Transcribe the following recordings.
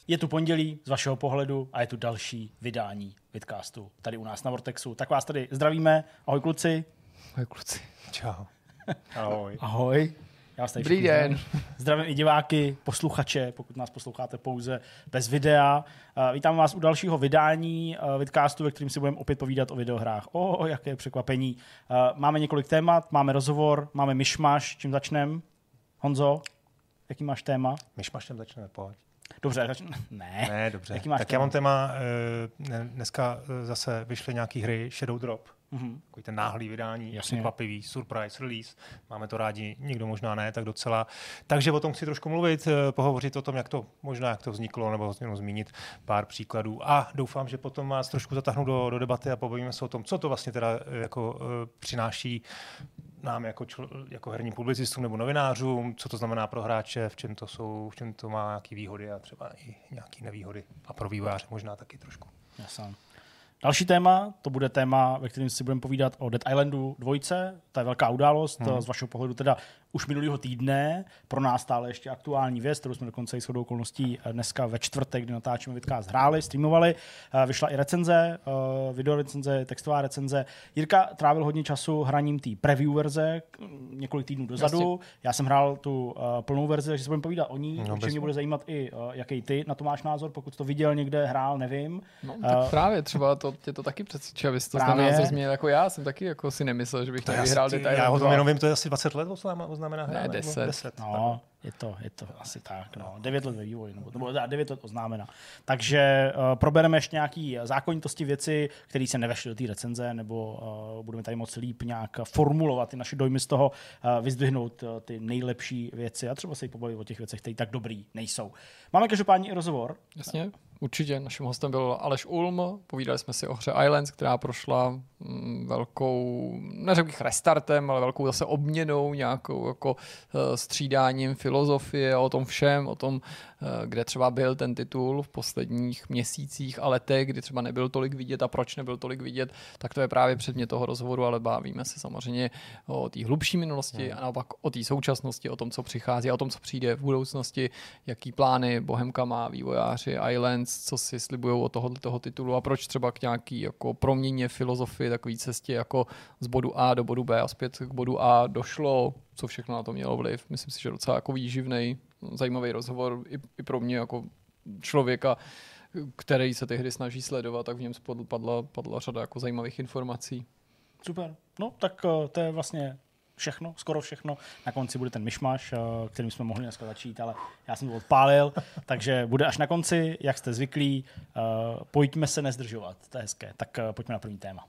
Je tu pondělí z vašeho pohledu a je tu další vydání vidcastu tady u nás na Vortexu. Tak vás tady zdravíme. Ahoj kluci. Ahoj kluci. Čau. Ahoj. Ahoj. Já vás tady Dobrý den. Zdravím i diváky, posluchače, pokud nás posloucháte pouze bez videa. Vítám vás u dalšího vydání vidcastu, ve kterým si budeme opět povídat o videohrách. Jaké překvapení. Máme několik témat, máme rozhovor, máme myšmaš. Čím začneme? Honzo, jaký máš téma? Myšmašem začneme, pojď. Dobře, Ne, dobře. Tak já mám téma, dneska zase vyšly nějaký hry, Shadow Drop. Takový ten náhlý vydání, překvapivý, surprise release. Máme to rádi, někdo možná ne, tak docela. Takže o tom chci trošku mluvit, pohovořit o tom, jak to vzniklo, nebo jenom zmínit pár příkladů. A doufám, že potom vás trošku zatáhnu do debaty a pobavíme se o tom, co to vlastně teda jako přináší nám jako herním publicistům nebo novinářům, co to znamená pro hráče, v čem to má nějaké výhody a třeba i nějaké nevýhody. A pro vývojáře možná taky trošku. Jasně. Další téma, to bude téma, ve kterém si budeme povídat o Dead Islandu 2. To je velká událost, z vašeho pohledu teda už minulého týdne, pro nás stále ještě aktuální věc, kterou jsme dokonce i shodou okolností dneska ve čtvrtek, kdy natáčíme vidcast, hráli, streamovali. Vyšla i recenze, video recenze, textová recenze. Jirka trávil hodně času hraním té preview verze, několik týdnů dozadu. Já jsem hrál tu plnou verzi, takže se budeme povídat o ní. Určitě mě bude zajímat i, jaký ty na to máš názor, pokud to viděl někde, hrál, nevím. No, tak právě třeba tě to taky přesvědčí, abys to názor změnil jako já. Jsem taky jako si nemyslel, že bych tady vyhrál Dead Island. Já ho to jenom vím, to je asi 20 let oznámená hra. Ne, 10. No, je to asi tak. No. 9 let ve vývoji, nebo 9 let oznámena. Takže probereme ještě nějaké zákonitosti věci, které se nevešly do té recenze, nebo budeme tady moc líp nějak formulovat ty naše dojmy z toho, vyzdvihnout ty nejlepší věci a třeba se i pobavit o těch věcech, které tak dobrý nejsou. Máme každopádně i rozhovor. Jasně. Určitě. Naším hostem byl Aleš Ulm. Povídali jsme si o hře Islands, která prošla velkou, neřekl bych restartem, ale velkou zase obměnou, nějakou jako střídáním filozofie, o tom všem, o tom, kde třeba byl ten titul v posledních měsících a letech, kdy třeba nebyl tolik vidět a proč nebyl tolik vidět, tak to je právě předmět toho rozhovoru, ale bavíme se samozřejmě o té hlubší minulosti a naopak o té současnosti, o tom, co přichází a o tom, co přijde v budoucnosti, jaký plány Bohemka má, vývojáři Islands, co si slibujou od toho titulu a proč třeba k nějaký jako proměně filozofii, takový cestě jako z bodu A do bodu B a zpět k bodu A došlo, co všechno na to mělo vliv. Myslím si, že docela jako výživnej, zajímavý rozhovor i pro mě jako člověka, který se ty hry snaží sledovat, tak v něm padla řada jako zajímavých informací. Super. No tak to je vlastně všechno, skoro všechno. Na konci bude ten myšmaš, kterým jsme mohli dneska začít, ale já jsem to odpálil, takže bude až na konci, jak jste zvyklí. Pojďme se nezdržovat, to je hezké. Tak pojďme na první téma.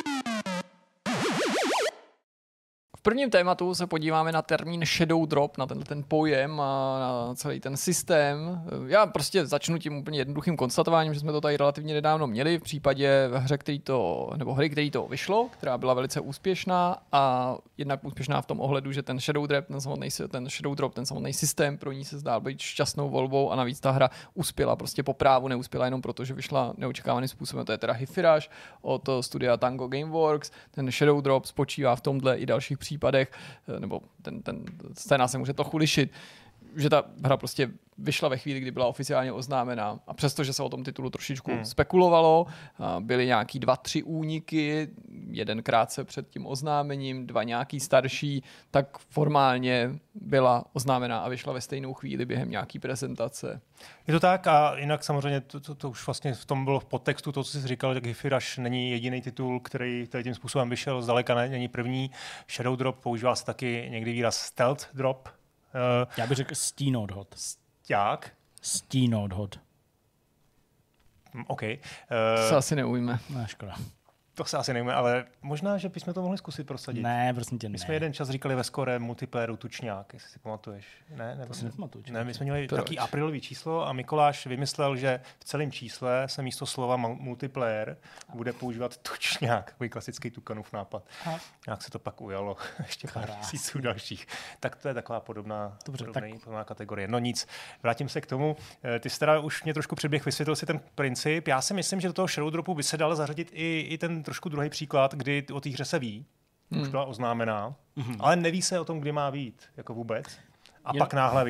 V prvním tématu se podíváme na termín Shadow Drop, na ten pojem a na celý ten systém. Já prostě začnu tím úplně jednoduchým konstatováním, že jsme to tady relativně nedávno měli v případě hry, který to vyšlo, která byla velice úspěšná a jednak úspěšná v tom ohledu, že ten Shadow Drop, ten samotný systém pro ní se zdá být šťastnou volbou a navíc ta hra uspěla prostě po právu, neuspěla jenom proto, že vyšla neočekávaným způsobem. To je teda Hi-Fi od studia Tango Gameworks. Ten Shadow Drop spočívá v tomhle i dalších případech, nebo ten scénář se může trochu lišit, že ta hra prostě vyšla ve chvíli, kdy byla oficiálně oznámená. A přestože se o tom titulu trošičku spekulovalo, byly nějaký 2-3 úniky, jeden krátce před tím oznámením, 2 nějaký starší, tak formálně byla oznámená a vyšla ve stejnou chvíli během nějaký prezentace. Je to tak a jinak samozřejmě to už vlastně v tom bylo v podtextu, to, co jsi říkal, tak Hi-Fi Rush není jediný titul, který tím způsobem vyšel, zdaleka není první. Shadow Drop, používá se taky někdy výraz Stealth Drop. Já bych řekl Steenoid Hot. Jak? Steenoid Hot. OK. To se asi neujme. Ne, škoda. To se asi nevíme, ale možná, že bychom to mohli zkusit prosadit. Ne, prostě tě ne. My jsme jeden čas říkali ve skore multiplayeru tučňák, jestli si pamatuješ. Ne, to si nepamatuju. Ne, my jsme měli taký aprílový číslo a Mikuláš vymyslel, že v celém čísle se místo slova multiplayer bude používat tučňák, takový klasický Tukanův nápad. Jak se to pak ujalo ještě pár měsíců dalších. Tak to je taková podobná kategorie. No nic, vrátím se k tomu. Ty jsi teda už mě trošku předběh, vysvětlil si ten princip. Já si myslím, že do toho Shadow Dropu by se dal zařadit i ten trošku druhý příklad, kdy o té hře se ví, už byla oznámená, ale neví se o tom, kdy má vyjít, jako vůbec. A pak náhle vyjde.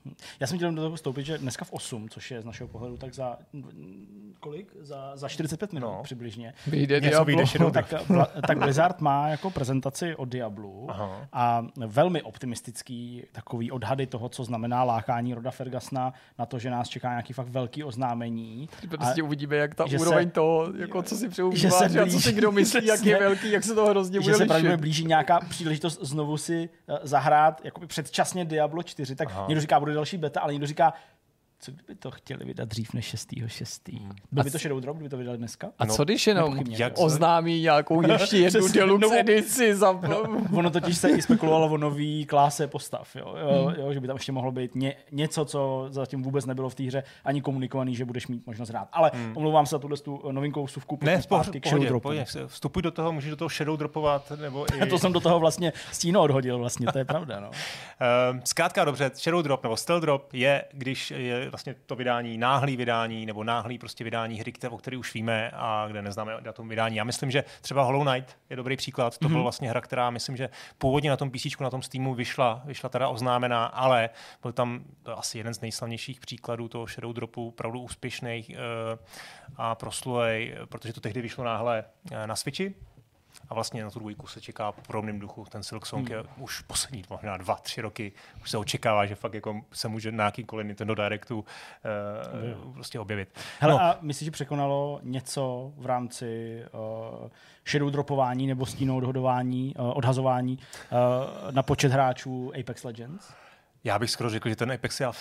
Já jsem chtěl do toho vstoupit, že dneska v 8, což je z našeho pohledu tak za kolik? Za 45 minut přibližně. Vyjde Diablo. Tak Blizzard má jako prezentaci o Diablu a velmi optimistický takový odhady toho, co znamená lákání Roda Fergusona na to, že nás čeká nějaký fakt velký oznámení. Prostě uvidíme, jak ta úroveň toho, jako co si přeju vyvářit a co si kdo myslí, jak je velký, jak se toho hrozně bude lišit. Že se blíží nějaká příležitost znovu si zahrát jakoby předčasně Diablo 4, tak někdo říká, bude další beta, ale někdo říká, co kdyby to chtěli vydat dřív než 6.6. Byl by to Shadow Drop, kdyby to vydali dneska? A co když jenom oznámí nějakou ještě jednu deluxe edici? Ono totiž se i spekulovalo o nový kláse postav, jo, že by tam ještě mohlo být něco, co zatím vůbec nebylo v té hře ani komunikovaný, že budeš mít možnost hrát. Ale omlouvám se za tuhle novinkovou vsuvku. Ne, vstupuj do toho, můžeš do toho Shadow dropovat. Nebo i... To jsem do toho vlastně stíno odhodil, vlastně, to je pravda. No. Zkrátka dobře, Shadow Drop nebo Stealth Drop je, když je vlastně to vydání, náhlý vydání nebo náhlý prostě vydání hry, o které už víme a kde neznáme datum vydání. Já myslím, že třeba Hollow Knight je dobrý příklad. To byl vlastně hra, která myslím, že původně na tom PCčku, na tom Steamu vyšla teda oznámená, ale byl tam asi jeden z nejslavnějších příkladů toho Shadow Dropu, opravdu úspěšný a proslulej, protože to tehdy vyšlo náhle na Switchi. A vlastně na tu dvojku se čeká v podobném duchu. Ten Silk Song je už poslední možná 2-3 roky. Už se očekává, že fakt jako se může na jakýkoliv Nintendo Directu prostě objevit. Hele, a myslíš, že překonalo něco v rámci shadow dropování nebo stínou odhazování na počet hráčů Apex Legends? Já bych skoro řekl, že ten Apex je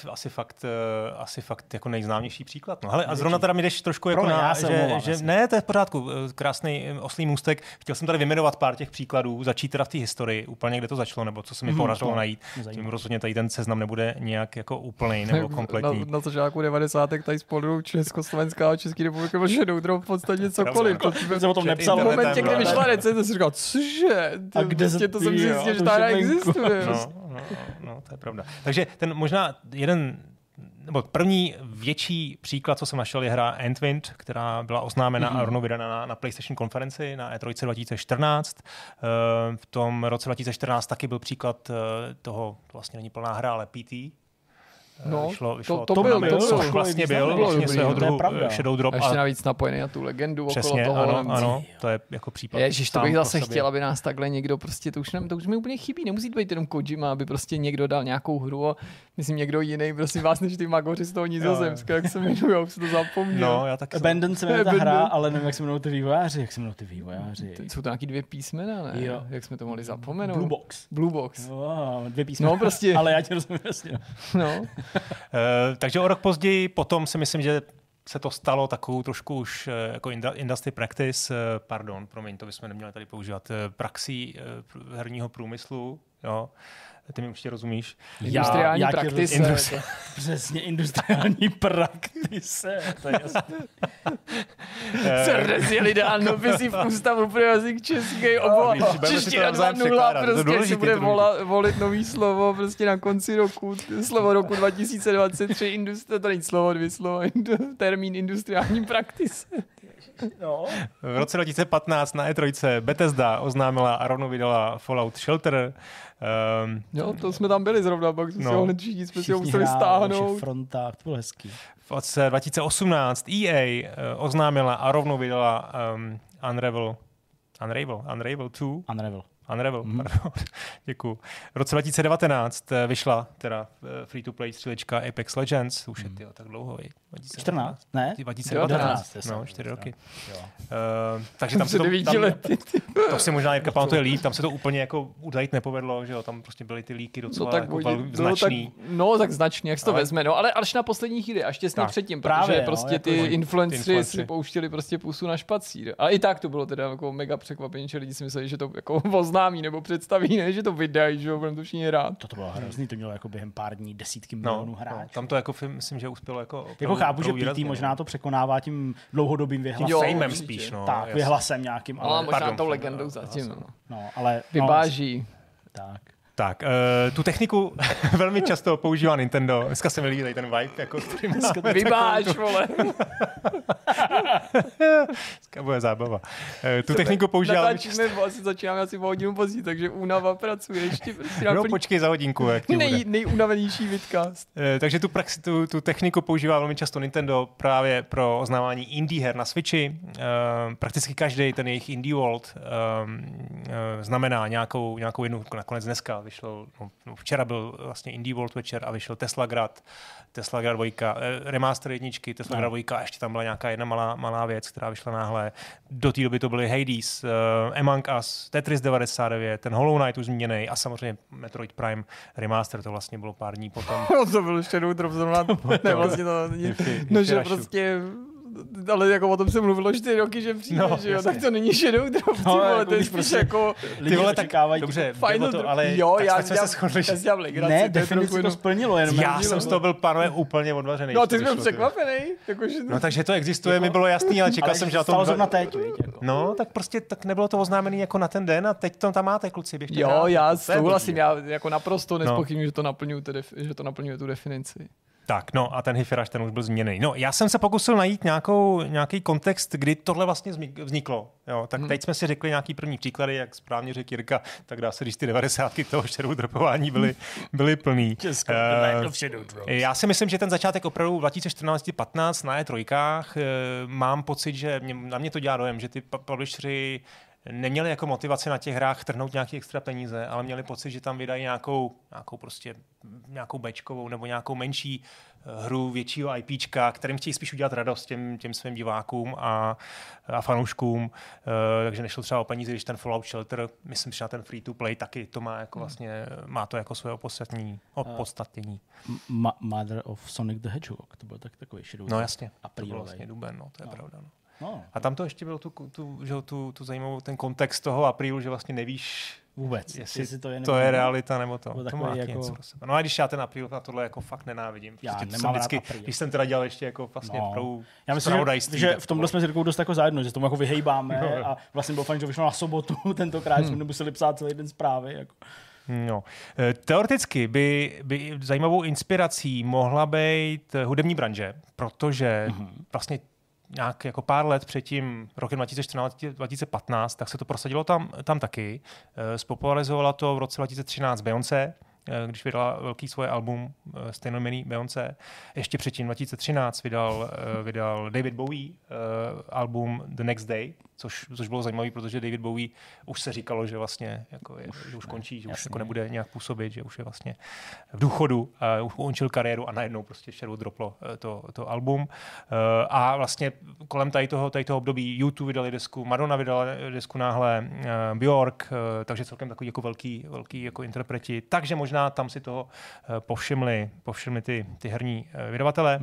asi fakt jako nejznámější příklad. No, hele, a zrovna teda mi jdeš trošku jako ne, to je v pořádku. Krásný oslý můstek. Chtěl jsem tady vyjmenovat pár těch příkladů, začít teda v té historii, úplně kde to začalo, nebo co se mi podařilo najít. Tím rozhodně tady ten seznam nebude nějak jako úplný nebo kompletní. Na začátku 90. tady spolu Československá a Český republika byl Shadow Drop v podstatě cokoliv. Jsem o tom nepsal. V momentě, kdy vyšla recenze, jsem říkal, cože? A kde se to jsem zjistil, že ta hra existuje. No, to je pravda. Takže ten možná nebo první větší příklad, co jsem našel, je hra Antwind, která byla oznámena a rovnou vydaná na PlayStation konferenci na E3 2014. V tom roce 2014 taky byl příklad toho, to vlastně není plná hra, ale PT. No, vyšlo to byl vlastně svého druhu Shadow Drop. A ještě navíc napojený na tu legendu přesně, okolo toho. Ano, to je jako případ. Ježiš, to bych zase chtěl, aby nás takhle někdo prostě, to už mi úplně chybí, nemusí to být jenom Kojima, aby prostě někdo dal nějakou hru a myslím někdo jiný, prosím vás, než ty magoři z toho Nizozemska, jak se jmenuje, už se to zapomněl. No, já taky. Abandon se jmenuje ta hra, ale nevím, jak se jmenují ty vývojáři. Jsou to nějaký 2 písmena, ne? Jo. Jak jsme to mohli zapomenout? Blue Box. 2 písmena. No, prostě. Ale já ti rozumím jasně. No. Takže o rok později potom si myslím, že se to stalo takovou trošku už jako industry practice, to bychom neměli tady používat, praxí herního průmyslu, jo. Ty mi určitě rozumíš. Industriální praktice. Přesně, industriální praktice. To je jasný. Se rozjeli dálnopisy v Ústavu pro jazyk český oboha. Čeština 2.0 prostě si bude volit nový slovo prostě na konci roku. Slovo roku 2023. To není slovo, 2 slova. Termín industriální praktice. No. V roce 2015 na E3 Bethesda oznámila a rovnou vydala Fallout Shelter. Jo, to jsme tam byli zrovna, pak jsme si ho hned všichni museli stáhnout. Frontách, to bylo hezký. V roce 2018 EA oznámila a rovnou vydala Unravel 2. Unravel, pardon. Děkuju. V roce 2019 vyšla teda free-to-play střílečka Apex Legends. Už je tak dlouho. 14? Ne? 2019. No, 4 roky. Takže tam se to... To si možná Jirka pamatuje líp, tam se to úplně jako udajit nepovedlo, že jo, tam prostě byly ty líky docela značný. Tak značný, jak se to vezme, no, ale až na poslední chvíli, až těsně předtím, protože prostě ty influenceři si pouštěli prostě pusu na špacír. Ale i tak to bylo teda jako mega překvapení, že lidi si mysleli, že to jako oznámí nebo představí, ne, že to vydají, že jo, budeme to všichni rád. To bylo hrozný, to mělo jako během pár dní desítky milionů hráčů. Tam to jako myslím, že uspělo jako chápu, že PT možná to překonává tím dlouhodobým vyhlasem. Fejmem spíš, no. Tak, vyhlasem nějakým. Ale možná tou legendou zatím. No, ale vybáží. Tak. Tak, tu techniku velmi často používá Nintendo. Dneska se mi líbí tady ten vibe, jako Vybáč, vole. Dneska bude zábava. Tu techniku používá... Začínáme asi o hodinu později, takže únava pracuje ještě. No, počkej za hodinku, jak ti bude. Nejunavenější vidcast. Takže tu techniku používá velmi často Nintendo právě pro oznámání indie her na Switchi. Prakticky každý ten jejich Indie World znamená nějakou jednu, nakonec dneska vyšlo, včera byl vlastně Indie World večer a vyšel Tesla Grad 2, remaster jedničky, Tesla Grad 2 a ještě tam byla nějaká jedna malá věc, která vyšla náhle. Do té doby to byly Hades, Among Us, Tetris 99, ten Hollow Knight už zmíněný a samozřejmě Metroid Prime remaster, to vlastně bylo pár dní potom. To byl Shadow Drop zrovna, ne vlastně to není, no že prostě... Ale jako o tom se mluvilo 4 roky, že přijde, že jo, tak to není Shadow Drop, ty vole, to je spíš jako... Ty vole, tak dobře, Final to, ale jo, tak já jsme se shodli, že... Ne, definici to splnilo, jenom... Já jsem z toho byl, pánové, úplně odvařený. No, ty jsi byl překvapený. No, takže to existuje, mi bylo jasný, ale čekal jsem, že na tom... zrovna teď, no, tak prostě tak nebylo to oznámený jako na ten den a teď to tam máte, kluci, běžte. Jo, já souhlasím, já jako naprosto nezpochybňuji, že to naplňuje tu definici. Tak, no a ten Hyferaž, ten už byl změněný. No, já jsem se pokusil najít nějaký kontext, kdy tohle vlastně vzniklo. Jo, tak teď jsme si řekli nějaký první příklady, jak správně řekl Jirka, tak dá se říct, ty 90 toho shadow dropování byly plný. Já si myslím, že ten začátek opravdu 2014-15 na E3 mám pocit, že na mě to dělá dojem, že ty publisheri neměli jako motivaci na těch hrách trhnout nějaký extra peníze, ale měli pocit, že tam vydají nějakou bečkovou nebo nějakou menší hru většího IPčka, kterým chtějí spíš udělat radost těm svým divákům a fanouškům. Takže nešlo třeba o peníze, když ten Fallout Shelter, myslím, že na ten free to play taky to má jako vlastně, má to jako své opodstatnění. Mother of Sonic the Hedgehog, to byl takový šedou. No jasně, to byl vlastně duben, no, to je pravda. No. No. A tam to ještě byl tu zajímavou ten kontext toho aprílu, že vlastně nevíš vůbec, jestli to je realita nebo to. To má jako... něco pro sebe. No a když já ten apríl na tohle jako fakt nenávidím. Já nemám vždycky, když jsem teda dělal ještě jako vlastně já myslím, že v tomhle jsme s Jirkou dost jako zajedno, že s tomu jako vyhejbáme a vlastně byl fajn, že vyšlo na sobotu tentokrát, jsme nemuseli psát celý den zprávy. Jako. No. Teoreticky by zajímavou inspirací mohla být hudební branže, protože vlastně nějak jako pár let před tím rokem 2014-2015, tak se to prosadilo tam taky. Spopularizovala to v roce 2013 Beyoncé, když vydala velký svoje album stejnojmenný Beyoncé. Ještě předtím 2013 vydal David Bowie album The Next Day, což bylo zajímavé, protože David Bowie už se říkalo, že vlastně jako že už končí, že už jako nebude nějak působit, že už je vlastně v důchodu, už ukončil kariéru a najednou prostě Shadow droplo to album. A vlastně kolem tady toho období YouTube vydali desku, Madonna vydala desku náhle, Björk, takže celkem takový jako velký jako interpreti. Takže možná tam si toho povšimli ty herní vydavatelé.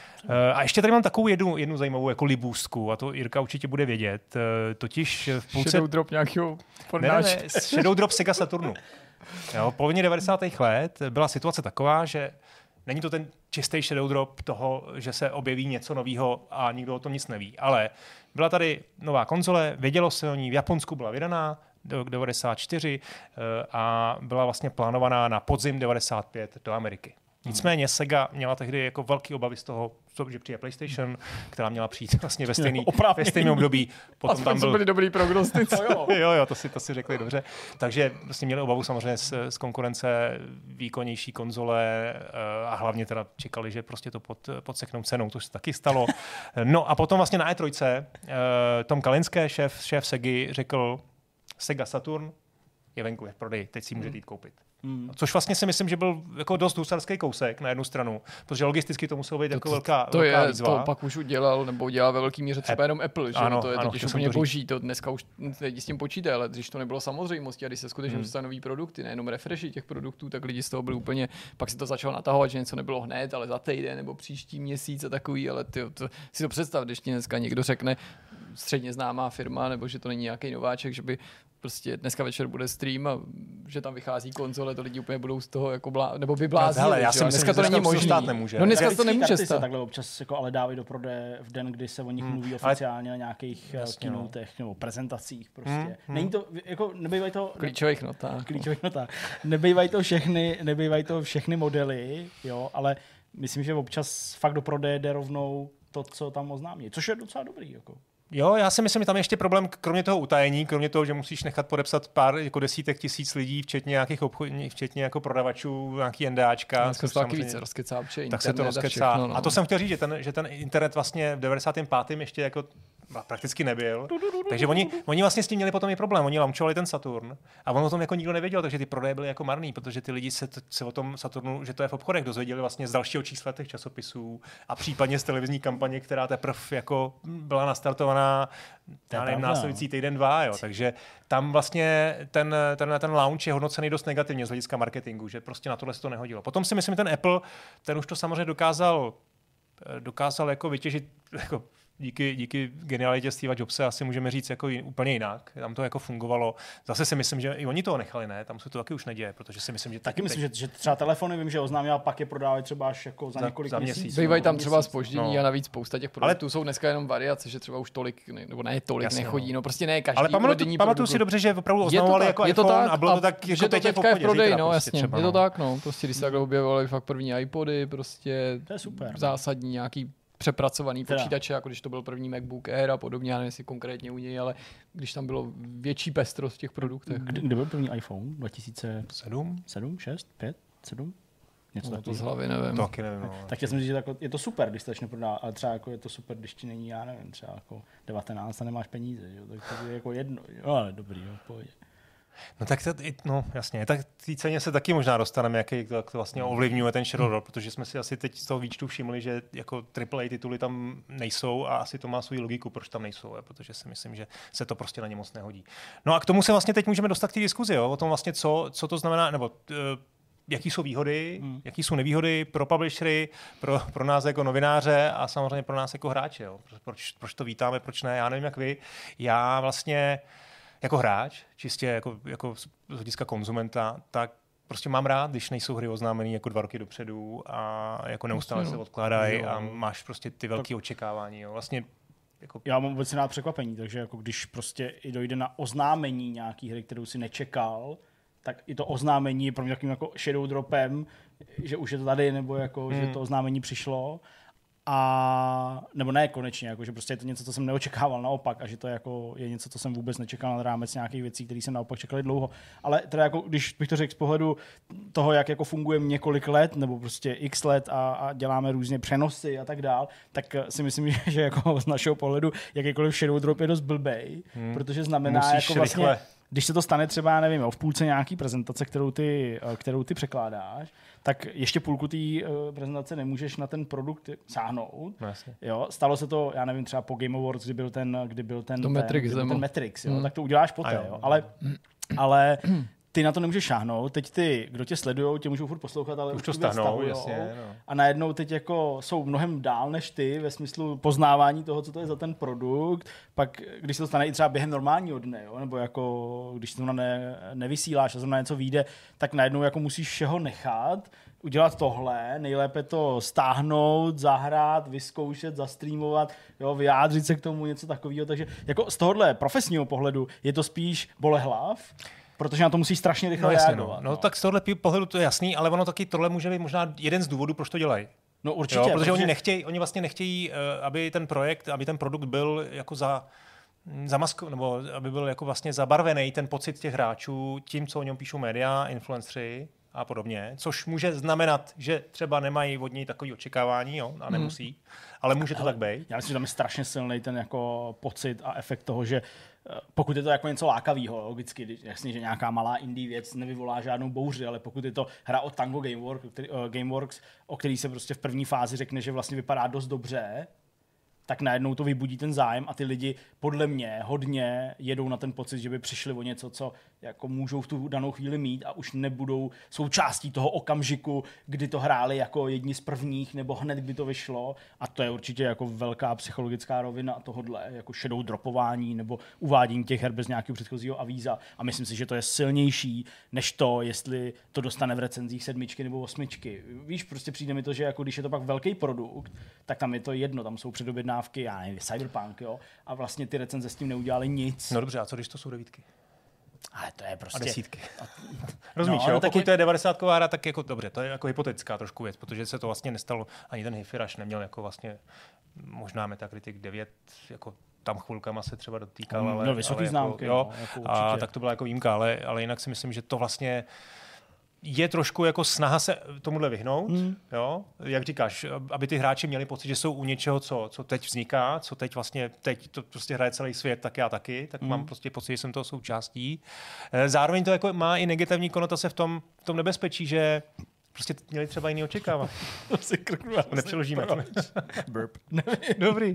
A ještě tady mám takovou jednu zajímavou jako libůstku, a to Jirka určitě bude vědět. Totiž v půlce... Shadow drop nějakého fornáče. Ne, Shadow drop Sega Saturnu. Jo, v polovině 90. let byla situace taková, že není to ten čistý Shadow drop toho, že se objeví něco nového a nikdo o tom nic neví. Ale byla tady nová konzole, vědělo se o ní, v Japonsku byla vydaná, 94 a byla vlastně plánovaná na podzim 95 do Ameriky. Nicméně Sega měla tehdy jako velký obavy z toho, že přijde PlayStation, která měla přijít vlastně ve stejném období. Potom tam byly dobrý prognostici. jo, to si řekli dobře. Takže vlastně měli obavu samozřejmě z konkurence výkonnější konzole a hlavně teda čekali, že prostě to podseknou cenou, což se taky stalo. No a potom vlastně na E3 Tom Kalinske, šéf Segy, řekl, Sega Saturn je venku, je v prodeji, teď si můžete jít koupit. Což vlastně si myslím, že byl jako dost husarský kousek na jednu stranu, protože logisticky to muselo být jako velká výzva. To pak už udělal, nebo dělá ve velký míře třeba jenom Apple, že ano, to je totiž úplně boží, to dneska už lidi s tím počítají, ale když to nebylo samozřejmostí a když se skutečně dostaly nový produkty, nejenom refreshy těch produktů, tak lidi z toho byli úplně, pak se to začalo natahovat, že něco nebylo hned, ale za týden nebo příští měsíc a takový, ale si to představ, když ti dneska někdo řekne, středně známá firma, nebo že to není nějaký nováček, že by prostě dneska večer bude stream a že tam vychází konzole, to lidi úplně budou z toho jako nebo vybláznili. Já si myslím, dneska to není možný. Nemůže. No dneska to nemůže stát. Se takhle občas jako ale dávají do prodeje v den, kdy se o nich mluví oficiálně na nějakých kinotech nebo prezentacích prostě. Není to, jako nebývají to... Klíčových notách. Nebývají to všechny modely, jo, ale myslím, že občas fakt do prodeje jde rovnou to, co tam oznámí, což je docela dobrý, jako. Jo, já si myslím, že tam je ještě problém, kromě toho utajení, kromě toho, že musíš nechat podepsat pár jako desítek tisíc lidí, včetně nějakých obchodních, včetně jako prodavačů, nějaký NDAčka. Tak se to rozkecá. No. A to jsem chtěl říct, že ten internet vlastně v 95. ještě jako prakticky nebyl. Takže oni vlastně s tím měli potom i problém. Oni launčovali ten Saturn a on o tom jako nikdo nevěděl, takže ty prodeje byly jako marný, protože ty lidi se o tom Saturnu, že to je v obchodech, dozvěděli vlastně z dalšího čísla těch časopisů a případně z televizní kampaně, která teprve jako byla nastartovaná následující týden, dva. Jo. Takže tam vlastně ten launch je hodnocený dost negativně z hlediska marketingu, že prostě na tohle se to nehodilo. Potom si myslím, že ten Apple, ten už to samozřejmě dokázal jako vytěžit jako díky genialitě Steva Jobse asi můžeme říct jako úplně jinak. Tam to jako fungovalo. Zase si myslím, že i oni toho nechali, ne? Tam se to taky už neděje, protože si myslím, že myslím, že třeba telefony vím, že oznámil a pak je prodávají třeba až jako za několik měsíců. Bývají tam třeba zpoždění a navíc spousta těch produktů jsou dneska jenom variace, že třeba už tolik nebo ne tolik nechodí. No prostě ne každý. Ale pamatuju si dobře, že opravdu oznamovali jako iPhone a bylo to tak jako teď v prodeji, no jasně. Je to tak, no. Prostě když se takhle objevovali fakt první iPody, prostě to je super. Zásadní nějaký přepracovaný počítače, jako když to byl první MacBook Air a podobně, já nevím, jestli konkrétně u něj, ale když tam bylo větší pestrost v těch produktech. Kdy byl první iPhone? 2007? 7, 6, 5, 7? Něco to z hlavy nevím. To taky nevím. Tak já si myslím, že je to super, když to začne prodávat, ale třeba jako je to super, když ti není, já nevím, třeba jako 19 a nemáš peníze, jo? Tak to je jako jedno, jo, ale dobrý, jo, v pohodě. No tak jasně, tak té ceně se taky možná dostaneme, jaký to vlastně ovlivňuje ten shadow drop, protože jsme si asi teď z toho výčtu všimli, že jako AAA tituly tam nejsou a asi to má svou logiku, proč tam nejsou, protože si myslím, že se to prostě na ně moc nehodí. No a k tomu se vlastně teď můžeme dostat k té diskuzi, jo, o tom vlastně, co to znamená, nebo jaký jsou výhody, jaký jsou nevýhody pro publishery, pro nás jako novináře a samozřejmě pro nás jako hráče. Jo. Proč to vítáme, proč ne, já nevím jak vy. Já vlastně jako hráč, čistě jako z hlediska konzumenta, tak prostě mám rád, když nejsou hry oznámený jako 2 roky dopředu a jako neustále se odkládají a máš prostě ty velké očekávání. Jo. Vlastně jako... Já mám vůbec rád překvapení, takže jako když prostě i dojde na oznámení nějaký hry, kterou si nečekal, tak i to oznámení je pro mě takovým jako shadow dropem, že už je to tady, nebo jako, že to oznámení přišlo. A nebo ne konečně, jako, že prostě je to něco, co jsem neočekával naopak a že to jako je něco, co jsem vůbec nečekal na rámec nějakých věcí, které jsem naopak čekali dlouho. Ale teda jako, když bych to řekl z pohledu toho, jak jako fungujeme několik let nebo prostě x let a děláme různě přenosy a tak dál, tak si myslím, že jako z našeho pohledu jakýkoliv shadow drop je dost blbej, protože znamená musíš jako vlastně rychle. Když se to stane třeba, nevím, v půlce nějaký prezentace, kterou ty překládáš, tak ještě půlku té prezentace nemůžeš na ten produkt sáhnout. Jo, stalo se to, já nevím, třeba po Game Awards, kdy byl ten Matrix, jo, tak to uděláš poté, jo. Ale ty na to nemůžeš šáhnout, teď ty, kdo tě sledujou, tě můžou furt poslouchat, ale už to stahnou, jasně, no. A najednou teď jako jsou mnohem dál než ty ve smyslu poznávání toho, co to je za ten produkt, pak když se to stane i třeba během normálního dne, jo, nebo jako když to nevysíláš a zrovna něco vyjde, tak najednou jako musíš všeho nechat, udělat tohle, nejlépe to stáhnout, zahrát, vyzkoušet, zastreamovat, jo, vyjádřit se k tomu něco takového, takže jako z tohohle profesního pohledu je to spíš bolehlav, protože na to musí strašně rychle reagovat. No, tak z tohohle pohledu to je jasný, ale ono taky tohle může být možná jeden z důvodů, proč to dělají. No určitě. Jo, protože oni vlastně nechtějí, aby ten projekt, aby ten produkt byl jako nebo aby byl jako vlastně zabarvený ten pocit těch hráčů tím, co o něm píšou média, influenceři a podobně, což může znamenat, že třeba nemají od něj takový očekávání, jo, a nemusí, ale může to tak být. Já myslím, že tam je strašně silný ten jako pocit a efekt toho, že pokud je to jako něco lákavého, logicky, jasně, že nějaká malá indie věc nevyvolá žádnou bouři, ale pokud je to hra od Tango Gameworks, o který se prostě v první fázi řekne, že vlastně vypadá dost dobře, tak najednou to vybudí ten zájem a ty lidi podle mě hodně jedou na ten pocit, že by přišli o něco, co jako můžou v tu danou chvíli mít a už nebudou součástí toho okamžiku, kdy to hráli jako jedni z prvních nebo hned, kdy to vyšlo, a to je určitě jako velká psychologická rovina tohodle, jako shadow dropování nebo uvádění těch her bez nějakého předchozího avíza, a myslím si, že to je silnější než to, jestli to dostane v recenzích 7 nebo 8. Víš, prostě přijde mi to, že jako když je to pak velký produkt, tak tam je to jedno, tam jsou předobjednávky, já nevím, Cyberpunk, jo, a vlastně ty recenze s tím neudělali nic. No dobře, a co když to jsou 9? Ale to je prostě... A 10. Rozumíš, no, jo? Pokud to je 90ková hra, tak jako dobře, to je jako hypotetická trošku věc, protože se to vlastně nestalo, ani ten Hi-Fi Rush neměl jako vlastně, možná Metacritic 9, jako tam chvilkama se třeba dotýkal, ale... No, vysoký známky, jako, no, jako a tak to byla jako výjimka, ale jinak si myslím, že to vlastně je trošku jako snaha se tomuhle vyhnout, jo? Jak říkáš, aby ty hráči měli pocit, že jsou u něčeho, co teď vzniká, co teď vlastně, teď to prostě hraje celý svět, tak já taky, tak mám prostě pocit, že jsem toho součástí. Zároveň to jako má i negativní konotace v tom nebezpečí, že prostě měli třeba jiný očekávat. Nepřeložíme. Burp. Dobrý.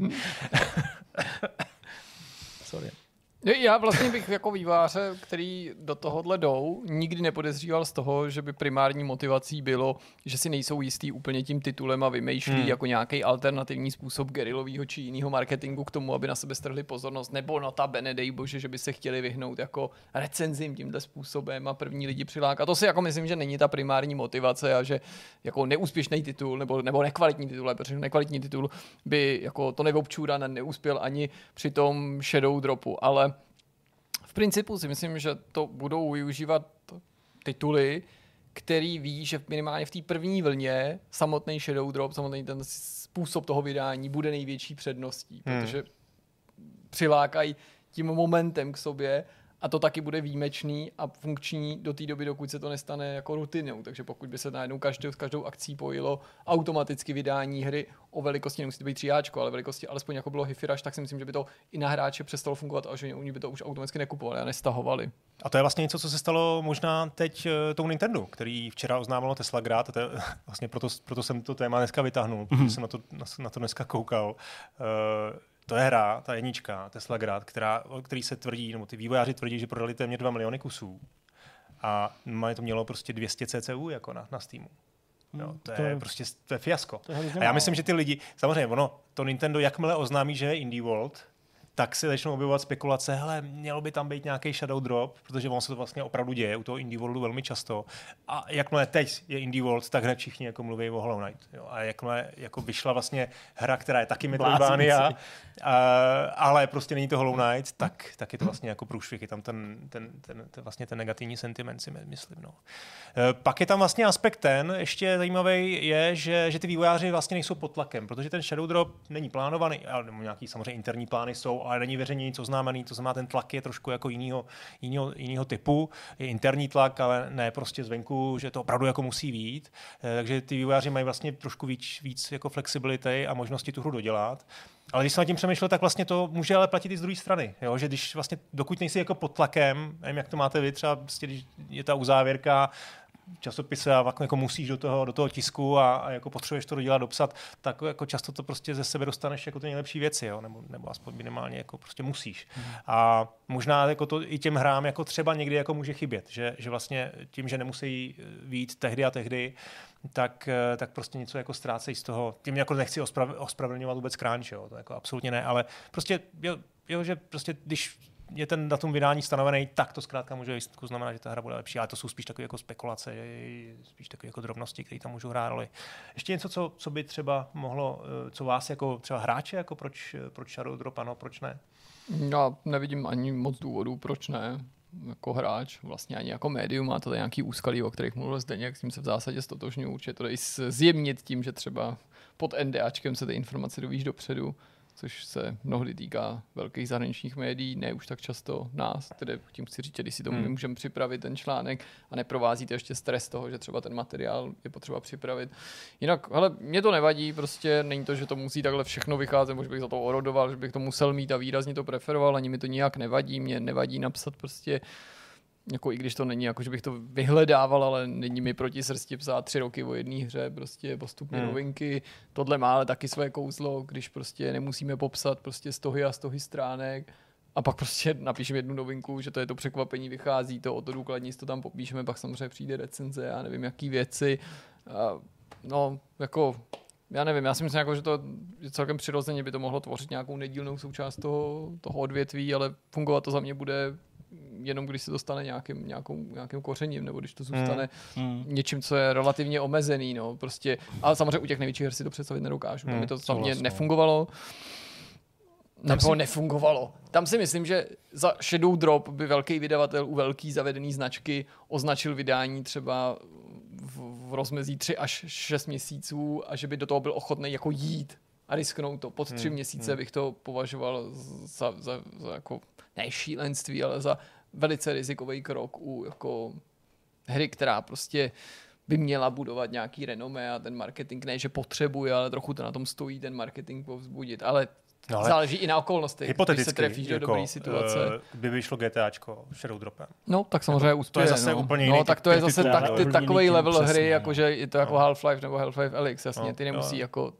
Sorry. Já vlastně bych jako vývojáře, který do tohohle jdou, nikdy nepodezříval z toho, že by primární motivací bylo, že si nejsou jistý úplně tím titulem a vymýšlí jako nějaký alternativní způsob gerilového či jiného marketingu k tomu, aby na sebe strhli pozornost, nebo nota bene, dej bože, že by se chtěli vyhnout jako recenzím tímhle způsobem a první lidi přilákat. To si jako myslím, že není ta primární motivace a že jako neúspěšný titul nebo nekvalitní titul, protože nekvalitní titul by jako to neobčůra neuspěl ani při tom shadow dropu, ale v principu si myslím, že to budou využívat tituly, který ví, že minimálně v té první vlně samotný shadow drop, samotný ten způsob toho vydání bude největší předností, protože přilákají tím momentem k sobě a to taky bude výjimečný a funkční do té doby, dokud se to nestane jako rutinou. Takže pokud by se najednou každou akcí pojilo automaticky vydání hry o velikosti, nemusí to být 3áčko, ale velikosti alespoň jako bylo Hi-Fi Rush, tak si myslím, že by to i na hráče přestalo fungovat a že oni by to už automaticky nekupovali a nestahovali. A to je vlastně něco, co se stalo možná teď tou Nintendo, který včera oznámilo Teslagrad, a to je vlastně proto jsem to téma dneska vytáhnul, protože jsem na to dneska koukal. To je hra, ta jednička, Teslagrad, který se tvrdí, nebo ty vývojáři tvrdí, že prodali téměř 2 miliony kusů. A to mělo prostě 200 CCU jako na Steamu. Jo, to je prostě to je fiasko. A já myslím, že ty lidi, samozřejmě to Nintendo jakmile oznámí, že je Indie World, tak se začnou objevovat spekulace, hele, mělo by tam být nějaký shadow drop, protože on se to vlastně opravdu děje u toho Indie Worldu velmi často. A jakmile teď je Indie World, tak hned všichni jako mluví o Hollow Knight. Jo. A jakmile jako vyšla vlastně hra, která je taky Metroidvania, ale prostě není to Hollow Knight, tak je to vlastně jako průšvih. Je tam vlastně ten negativní sentiment, si myslím. No. Pak je tam vlastně aspekt ještě zajímavý je, že ty vývojáři vlastně nejsou pod tlakem, protože ten shadow drop není plánovaný, ale nějaký samozřejmě interní plány jsou, ale není veřejně nic oznámený, to znamená, ten tlak je trošku jako jinýho typu, je interní tlak, ale ne prostě zvenku, že to opravdu jako musí vyjít, takže ty vývojáři mají vlastně trošku víc jako flexibility a možnosti tu hru dodělat. Ale když jsem nad tím přemýšlel, tak vlastně to může ale platit i z druhé strany, jo? Že když vlastně, dokud nejsi jako pod tlakem, nevím, jak to máte vy, třeba prostě, když je ta uzávěrka, časopise a jako musíš do toho tisku a jako potřebuješ to dodělat, dopsat, tak jako často to prostě ze sebe dostaneš jako ty nejlepší věci, jo? Nebo aspoň minimálně jako prostě musíš. A možná jako to i těm hrám jako třeba někdy jako může chybět, že vlastně tím, že nemusí vyjít tehdy a tehdy, tak prostě něco jako ztrácejí z toho. Tím jako nechci ospravedlňovat vůbec crunch, jo? To jako absolutně ne, ale prostě jo, že prostě když je ten datum vydání stanovený, tak to zkrátka může znamenat, že ta hra bude lepší, ale to jsou spíš takové jako spekulace, spíš takové jako drobnosti, které tam můžou hrát roli. Ještě něco, co by třeba mohlo, co vás jako třeba hráče, jako proč Shadow Drop ano, proč ne? Já nevidím ani moc důvodů, proč ne. Jako hráč, vlastně ani jako médium, má to tady nějaký úskalí, o kterých mluvil Zdeněk, s tím se v zásadě stotožňuji, určitě to i zjemnit tím, že třeba pod NDAčkem se ty informace dovíš dopředu, což se mnohdy týká velkých zahraničních médií, ne už tak často nás, tedy tím chci říct, když si to můžeme připravit ten článek a neprovázíte ještě stres toho, že třeba ten materiál je potřeba připravit. Jinak, hele, mě to nevadí, prostě není to, že to musí takhle všechno vycházet, možná bych za to orodoval, že bych to musel mít a výrazně to preferoval, ani mi to nijak nevadí, mě nevadí napsat prostě jako i když to není, jako že bych to vyhledával, ale není mi proti srsti psát 3 roky o jedné hře, prostě postupně novinky. Tohle má ale taky své kouzlo, když prostě nemusíme popsat prostě stohy a stohy stránek a pak prostě napíšeme jednu novinku, že to je to překvapení, vychází to, o to důkladně to tam popíšeme, pak samozřejmě přijde recenze, já nevím, jaký věci. No, jako já nevím, já si myslím, jako, že to je celkem přirozeně by to mohlo tvořit nějakou nedílnou součást toho odvětví, ale fungovat to za mě bude jenom když se to stane nějakým kořením, nebo když to zůstane něčím, co je relativně omezený. No. Prostě, ale samozřejmě u těch největších her si to představit nedokážu. Tam mi to za mě nefungovalo. Nebo nefungovalo. Tam si myslím, že za Shadow Drop by velký vydavatel u velký zavedený značky označil vydání třeba v rozmezí 3 až 6 měsíců a že by do toho byl ochotný jako jít a risknout to. Pod 3 měsíce bych to považoval za jako ne šílenství, ale za velice rizikový krok u jako hry, která prostě by měla budovat nějaký renomé a ten marketing ne, že potřebuje, ale trochu to na tom stojí ten marketing povzbudit. Ale záleží i na okolnostech, když se trefíš do dobré situace. By vyšlo GTAčko Shadow Dropem. No, tak samozřejmě uspěje. To je zase úplně jiný. No, tak to je zase takovej level hry, jakože je to jako Half-Life nebo Half-Life Alyx, jasně. Ty nemusí jako,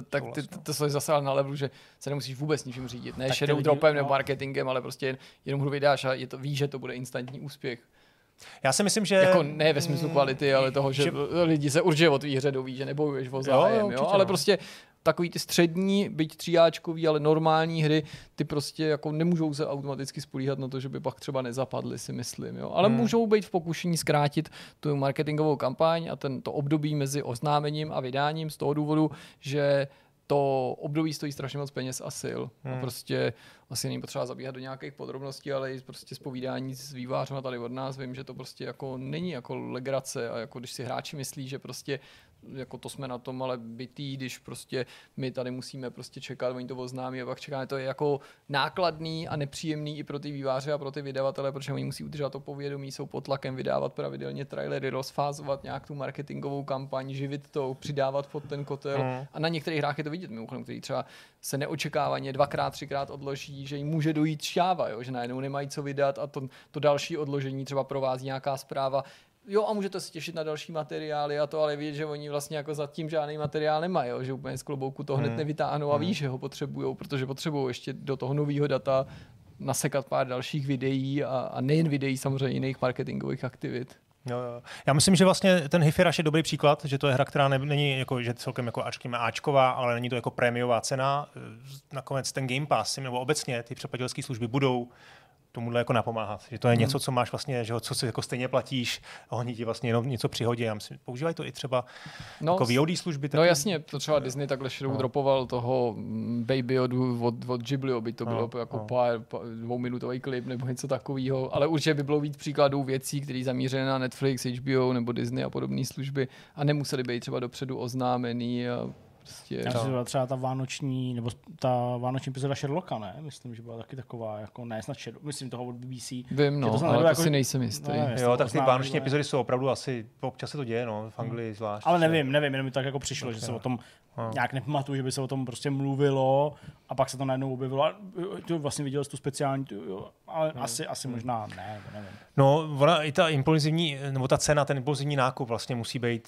to je zase na levelu, že se nemusíš vůbec ničím řídit. Ne Shadow Dropem nebo marketingem, ale prostě jenom hru vydáš a víš, že to bude instantní úspěch. Já si myslím, že... Jako ne ve smyslu kvality, ale toho, že lidi se určitě o tvý hře doví, že nebojuješ o zájem, jo? Ale prostě takový ty střední, byť tříáčkový, ale normální hry, ty prostě jako nemůžou se automaticky spolíhat na to, že by pak třeba nezapadly, si myslím. Jo? Ale můžou být v pokušení zkrátit tu marketingovou kampaň a to období mezi oznámením a vydáním z toho důvodu, že to období stojí strašně moc peněz a sil. A prostě asi není potřeba zabíhat do nějakých podrobností, ale i prostě z povídání s vývojářem tady od nás vím, že to prostě jako není jako legrace a jako když si hráči myslí, že prostě jako to jsme na tom, ale bytý, když prostě my tady musíme prostě čekat, oni to oznámí a pak čekáme, to je jako nákladný a nepříjemný i pro ty vývojáře a pro ty vydavatele, protože oni musí udržet to povědomí, jsou pod tlakem, vydávat pravidelně trailery, rozfázovat nějak tu marketingovou kampaň, živit to, přidávat pod ten kotel a na některých hrách je to vidět, mimochodem, který třeba se neočekávaně 2x, 3x odloží, že jim může dojít šťáva, jo? Že najednou nemají co vydat a to další odložení třeba provází nějaká zpráva. Jo, a můžete se těšit na další materiály a to, ale vidět, že oni vlastně jako zatím žádný materiál nemají, jo? Že úplně z klobouku to hned nevytáhnou a ví, že ho potřebujou, protože potřebují ještě do toho nového data nasekat pár dalších videí a nejen videí, samozřejmě jiných marketingových aktivit. Jo. Já myslím, že vlastně ten Hi-Fi Rush je dobrý příklad, že to je hra, která není jako, že celkem jako áčková, ale není to jako prémiová cena. Nakonec ten Game Pass nebo obecně ty překladatelské služby budou tomuhle jako napomáhat. Že to je něco, co máš vlastně, že co si jako stejně platíš a oni ti vlastně jenom něco přihodí. Já myslím, používají to i třeba jako VOD služby. Taky. No jasně, to třeba Disney takhle dropoval toho Baby od Ghibli, by to bylo jako pár 2minutový klip nebo něco takového, ale určitě by bylo víc příkladů věcí, které zamířené na Netflix, HBO nebo Disney a podobné služby a nemuseli být třeba dopředu oznámený a prostě. Já si třeba ta vánoční epizoda Sherlocka, ne? Myslím, že byla taky taková, jako ne snad Shadow, myslím toho od BBC. Vím, no, ale to jako, si nejsem jistý. Jo, tak ty vánoční epizody jsou opravdu asi, občas se to děje, no, v Anglii zvlášť. Ale nevím, jenom mi tak jako přišlo, že se o tom nějak nepamatuju, že by se o tom prostě mluvilo a pak se to najednou objevilo. A ty vlastně viděl jsi tu speciální, ale asi možná ne, nevím. No, ona i ta impulzivní, nebo ta cena, ten impulzivní nákup vlastně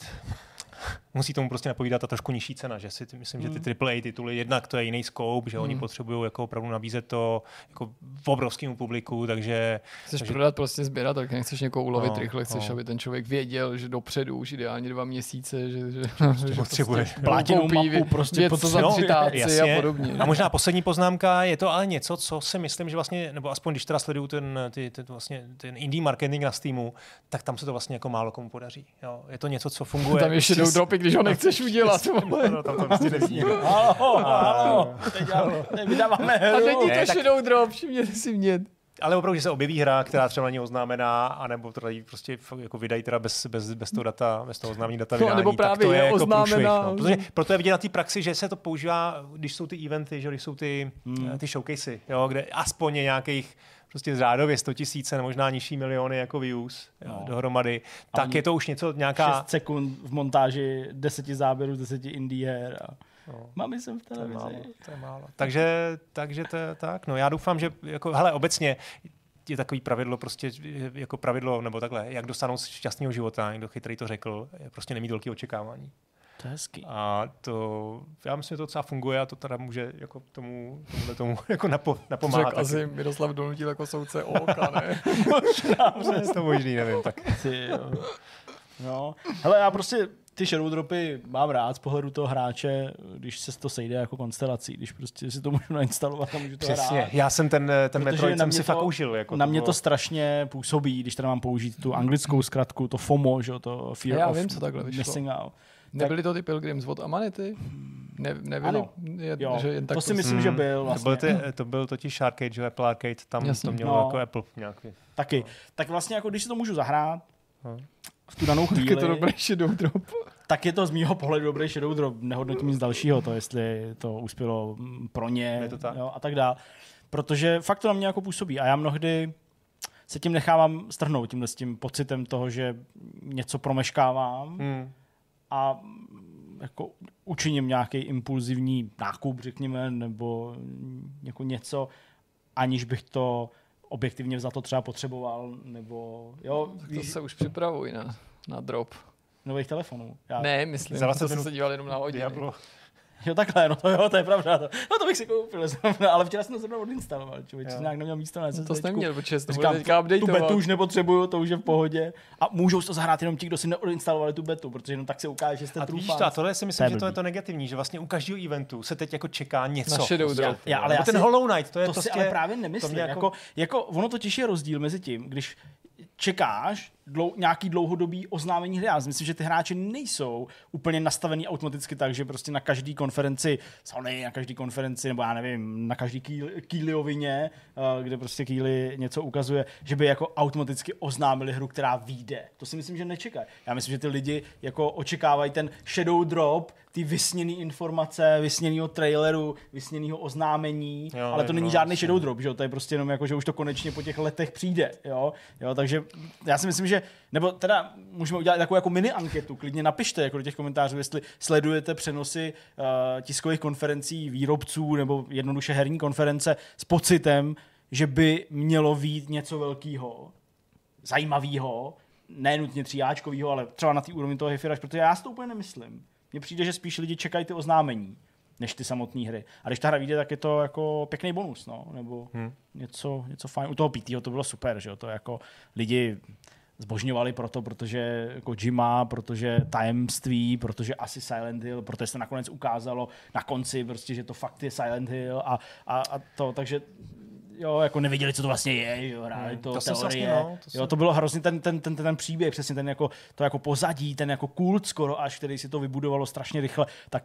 musí tomu prostě napovídat ta trošku nižší cena, že si myslím, že ty AAA tituly, jednak to je jiný scope, že oni potřebují jako opravdu nabízet to jako v obrovskému publiku, takže... Chceš prodat prostě sběratel, nechceš někoho ulovit rychle, chceš, aby ten člověk věděl, že dopředu už ideálně 2 měsíce, že potřebuje platinum mapu, prostě něco za citáci a podobně. A možná poslední poznámka, je to ale něco, co si myslím, že vlastně, nebo aspoň když teda sleduju ten indie marketing na Steamu, tak tam se to vlastně jako málo komu podaří. Jo? Je to něco, co funguje. Tam ještě jdou dropy, když ho nechceš udělat. No, tam to prostě nevidí. Halo, teď vydáváme hru. A není to Shadow Drop, všimněte si mě. Ale opravdu, že se objeví hra, která třeba není oznámená, anebo to tady prostě jako vydají teda bez toho data, bez toho oznámení data vydání, nebo právě tak to je jako oznámená. No. Protože proto je vidět na té praxi, že se to používá, když jsou ty eventy, že když jsou ty showcasey, jo, kde aspoň je nějakých prostě řádově 100 000, možná nižší miliony jako views dohromady, tak je to už něco nějaká... 6 sekund v montáži 10 záběrů, 10 indie her a mami jsem v televizi. To je málo. Takže to je tak. No já doufám, že jako, hele, obecně je takový pravidlo, prostě jako pravidlo, nebo takhle, jak dosáhnout šťastného života, někdo chytrý to řekl, prostě nemít velké očekávání. To je hezký. A to, já myslím, že to docela funguje a to teda může jako tomu jako napomáhat. Řekl asi Miroslav Donutil jako soudce Oka, ne? Možná je to možný, nevím. Tak. No, hele, já prostě ty shadow dropy mám rád z pohledu toho hráče, když se to sejde jako konstelací, když prostě si to můžu nainstalovat a můžu to Přesně. hrát. Já jsem ten Metroid jsem si fakt užil. Jako na mě to strašně působí, když teda mám použít tu anglickou zkratku, to FOMO, že, to Fear of vím, co takhle vyšlo. Missing Out. Nebyly to ty Pilgrims od Amanity? Nebyly? Ano. Že jen tak to si myslím, že byl vlastně. To byl totiž Arcade, že Apple Arcade, tam jasně. To mělo jako Apple nějaký. Taky. Tak vlastně jako když si to můžu zahrát v tu danou chvíli. Tak je to dobrý shadow drop. Tak je to z mýho pohledu dobrý shadow drop. Nehodnotím nic dalšího, to jestli to uspělo pro ně jo, a tak dále. Protože fakt to na mě jako působí. A já mnohdy se tím nechávám strhnout, tímhle s tím pocitem toho, že něco promeškávám a jako učiním nějaký impulzivní nákup, řekněme, nebo jako něco, aniž bych to objektivně za to třeba potřeboval, nebo jo. To se už připravuj na drop. Nových telefonů. Ne, myslím, že jsem se díval jenom na hodiny. Diablo. Jo, takhle, to je pravda. No to bych si koupil, ale včera jsem to zrovna odinstaloval, člověk, nějak neměl místo na SSDčku. To jsi neměl, protože to bude teďka updateovat. Tu betu už nepotřebuju, to už je v pohodě. A můžou to zahrát jenom ti, kdo si neodinstalovali tu betu, protože jenom tak se ukáže, že jste trůfáci. A tohle si myslím, že to je to negativní, že vlastně u každého eventu se teď jako čeká něco. Na Shadow Drop. Ale ten Hollow Knight, to je to prostě... si ale právě nemyslím. Jako ono totiž je rozdíl mezi tím, když čekáš nějaký dlouhodobý oznámení hry. Já myslím, že ty hráči nejsou úplně nastavený automaticky tak, že prostě na každý konferenci Sony, na každý konferenci, nebo já nevím, na každý Keelyovině, kde prostě Keely něco ukazuje, že by jako automaticky oznámili hru, která vyjde. To si myslím, že nečekají. Já myslím, že ty lidi jako očekávají ten shadow drop, ty vysněný informace, vysněnýho traileru, vysněnýho oznámení, ale to není žádný shadow drop, že? To je prostě jenom jako, že už to konečně po těch letech přijde. Jo, takže já si myslím, že nebo teda můžeme udělat takovou jako mini anketu, klidně napište jako do těch komentářů, jestli sledujete přenosy tiskových konferencí výrobců nebo jednoduše herní konference s pocitem, že by mělo být něco velkého, zajímavého, ne nutně 3áčkovýho, ale třeba na té úrovni toho Hi-Fi Rush, protože já si to úplně nemyslím. Mně přijde, že spíš lidi čekají ty oznámení, než ty samotné hry. A když ta hra vyjde, tak je to jako pěkný bonus, no, nebo něco fajn. U toho PT to bylo super, že jo, to jako lidi zbožňovali protože Kojima, protože tajemství, protože asi Silent Hill, protože se nakonec ukázalo na konci, prostě, že to fakt je Silent Hill a to, takže jo, jako nevěděli, co to vlastně je, jo, hráli to teorie. Vlastně, to bylo hrozně ten příběh, přesně ten jako, to jako pozadí, ten jako kult skoro až, který si to vybudovalo strašně rychle, tak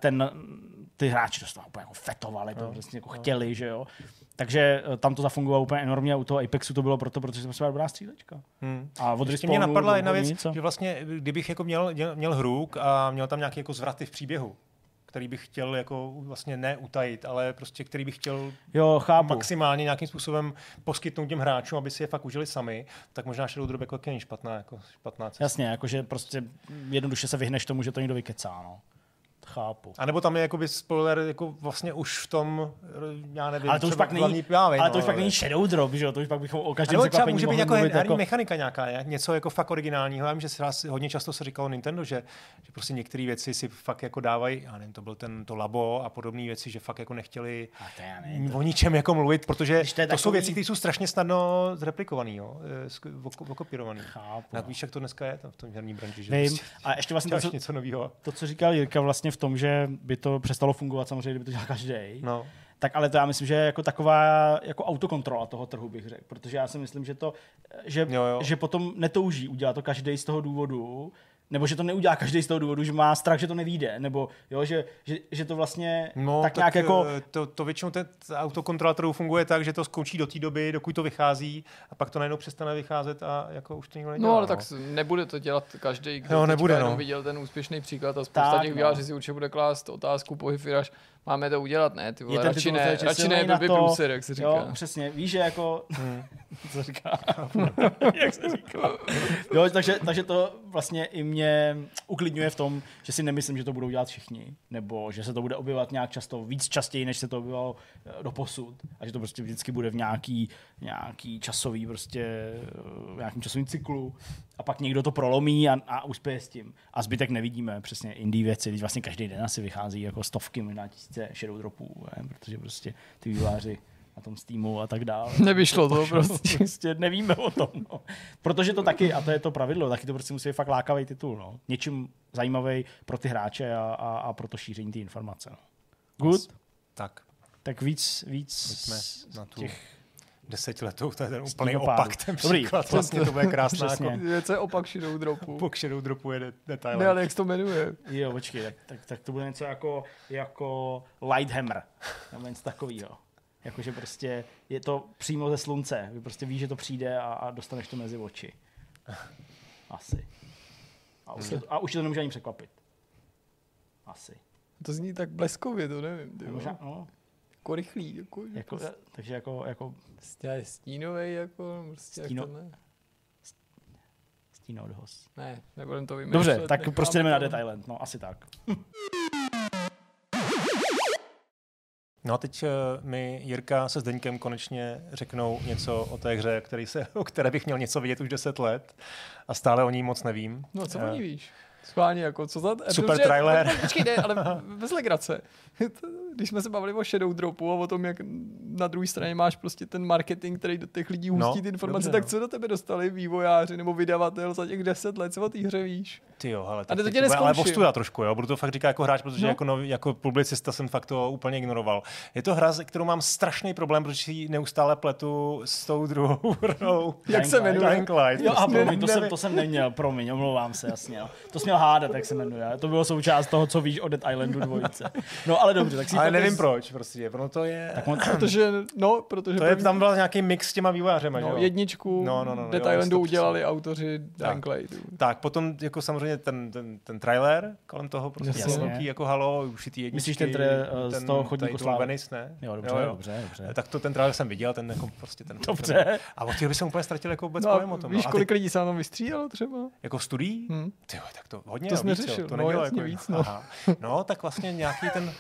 ty hráči to úplně jako fetovali, to vlastně jako chtěli, že jo. Takže tam to zafungovalo úplně enormně a u toho Apexu to bylo protože to byla dobrá střílečka. A od Respawnu mě napadla jedna věc, že vlastně, kdybych jako měl hru a měl tam nějaké jako zvraty v příběhu, který bych chtěl jako vlastně neutajit, ale prostě který bych chtěl maximálně nějakým způsobem poskytnout těm hráčům, aby si je fakt užili sami, tak možná Shadow Drop jako není špatná cesta. Jasně, jakože prostě jednoduše se vyhneš tomu, že to někdo vykecá, no. Chápu. A nebo tam je jakoby spoiler jako vlastně už v tom, já nevím, ale to už pak není, to už pak není Shadow Drop, že jo, to už pak bychom o každém překvapení může být jako herní mechanika nějaká, něco jako fakt originálního. Já vím, že hodně často se říkalo Nintendo, že prostě některé věci si fakt jako dávají, já nevím, to byl to labo a podobné věci, že fakt jako nechtěli o ničem jako mluvit, protože to jsou věci, které jsou strašně snadno zreplikované, jo, okopírované. Víš, jak to dneska je v tom herní branži, že vím. A ještě vlastně něco nového. To, co říkal Jirka vlastně v tom, že by to přestalo fungovat samozřejmě, kdyby to dělal každý. No. Tak ale to já myslím, že je jako taková jako autokontrola toho trhu, bych řekl, protože já si myslím, že potom netouží udělat to každý z toho důvodu, nebo že to neudělá každý z toho důvodu, že má strach, že to nevyjde, nebo jo, že to vlastně tak nějak jako... To většinou ten autokontrola trhu funguje tak, že to skončí do té doby, dokud to vychází a pak to najednou přestane vycházet a jako už to nikdo nedělá. No ale tak nebude to dělat každý, kdo jenom viděl ten úspěšný příklad a spousta těch vývojářů si určitě bude klást otázku po Hi-Fi Rush, máme to udělat, ne? Ty vole, radši ne blbý průser, jak se říká. Jo, přesně. Víš, že jako... Co říká? Jak se říká? Jo, takže to vlastně i mě uklidňuje v tom, že si nemyslím, že to budou dělat všichni, nebo že se to bude objevovat nějak častěji, než se to objevilo doposud. A že to prostě vždycky bude v nějakým časovým cyklu. A pak někdo to prolomí a uspěje s tím. A zbytek nevidíme, přesně indie věci. Když vlastně každý den asi vychází jako stovky, možná tisíce shadow dropů, protože prostě ty vývojáři na tom Steamu a tak dále. Nevyšlo to prostě. Nevíme o tom. No. Protože to taky, a to je to pravidlo, taky to prostě musí být fakt lákavý titul. No. Něčím zajímavý pro ty hráče a pro to šíření té informace. No. Good? Tak víc na tu těch 10 letů, to je ten úplný opak, ten příklad. Vlastně to bude krásná. Co je opak Shadow Dropu? Opak Shadow Dropu je detail. Ne, ale jak se to jmenuje? Jo, počkej, tak to bude něco jako Lighthammer. Nebo něco takového. Jakože prostě je to přímo ze slunce. Vy prostě víš, že to přijde a dostaneš to mezi oči. Asi. A už to nemůže ani překvapit. Asi. To zní tak bleskově, to nevím. Možná, no. Jako rychlý. Takže jako... Stínovej, jako... Stínoodhoz. Ne, nebudem to vymýšlet. Dobře, tak prostě jdeme na Dead Island. No, asi tak. No a teď mi Jirka se Zdeňkem konečně řeknou něco o té hře, o které bych měl něco vidět už 10 let a stále o ní moc nevím. No co o ní víš? Schválně, jako co za... Super trailer. Počkej, ne, ale bez legrace. Když jsme se bavili o Shadow Dropu a o tom, jak na druhé straně máš prostě ten marketing, který do těch lidí hustí ty informace, dobře, tak co do tebe dostali vývojáři nebo vydavatel za těch 10 let, co o té hře víš? Tyjo, ale to tě ale postuja trošku, jo? Budu to fakt říkat jako hráč, protože jako publicista jsem fakt to úplně ignoroval. Je to hra, kterou mám strašný problém, protože ji neustále pletu s tou druhou hrou. Jak se jmenuje? Jo, a promiň, to jsem neměl, omlouvám se, jasně. Jo. To jsi měl hádat, jak se jmenuje. To bylo součást toho, co víš o Dead Islandu 2. No ale dobře, tak si ale nevím proč, prostě, to je... Protože to je, tam byl nějaký mix s těma vývojářema, že jo? Jedničku Dead Islandu udělali autoři Dying Light. Tak, potom jako samozřejmě ten trailer kolem toho prostě velký jako halo, už ty jedničky. Myslíš ten z toho chodníku slávy? Venice, ne? Jo, dobře. Tak ten trailer jsem viděl, ten jako prostě ten. Dobře. A od těch by jsem úplně ztratil jako vůbec pojem o tom. Víš, kolik lidí se tam vystřídalo třeba? Jako v studií? Tyjo, tak to hodně. To jsi neřešil, to nedělo jako víc. No, tak vlastně nějaký ten...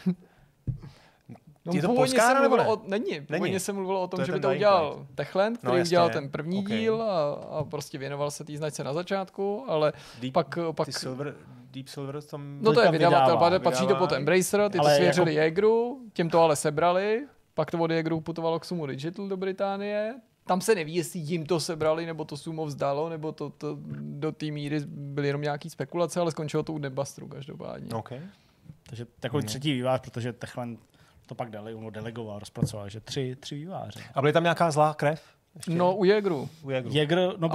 No, je to polská nebo ne? Původně se mluvilo o tom, že by to udělal Techland, který udělal ten první díl a prostě věnoval se té značce na začátku, ale pak... Deep Silver tam... No to je vydavatel, patří to pod Embracer, ty to svěřili Jaegeru, těm to ale sebrali, pak to od Jaegeru putovalo k Sumo Digital do Británie. Tam se neví, jestli jim to sebrali, nebo to Sumo vzdalo, nebo to do té míry byly jenom nějaký spekulace, ale skončilo to u Debusteru každopádně. Okay. Takže takový třetí vývář, protože Techland to pak delegoval, rozpracoval, že tři výváře. A byly tam nějaká zlá krev? Ještě? No u Jaegeru. Jaeger, no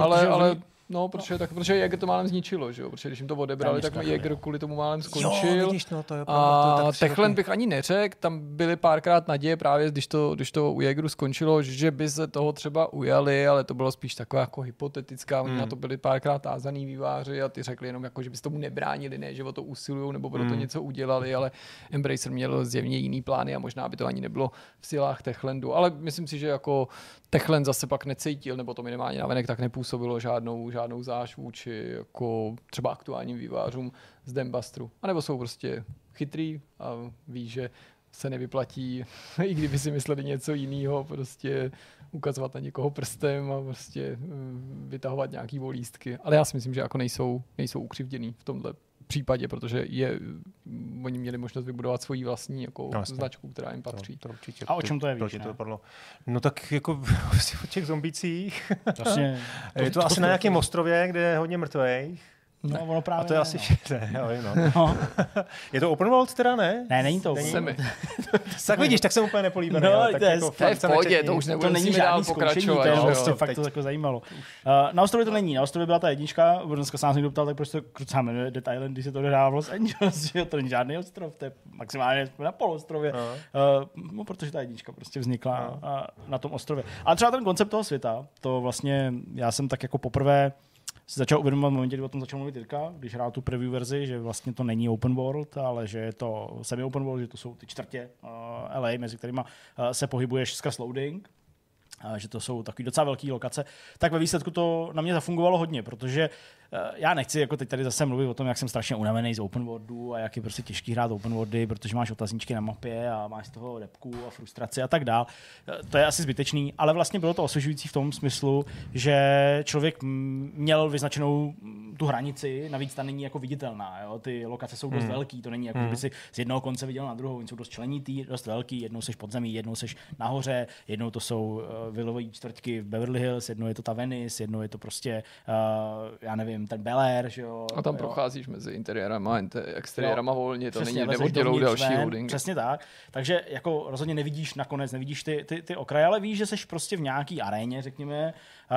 protože Jaeger to málem zničilo, že jo? Protože když jim to odebrali, tak Jaeger kvůli tomu málem skončil. Jo, vidíš, to je a Techland bych ani neřekl, tam byly párkrát naděje právě, když to u Jaegeru skončilo, že by se toho třeba ujali, ale to bylo spíš taková jako hypotetická, oni na to byli párkrát tázaný výváři a ty řekli jenom jako, že by se tomu nebránili, ne, že o to usilujou nebo pro to něco udělali, ale Embracer měl zjevně jiný plány a možná by to ani nebylo v silách Techlandu, ale myslím si, že jako Techland zase pak necítil, nebo to minimálně navenek tak nepůsobilo žádnou zášť vůči jako třeba aktuálním vývářům z Dambusteru. A nebo jsou prostě chytrý a ví, že se nevyplatí, i kdyby si mysleli něco jiného, prostě ukazovat na někoho prstem a prostě vytahovat nějaký volístky. Ale já si myslím, že jako nejsou ukřivděný v tomhle případě, protože oni měli možnost vybudovat svoji vlastní jako značku, která jim patří. To určitě. A o čem to je, víš, to padlo? No tak jako o těch zombících. Vlastně, je to asi na nějakém ostrově, kde je hodně mrtvých. No, ono právě a to je asi no. Je to open world teda, ne? Ne, není to. Tak vidíš, tak jsem úplně nepolíbený. No, to je v pohodě, to už nebudeme dál pokračovat. To je prostě fakt to jako zajímalo. Na ostrově to není, na ostrově byla ta jednička, dneska se nás někdo ptal, tak proč to krucá jmenuje Dead Island, když se to dodává v Los Angeles, to není žádný ostrov, to je maximálně na polostrově. No, protože ta jednička prostě vznikla na tom ostrově. A třeba ten koncept toho světa, to vlastně já jsem tak jako poprvé si začal uvědomovat v momentě, kdy o tom začal mluvit Jirka, když hrál tu preview verzi, že vlastně to není open world, ale že je to semi-open world, že to jsou ty čtvrtě LA, mezi kterými se pohybuješ skrz loading, že to jsou takový docela velký lokace, tak ve výsledku to na mě zafungovalo hodně, protože já nechci jako teď tady zase mluvit o tom, jak jsem strašně unavený z open worldu a jak je prostě těžký hrát open worldy, protože máš otazníčky na mapě a máš z toho depku a frustraci a tak dál. To je asi zbytečný, ale vlastně bylo to osvěžující v tom smyslu, že člověk měl vyznačenou tu hranici, navíc ta není jako viditelná. Jo? Ty lokace jsou dost velký, to není jako kdyby si z jednoho konce viděl na druhou, oni jsou dost členitý, dost velký, jednou seš pod zemí, jednou seš nahoře, jednou to jsou vilové čtvrtky v Beverly Hills, jednou je to ta Venice, jednou je to prostě já nevím, ten Bel Air, že jo. A tam procházíš mezi interiérama a exteriérama volně, to není neoddělou další loading. Přesně tak. Takže jako rozhodně nevidíš nakonec, nevidíš ty okraje, ale víš, že seš prostě v nějaký aréně, řekněme,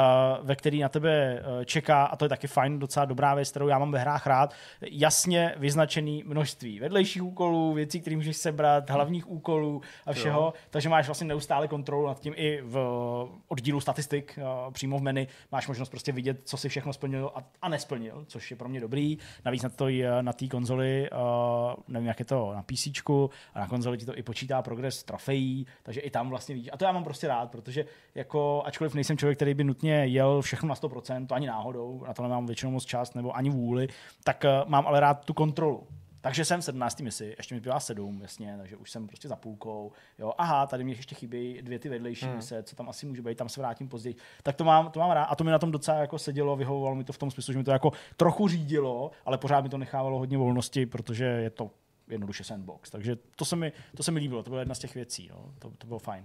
ve který na tebe čeká, a to je taky fajn, docela dobrá věc, kterou já mám ve hrách rád, jasně vyznačený množství vedlejších úkolů, věcí, které můžeš sebrat, hlavních úkolů a všeho, jo. Takže máš vlastně neustále kontrolu nad tím i v oddílu statistik, přímo v menu máš možnost prostě vidět, co si všechno splnil a nesplnil, což je pro mě dobrý. Navíc na té konzoli, nevím, jak je to na PCčku, a na konzoli ti to i počítá progres trofejí, takže i tam vlastně vidíš. A to já mám prostě rád, protože jako, ačkoliv nejsem člověk, který by nutně jel všechno na 100%, to ani náhodou, na to nemám většinou moc čas nebo ani vůli, tak mám ale rád tu kontrolu. Takže jsem v 17. misi, ještě mi zbývá 7, jasně, takže už jsem prostě za půlkou. Jo, aha, tady mi ještě chybí 2 ty vedlejší mise, co tam asi může být, tam se vrátím později. Tak to mám rád a to mi na tom docela jako sedělo, vyhovovalo mi to v tom smyslu, že mi to jako trochu řídilo, ale pořád mi to nechávalo hodně volnosti, protože je to jednoduše sandbox. Takže to se mi líbilo, to byla jedna z těch věcí, no. To bylo fajn.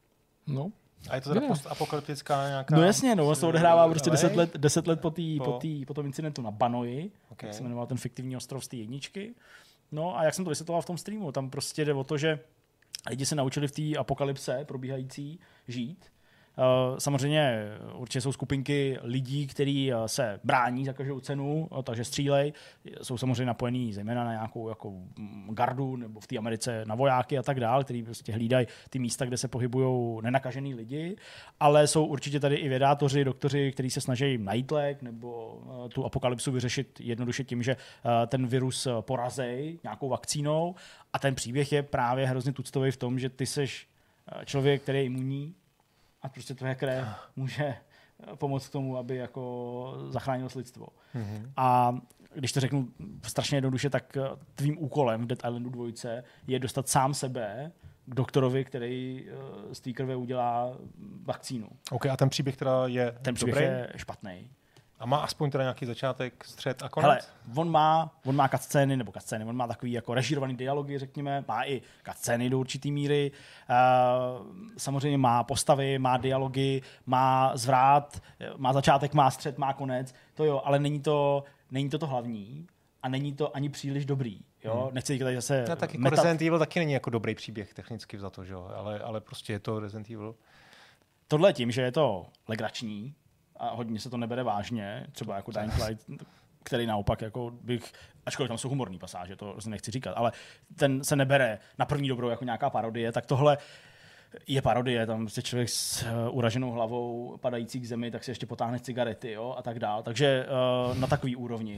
No. A je to teda postapokalyptická nějaká... No jasně, no, on se odehrává prostě 10 let po tom incidentu na Banoji, jak se jmenoval ten fiktivní ostrov z té jedničky. No a jak jsem to vysvětloval v tom streamu, tam prostě jde o to, že lidi se naučili v té apokalypse probíhající žít. Samozřejmě určitě jsou skupinky lidí, kteří se brání za každou cenu, takže střílej. Jsou samozřejmě napojení zejména na nějakou jako gardu nebo v té Americe na vojáky a tak dál, kteří prostě hlídají ty místa, kde se pohybují nenakažený lidi, ale jsou určitě tady i vědátoři, doktoři, kteří se snaží najít lék nebo tu apokalypsu vyřešit jednoduše tím, že ten virus porazej nějakou vakcínou, a ten příběh je právě hrozně tuctový v tom, že ty seš člověk, který je imunní, a prostě tvoje krev může pomoct k tomu, aby jako zachránil lidstvo. Mm-hmm. A když to řeknu strašně jednoduše, tak tvým úkolem v Dead Islandu 2 je dostat sám sebe k doktorovi, který z té krve udělá vakcínu. OK, a ten příběh teda je Ten příběh dobrý? je špatný. A má aspoň teda nějaký začátek, střed a konec? Hele, on má cutscény, on má takový jako režírovaný dialogy, řekněme, má i cutscény do určitý míry, samozřejmě má postavy, má dialogy, má zvrat, má začátek, má střed, má konec, to jo, ale není to hlavní a není to ani příliš dobrý. Jo? Nechci tady zase... No, tak jako Resident Evil taky není jako dobrý příběh technicky za to, že jo? Ale prostě je to Resident Evil. Tohle tím, že je to legrační, a hodně se to nebere vážně, třeba jako Dying Light, který naopak jako bych, ačkoliv tam jsou humorní pasáže, to nechci říkat, ale ten se nebere na první dobrou jako nějaká parodie, tak tohle je parodie, tam se člověk s uraženou hlavou padající k zemi, tak si ještě potáhne cigarety, jo, a tak dál. Takže na takový úrovni.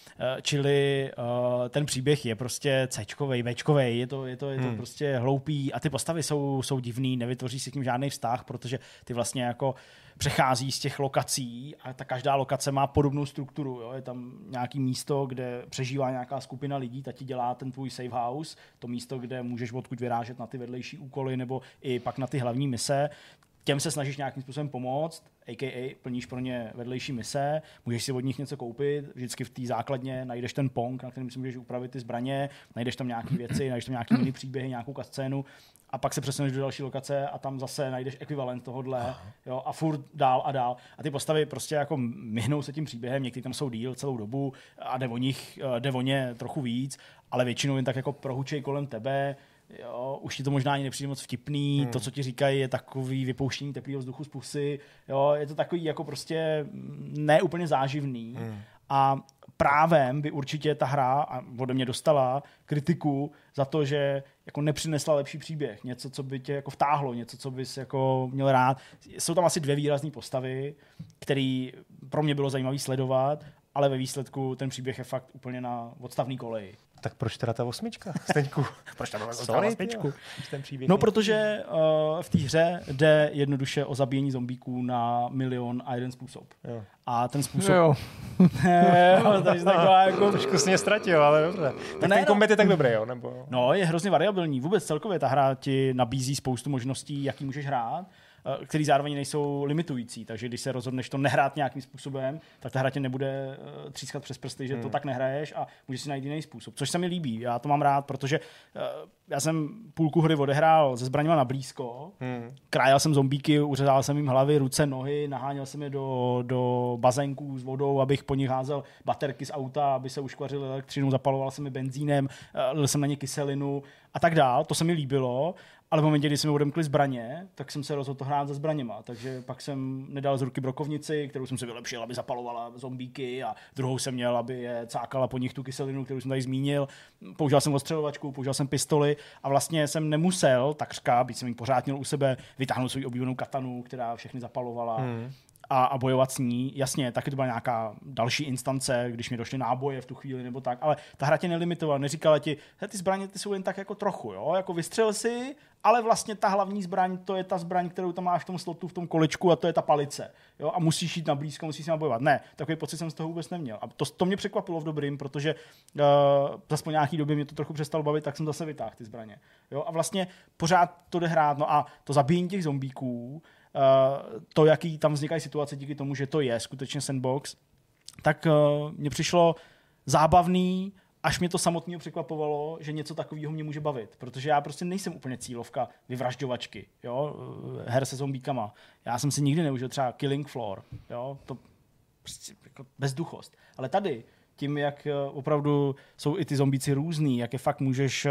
Čili ten příběh je prostě C-čkovej, B-čkovej, je to prostě hloupý a ty postavy jsou divný, nevytvoří si k ním žádný vztah, protože ty vlastně jako přechází z těch lokací a ta každá lokace má podobnou strukturu. Jo? Je tam nějaký místo, kde přežívá nějaká skupina lidí, ta ti dělá ten tvůj safe house, to místo, kde můžeš odkud vyrážet na ty vedlejší úkoly nebo i pak na ty hlavní mise. Těm se snažíš nějakým způsobem pomoct, a.k.a. plníš pro ně vedlejší mise, můžeš si od nich něco koupit, vždycky v té základně najdeš ten pong, na kterém si můžeš upravit ty zbraně, najdeš tam nějaké věci, najdeš tam nějaký mini příběhy, nějakou cutscénu a pak se přesuneš do další lokace a tam zase najdeš ekvivalent tohodle, jo, a furt dál a dál. A ty postavy prostě jako myhnou se tím příběhem, někteří tam jsou díl celou dobu a jde o ně trochu víc, ale většinou jen tak jako prohučej kolem tebe. Jo, už ti to možná ani nepřijde moc vtipný, to, co ti říkají, je takový vypouštění teplého vzduchu z pusy, jo, je to takový jako prostě ne úplně záživný. A právem by určitě ta hra a ode mě dostala kritiku za to, že jako nepřinesla lepší příběh, něco, co by tě jako vtáhlo, něco, co bys jako měl rád. Jsou tam asi 2 výrazné postavy, které pro mě bylo zajímavé sledovat, ale ve výsledku ten příběh je fakt úplně na odstavný koleji. Tak proč teda ta 8, Steňku? Proč tam byla 8? Ten příběh no, protože v té hře jde jednoduše o zabíjení zombíků na milion a jeden způsob. Jo. A ten způsob... Jo. takže taková jako... Trošku si mě ztratil, ale dobře. Tak ten kombat je tak dobrý, jo? Nebo... No, je hrozně variabilní. Vůbec celkově ta hra ti nabízí spoustu možností, jaký můžeš hrát, který zároveň nejsou limitující. Takže když se rozhodneš to nehrát nějakým způsobem, tak ta hra tě nebude třískat přes prsty, že to tak nehraješ a můžeš si najít jiný způsob. Což se mi líbí. Já to mám rád, protože já jsem půlku hry odehrál se zbraněma na blízko. Krájel jsem zombíky, uřezal jsem jim hlavy, ruce, nohy, naháněl jsem je do bazénků s vodou, abych po nich házel baterky z auta, aby se uškvařili elektřinu, zapaloval jsem je benzínem, lil jsem na ně kyselinu a tak dál. To se mi líbilo. Ale v momentě, kdy jsme odemkli zbraně, tak jsem se rozhodl to hrát se zbraněma. Takže pak jsem nedal z ruky brokovnici, kterou jsem si vylepšil, aby zapalovala zombíky, a druhou jsem měl, aby je cákala po nich tu kyselinu, kterou jsem tady zmínil. Použil jsem ostřelovačku, použil jsem pistoli a vlastně jsem nemusel takřka, byť jsem ji pořád měl u sebe, vytáhnout svou oblíbenou katanu, která všechny zapalovala. A bojovat s ní. Jasně, taky to byla nějaká další instance, když mi došly náboje v tu chvíli nebo tak, ale ta hra tě nelimitovala, neříkala ti, ty zbraně ty jsou jen tak jako trochu, jo, jako vystřel si, ale vlastně ta hlavní zbraň, to je ta zbraň, kterou tam máš v tom slotu, v tom kolečku, a to je ta palice, jo, a musíš jít na blízko, musíš s ním bojovat. Ne, takový pocit jsem z toho vůbec neměl. A to mě překvapilo v dobrým, protože zase po nějaký době mě to trochu přestalo bavit, tak jsem zase vytáhl ty zbraně. Jo, a vlastně pořád to jde hrát. No a to zabíjení těch zombíků, to, jaký tam vznikají situace díky tomu, že to je skutečně sandbox, tak mně přišlo zábavný, až mě to samotného překvapovalo, že něco takového mě může bavit. Protože já prostě nejsem úplně cílovka vyvražďovačky, jo, her se zombíkama. Já jsem si nikdy neužil třeba Killing Floor, jo, to prostě jako bezduchost. Ale tady tím, jak opravdu jsou i ty zombíci různý, jak je fakt můžeš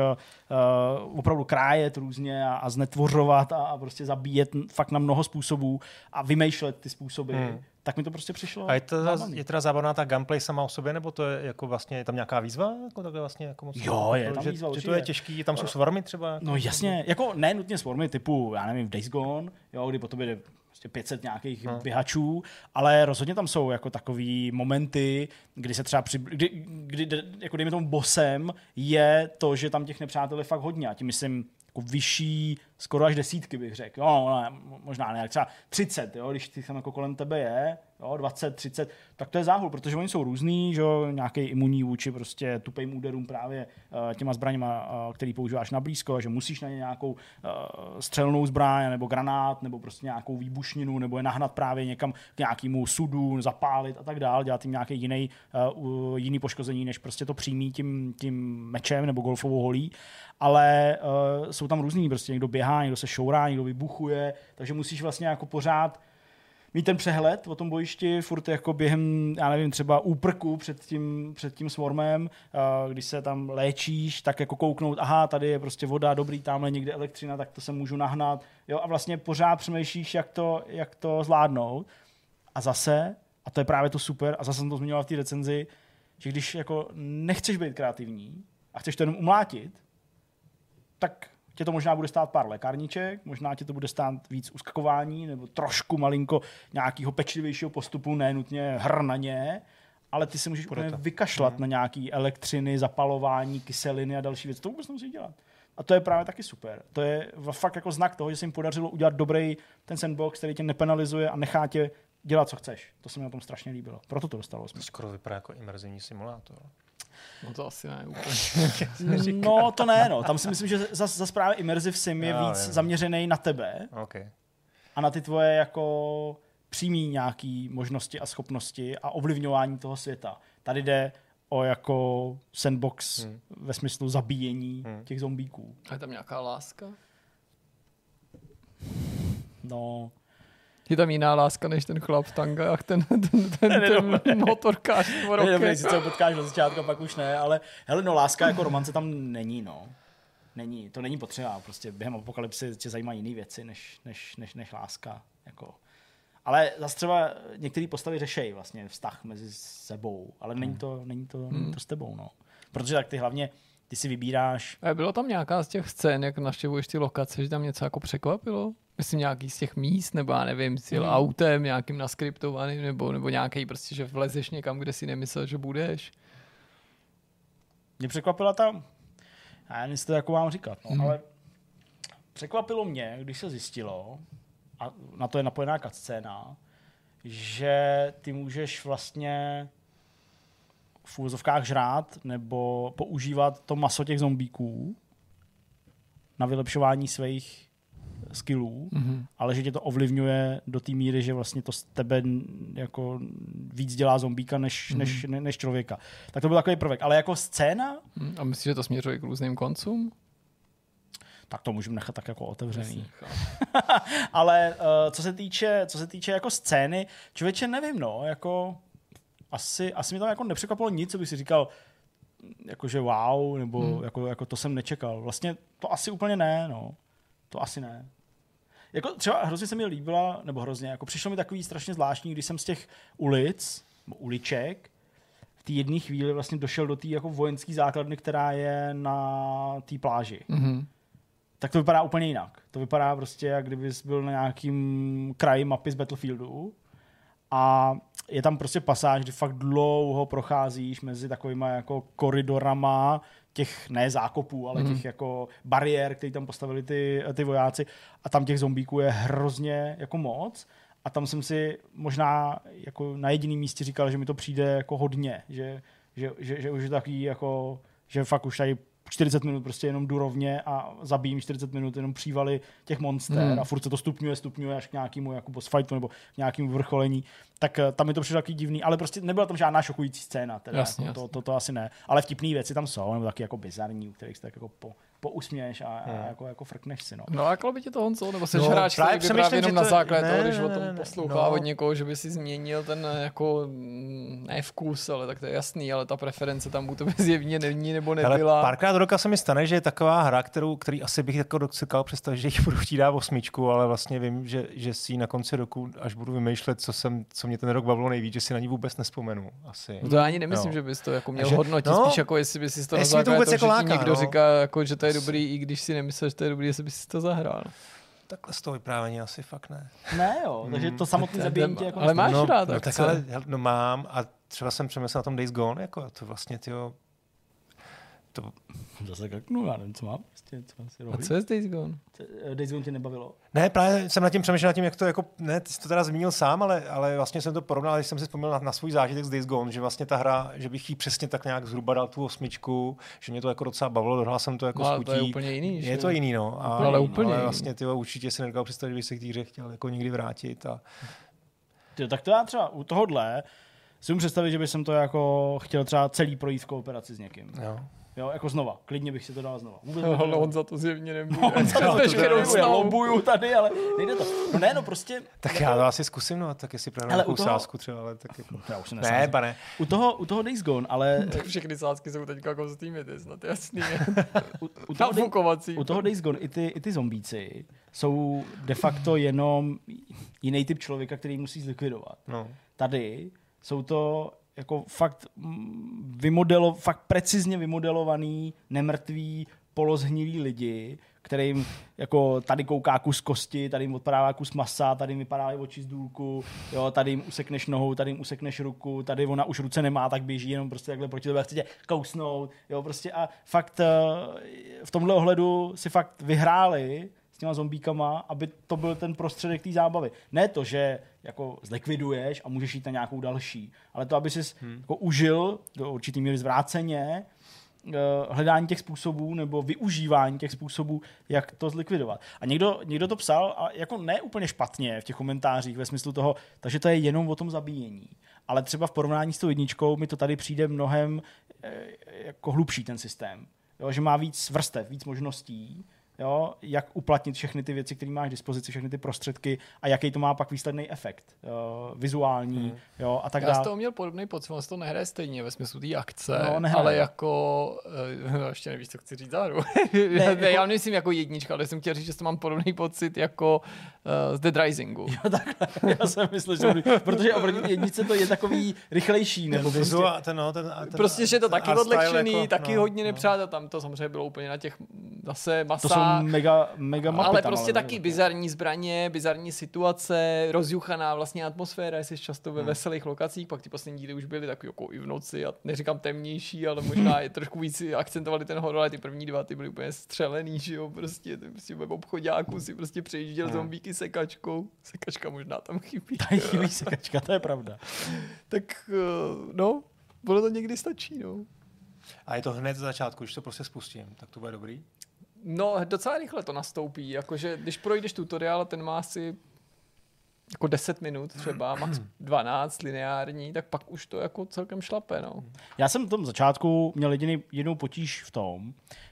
opravdu krájet různě a znetvořovat a prostě zabíjet fakt na mnoho způsobů a vymýšlet ty způsoby, tak mi to prostě přišlo. A je teda zábavná ta gameplay sama o sobě, nebo to je jako vlastně, je tam nějaká výzva? Jako takhle vlastně jako moc, jo, je tam výzva, že to je těžký, tam jsou swarmy třeba? Jako no jasně, jako ne nutně swarmy typu, já nevím, v Days Gone, jo, kdy po tobě jde 500 nějakých běhačů, ale rozhodně tam jsou jako takový momenty, kdy se třeba kdy jako dejme tomu bossem je to, že tam těch nepřátel je fakt hodně. A tím myslím jako vyšší, skoro až 10 bych řekl. Jo, ne, možná ne, třeba 30, jo, když ty tam jako kolem tebe je, jo, 20, 30, tak to je záhul, protože oni jsou různý, že jo, nějaký imunní vůči prostě tupým úderům právě těma zbraněma, který používáš na blízko, že musíš na ně nějakou střelnou zbraň nebo granát, nebo prostě nějakou výbušninu, nebo je nahnat právě někam k nějakému sudu, zapálit a tak dál, dělat jim nějaký jiný poškození, než prostě to přímý tím mečem nebo golfovou holí, ale jsou tam různý, prostě někdo běhá, někdo se šourá, někdo vybuchuje, takže musíš vlastně jako pořád mít ten přehled o tom bojišti, furt jako během, já nevím, třeba úprku před tím swarmem, když se tam léčíš, tak jako kouknout, aha, tady je prostě voda, dobrý, tamhle někde elektřina, tak to se můžu nahnat, jo, a vlastně pořád přemýšlíš, jak to zvládnout. A zase, a to je právě to super, a zase jsem to zmiňoval v té recenzi, že když jako nechceš být kreativní a chceš to jenom umlátit, tak tě to možná bude stát pár lékárniček, možná tě to bude stát víc uskakování nebo trošku malinko nějakého pečlivějšího postupu, ne nutně hr na ně, ale ty si můžeš úplně vykašlat na nějaký elektřiny, zapalování, kyseliny a další věci. To vůbec nemusíš dělat. A to je právě taky super. To je fakt jako znak toho, že se jim podařilo udělat dobrý ten sandbox, který tě nepenalizuje a nechá tě dělat, co chceš. To se mi na tom strašně líbilo. Proto to dostalo smysl. Skoro vypadá jako imerzivní simulátor. No to asi ne úplně. No to ne, no. Tam si myslím, že zase právě Immersive Sim je víc zaměřený na tebe a na ty tvoje jako přímý nějaký možnosti a schopnosti a ovlivňování toho světa. Tady jde o jako sandbox ve smyslu zabíjení těch zombíků. A je tam nějaká láska? No... Je tam jiná láska, než ten chlap v tangách, ten motorkář. Je dobrý, sice ho potkáš na začátku, pak už ne, ale hele, no láska jako romance tam není, no. Není, to není potřeba, prostě během apokalypsy tě zajímají jiné věci, než láska, jako. Ale zase třeba některé postavy řešejí vlastně vztah mezi sebou, ale není to s tebou, no. Protože tak ty hlavně, ty si vybíráš... Bylo tam nějaká z těch scén, jak navštěvuješ ty lokace, že tam něco jako překvapilo? Myslím nějaký z těch míst, nebo já nevím, s autem nějakým naskriptovaným, nebo nějaký prostě, že vlezeš někam, kde si nemyslel, že budeš. Mě překvapila ta... Já nevím, jestli to jako mám říkat, no, ale překvapilo mě, když se zjistilo, a na to je napojená cutscéna, že ty můžeš vlastně v úvozovkách žrát nebo používat to maso těch zombíků na vylepšování svých skillů, ale že tě to ovlivňuje do té míry, že vlastně to z tebe jako víc dělá zombíka než člověka. Tak to byl takový prvek. Ale jako scéna... A myslíš, že to směřuje k různým koncům? Tak to můžeme nechat tak jako otevřený. Ale co se týče jako scény, člověče nevím, no, jako asi mi to jako nepřekvapilo nic, co bych si říkal, jakože wow, nebo jako to jsem nečekal. Vlastně to asi úplně ne, no. To asi ne. Jako třeba hrozně se mi líbila, nebo hrozně, jako přišlo mi takový strašně zvláštní, když jsem z těch uliček v té jedné chvíli vlastně došel do té jako vojenské základny, která je na té pláži. Tak to vypadá úplně jinak. To vypadá prostě, jak kdybys byl na nějakým kraji mapy z Battlefieldu a je tam prostě pasáž, kdy fakt dlouho procházíš mezi takovýma jako koridorama těch ne zákopů, ale těch jako bariér, které tam postavili ty vojáci a tam těch zombíků je hrozně jako moc a tam jsem si možná jako na jediném místě říkal, že mi to přijde jako hodně, že už je takový jako, že fakt už tady 40 minut prostě jenom jdu rovně a zabijím 40 minut jenom přívaly těch monster a furt se to stupňuje až k nějakému jako boss fightu nebo k nějakému vrcholení, tak tam mi to přišlo takový divný, ale prostě nebyla tam žádná šokující scéna, teda jasně. To asi ne, ale vtipný věci tam jsou, nebo taky jako bizarní, u kterých se tak jako pousměješ a jako frkneš si, no. No a jako by tě to, Honzo, nebo jsi hráč, který by právě jenom na základě toho, když o tom poslouchá od někoho, že by si změnil ten jako ne vkus, ale tak to je jasný, ale ta preference tam u tebe zjevně není nebo nebyla. Ale párkrát do roka se mi stane, že je taková hra, který asi bych jako dokcekal představit, že budu chtít dát 8, ale vlastně vím, že si na konci roku, až budu vymýšlet, co mě ten rok bavilo nejvíc, že si na ní vůbec nespomenu. Asi. No to já ani nemyslím, že bys to jako měl hodnotit, spíš jako jestli bys si to na základě toho, že ti někdo říká, jako, že to je dobrý, i když si nemyslel, že to je dobrý, jestli bys si to zahrál. Takhle z toho vyprávění asi fakt ne. Ne jo, takže to samotné zabíjení tě jako... Ale máš rád no, tak ale mám a třeba jsem přemyslel na tom Days Gone, jako to vlastně, tyjo... To... Zase kaknu, já nevím, co mám. Prostě, a co je Days Gone? Days Gone tě nebavilo? Ne, právě jsem nad tím přemýšlel, nad tím, jak to jako, ne, ty jsi to teda zmínil sám, ale vlastně jsem to porovnal, když jsem si vzpomněl na svůj zážitek z Days Gone, že vlastně ta hra, že bych jí přesně tak nějak zhruba dal tu 8, že mě to jako docela bavilo, dohrál jsem to jako s chutí. To je úplně jiný. Je to jiný, no. Ale úplně ale vlastně tyjo, určitě si nedokázal představit, že bych se k té hře chtěl jako nikdy vrátit. Tak to já třeba u tohohle si můžu představit, že bych jsem to jako chtěl třeba celý projít v kooperaci s někým. Jo, jako znova. Klidně bych si to dal znova. Ale on za to zjevně nebude. Lobuju tady, ale nejde to. No ne, no prostě... Tak já to asi zkusím, no, tak jestli právě nějakou sázku třeba, ale tak jako... Já už se ne, pane. U toho Days Gone, ale... Tak všechny sázky jsou teďka kostýmy, to je snad jasný. U toho Days Gone i ty zombíci jsou de facto jenom jiný typ člověka, který musí zlikvidovat. No. Tady jsou to jako fakt precizně vymodelovaný, nemrtví, polozhnilí lidi, kterým jako tady kouká kus kosti, tady jim odpadává kus masa, tady jim vypadávají oči z důlku, jo, tady jim usekneš nohu, tady jim usekneš ruku, tady ona už ruce nemá, tak běží jenom prostě takhle proti tebe a chce tě kousnout, jo, prostě a fakt v tomhle ohledu si fakt vyhráli s těma zombíkama, aby to byl ten prostředek té zábavy. Ne to, že jako zlikviduješ a můžeš jít na nějakou další, ale to, aby jsi jako užil do určitý míry zvráceně hledání těch způsobů nebo využívání těch způsobů, jak to zlikvidovat. A někdo to psal a jako ne úplně špatně v těch komentářích ve smyslu toho, takže to je jenom o tom zabíjení. Ale třeba v porovnání s tou jedničkou mi to tady přijde mnohem jako hlubší ten systém. Jo, že má víc vrstev, víc možností, jo, jak uplatnit všechny ty věci, které máš k dispozici, všechny ty prostředky a jaký to má pak výsledný efekt, vizuální, jo, a tak dále. Já z toho měl podobný pocit, on se to nehraje stejně ve smyslu té akce, no, ale jako, ještě nevíš, co chci říct zároveň. Ne, já nemyslím jako jednička, ale jsem chtěl říct, že to mám podobný pocit jako z Dead Risingu. Jo, takhle, já jsem myslel, že protože oproti jedničce to je takový rychlejší, nebo prostě, že je to taky odlehčený, jako, taky hodně nepřátel, tam to samozřejmě bylo úplně na těch zase masách. To jsou mega mapy. Ale prostě taky bizarní zbraně, bizarní situace, rozjuchaná vlastně atmosféra, jsi často ve veselých lokacích, pak ty poslední díly už byly takový jako i v noci a neříkám temnější, ale možná je trošku víc akcentovali ten horor, ale ty první dva ty byly úplně střelený, že jo, prostě v obchodáku si prostě přejížděl zombíky sekačkou. Sekačka možná tam chybí. Tady chybí sekačka, to je pravda. Tak no, ono to někdy stačí, no. A je to hned z začátku, když to prostě spustím, tak to bude dobrý? No, docela rychle to nastoupí, jakože když projdeš tutoriál, ten má asi jako 10 minut třeba, max 12 lineární, tak pak už to jako celkem šlape, no. Já jsem v tom začátku měl jedinou potíž v tom,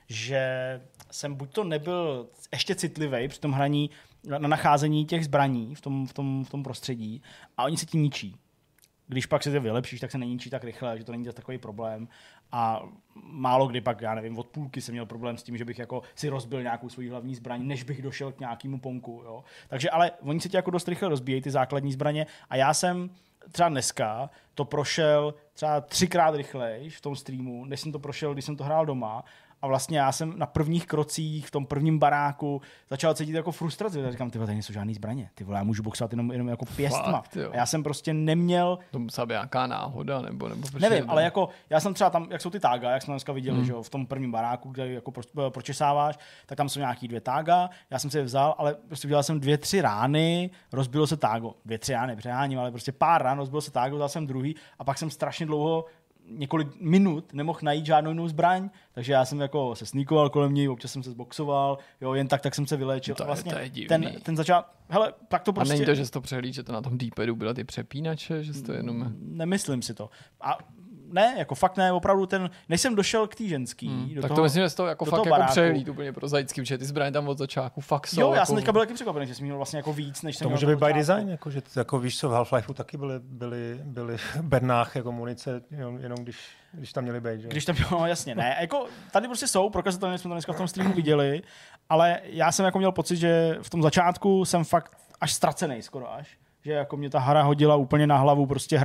že jsem buď to nebyl ještě citlivý při tom hraní na nacházení těch zbraní v tom prostředí a oni se tím ničí. Když pak se to vylepšíš, tak se neníčí tak rychle, že to není takový problém. A málo kdy pak, já nevím, od půlky jsem měl problém s tím, že bych jako si rozbil nějakou svou hlavní zbraň, než bych došel k nějakému ponku. Jo? Takže ale oni se ti jako dost rychle rozbíjejí, ty základní zbraně. A já jsem třeba dneska to prošel třeba 3krát rychleji v tom streamu, než jsem to prošel, když jsem to hrál doma. A vlastně já jsem na prvních krocích v tom prvním baráku začal cítit jako frustraci. Já říkám, ty vole, tady nejsou žádný zbraně. Ty vole, já můžu boxovat jenom jako pěstma. Fakt, a já jsem prostě neměl... To musela být nějaká náhoda, nebo nevím, ale jako já jsem třeba tam, jak jsou ty tága, jak jsme dneska viděli, že v tom prvním baráku, kde jako pročesáváš, tak tam jsou nějaký 2 tága. Já jsem si je vzal, ale prostě udělal jsem 2-3 rány, rozbilo se tágo. 2-3 rány, přeháním, ale prostě pár rán, rozbilo se tágo, vzal jsem druhý a pak jsem strašně dlouho několik minut nemohl najít žádnou jinou zbraň, takže já jsem jako se sníkoval kolem něj, občas jsem se zboxoval, jo, jen tak jsem se vyléčil. To a vlastně je ten začal, hele, tak to prostě... A není to, že jsi to přehlíd, že to na tom D-padu byla ty přepínače, že jsi to jenom... Nemyslím si to. A ne, jako fakt ne, opravdu než jsem došel k té ženský. Tak to myslím, že jsi to jako fakt jako přehlíd úplně prozaický, protože ty zbraně tam od začátku fakt jsou. Jo, já jako... jsem teďka byl taky překvapený, že jsem měl vlastně jako víc, než jsem to měl. To může být by design, jako, že jako víš co, v Half-Lifeu taky byly v bednách jako munice, jenom když tam měli být. Že? Když tam bylo, jasně, ne. Jako, tady prostě jsou, prokazatelně jsme to dneska v tom streamu viděli, ale já jsem jako měl pocit, že v tom začátku jsem fakt až ztracený skoro až. Že jako mě ta hra hodila úplně na hlavu, prostě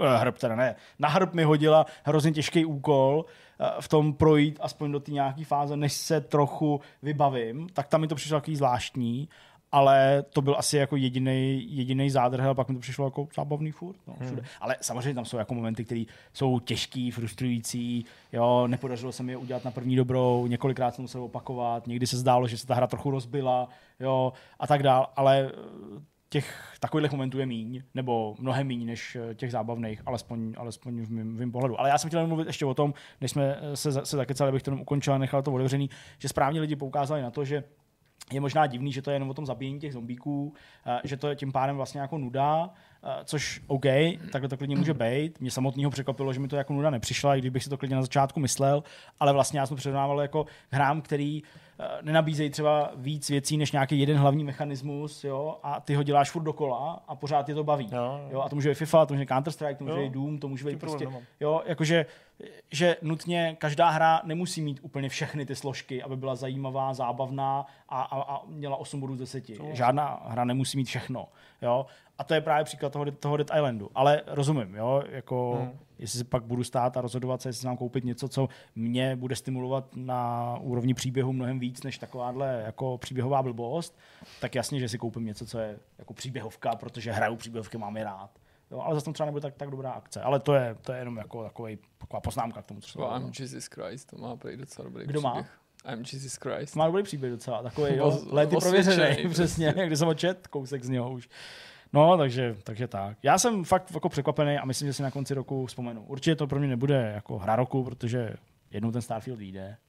na hrb mi hodila hrozně těžký úkol v tom projít aspoň do té nějaké fáze, než se trochu vybavím, tak tam mi to přišlo takový zvláštní, ale to byl asi jako jediný zádrhel, pak mi to přišlo jako zábavný furt. No, všude. Ale samozřejmě tam jsou jako momenty, které jsou těžký, frustrující, jo, nepodařilo se mi je udělat na první dobrou, několikrát jsem musel opakovat, někdy se zdálo, že se ta hra trochu rozbila, jo, a tak dál, ale těch takových momentů je míň, nebo mnohem míň než těch zábavných, alespoň v mým pohledu. Ale já jsem chtěl mluvit ještě o tom, než jsme se zakecali, abych to ukončil a nechal to otevřený, že správně lidi poukázali na to, že je možná divný, že to je jenom o tom zabíjení těch zombíků, že to je tím pádem vlastně jako nuda, což OK, takhle to klidně může být. Mě samotného překvapilo, že mi to jako nuda nepřišla, i kdybych si to klidně na začátku myslel, ale vlastně já jsem přirovnával jako hrám, který nenabízejí třeba víc věcí než nějaký jeden hlavní mechanismus, jo, a ty ho děláš furt dokola a pořád tě to baví. Jo, a to může být FIFA, to může být Counter-Strike, to může být Doom, to může být prostě, jo, jakože že nutně každá hra nemusí mít úplně všechny ty složky, aby byla zajímavá, zábavná a měla 8 bodů z 10. Žádná hra nemusí mít všechno, jo. A to je právě příklad toho Dead Islandu. Ale rozumím, jo, jako jestli si pak budu stát a rozhodovat se, jestli si mám koupit něco, co mě bude stimulovat na úrovni příběhu mnohem víc než takováhle jako příběhová blbost, tak jasně, že si koupím něco, co je jako příběhovka, protože hraju příběhovky, mám je rád. Jo, ale zase tam třeba nebude tak dobrá akce. Ale to je jenom jako taková poznámka k tomu, co jsem Jesus Christ, to má prý docela dobrý Kdo příběh. má? I'm Jesus Christ. Má dobrý příběh docela, takový léty prověřený, přesně, když jsem ho čet, kousek z něho už. No, takže tak. Já jsem fakt jako překvapený a myslím, že si na konci roku vzpomenu. Určitě to pro mě nebude jako hra roku, protože jednou ten Starfield vyjde.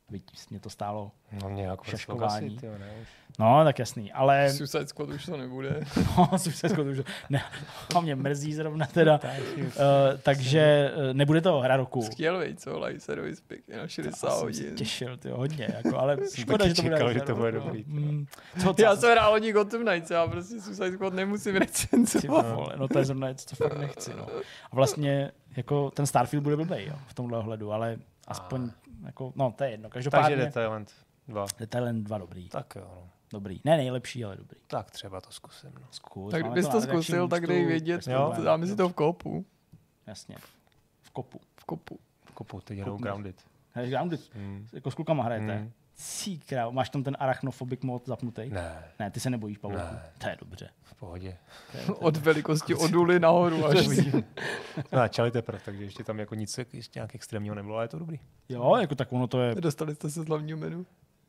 Mě to stálo nějak šaškování. No, tak jasný, ale... Suicide Squad už to nebude. No, Suicide Squad už to... Ne, mě mrzí zrovna teda. Takže nebude to hra roku. Chtěl vejít, co? Live service pick na 60 hodin. Jsem se těšil, hodně, jako, ale škoda, že to bude čekal, že to bude dobrý. Já jsem hrál hodně Gotham Knights, já prostě Suicide Squad nemusím recenzovat. No to je zrovna něco, co fakt nechci. No. A vlastně jako ten Starfield bude blbej, jo, v tomhle ohledu, ale aspoň jako, no to je jedno. Každopádně... Takže Dead Island 2. Dead Island 2 dobrý. Tak jo. No. Dobrý. Ne nejlepší, ale dobrý. Tak třeba to zkusím. No. Zkus. Tak kdybys to zkusil, tak dej vědět. Dáme si to v kopu. Jasně. V kopu. V kopu, teď jdou Grounded. Grounded. Jako s klukama hrajete. Cíkrát, máš tam ten arachnophobik mod zapnutý? Ne, ty se nebojíš, Pavlu. To je dobře. V pohodě. Od velikosti oduly nahoru až. No, čali teprve, takže ještě tam jako nic ještě nějak extrémního nebylo, ale je to dobrý. Jo, jako tak ono to je... Dostali jste se z hlavního menu?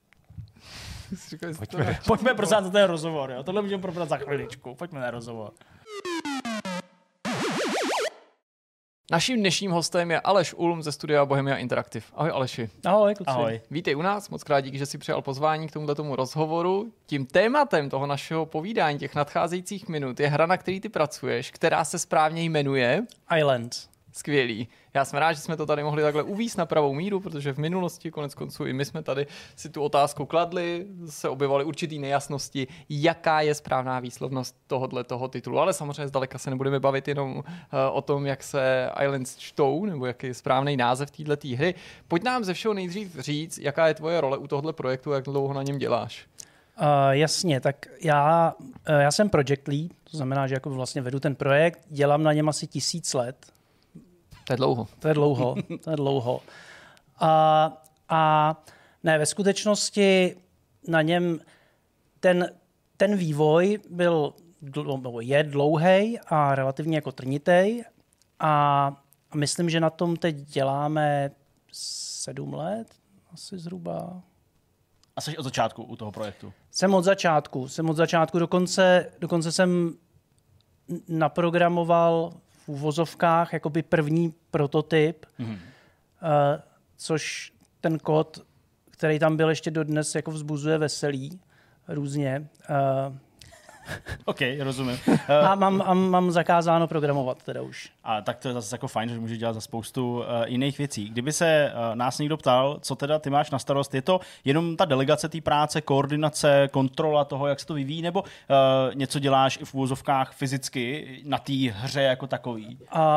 Pojďme prosát za ten rozhovor, jo. Tohle můžeme probrat za chviličku. Pojďme na rozhovor. Naším dnešním hostem je Aleš Ulm ze studia Bohemia Interactive. Ahoj Aleši. Ahoj, kluci. Ahoj. Vítej u nás, moc krát díky, že jsi přijal pozvání k tomuto rozhovoru. Tím tématem toho našeho povídání, těch nadcházejících minut, je hra, na který ty pracuješ, která se správně jmenuje Islands. Skvělý. Já jsem rád, že jsme to tady mohli takhle uvíct na pravou míru, protože v minulosti, konec konců, i my jsme tady si tu otázku kladli, se objevovaly určitý nejasnosti, jaká je správná výslovnost toho titulu. Ale samozřejmě zdaleka se nebudeme bavit jenom o tom, jak se Islands čtou, nebo jaký je správný název této hry. Pojď nám ze všeho nejdřív říct, jaká je tvoje role u tohoto projektu a jak dlouho na něm děláš. Jasně, tak já jsem project lead, to znamená, že jako vlastně vedu ten projekt, dělám na něm asi 1000 let. To je dlouho. To je dlouho. A ne, ve skutečnosti na něm ten vývoj je dlouhý a relativně jako trnitej a myslím, že na tom teď děláme 7 let, asi zhruba. A jsi od začátku u toho projektu? Jsem od začátku, dokonce jsem naprogramoval v uvozovkách jakoby první prototyp, což ten kód, který tam byl ještě dodnes, jako vzbuzuje veselí různě. OK, rozumím. A mám zakázáno programovat teda už. A tak to je zase jako fajn, že můžeš dělat za spoustu jiných věcí. Kdyby se nás někdo ptal, co teda ty máš na starost, je to jenom ta delegace té práce, koordinace, kontrola toho, jak se to vyvíjí, nebo něco děláš i v uvozovkách fyzicky na té hře jako takový?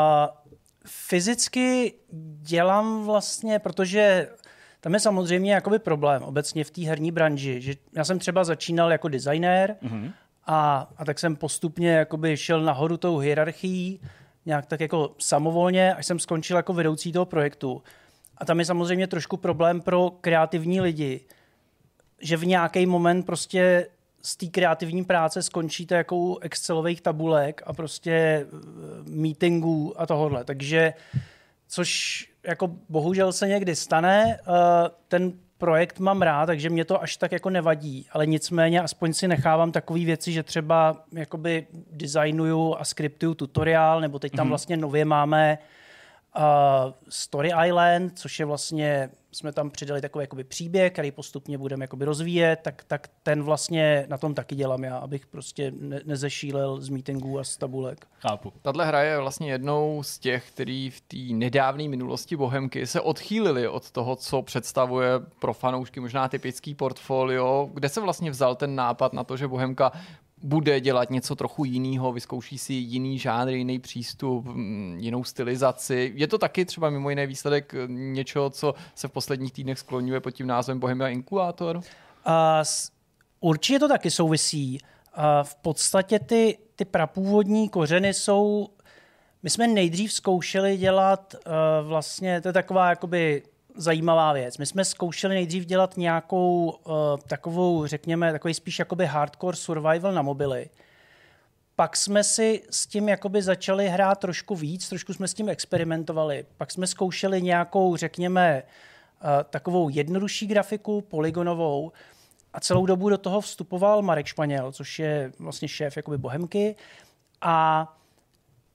Fyzicky dělám vlastně, protože tam je samozřejmě jakoby problém obecně v té herní branži, že já jsem třeba začínal jako designér, a tak jsem postupně jakoby šel nahoru tou hierarchií, nějak tak jako samovolně, až jsem skončil jako vedoucí toho projektu. A tam je samozřejmě trošku problém pro kreativní lidi, že v nějaký moment prostě z té kreativní práce skončíte jako u Excelových tabulek a prostě meetingů a tohodle. Takže, což jako bohužel se někdy stane, ten projekt mám rád, takže mě to až tak jako nevadí, ale nicméně aspoň si nechávám takové věci, že třeba jakoby designuju a skriptuju tutoriál, nebo teď tam vlastně nově máme Story Island, což je vlastně, jsme tam přidali takový jakoby příběh, který postupně budeme jakoby rozvíjet, tak ten vlastně na tom taky dělám já, abych prostě nezešílel z meetingů a z tabulek. Chápu. Tahle hra je vlastně jednou z těch, který v té nedávné minulosti Bohemky se odchýlili od toho, co představuje pro fanoušky možná typický portfolio, kde se vlastně vzal ten nápad na to, že Bohemka bude dělat něco trochu jiného, vyzkouší si jiný žánr, jiný přístup, jinou stylizaci. Je to taky třeba mimo jiné výsledek něčeho, co se v posledních týdnech skloňuje pod tím názvem Bohemia Inkubator? Určitě to taky souvisí. V podstatě ty prapůvodní kořeny jsou... My jsme nejdřív zkoušeli dělat vlastně, to je taková jakoby zajímavá věc. My jsme zkoušeli nejdřív dělat nějakou takovou, řekněme, takový spíš jakoby hardcore survival na mobily. Pak jsme si s tím jakoby začali hrát trošku víc, trošku jsme s tím experimentovali. Pak jsme zkoušeli nějakou, řekněme, takovou jednodušší grafiku, polygonovou, a celou dobu do toho vstupoval Marek Španěl, což je vlastně šéf jakoby Bohemky. A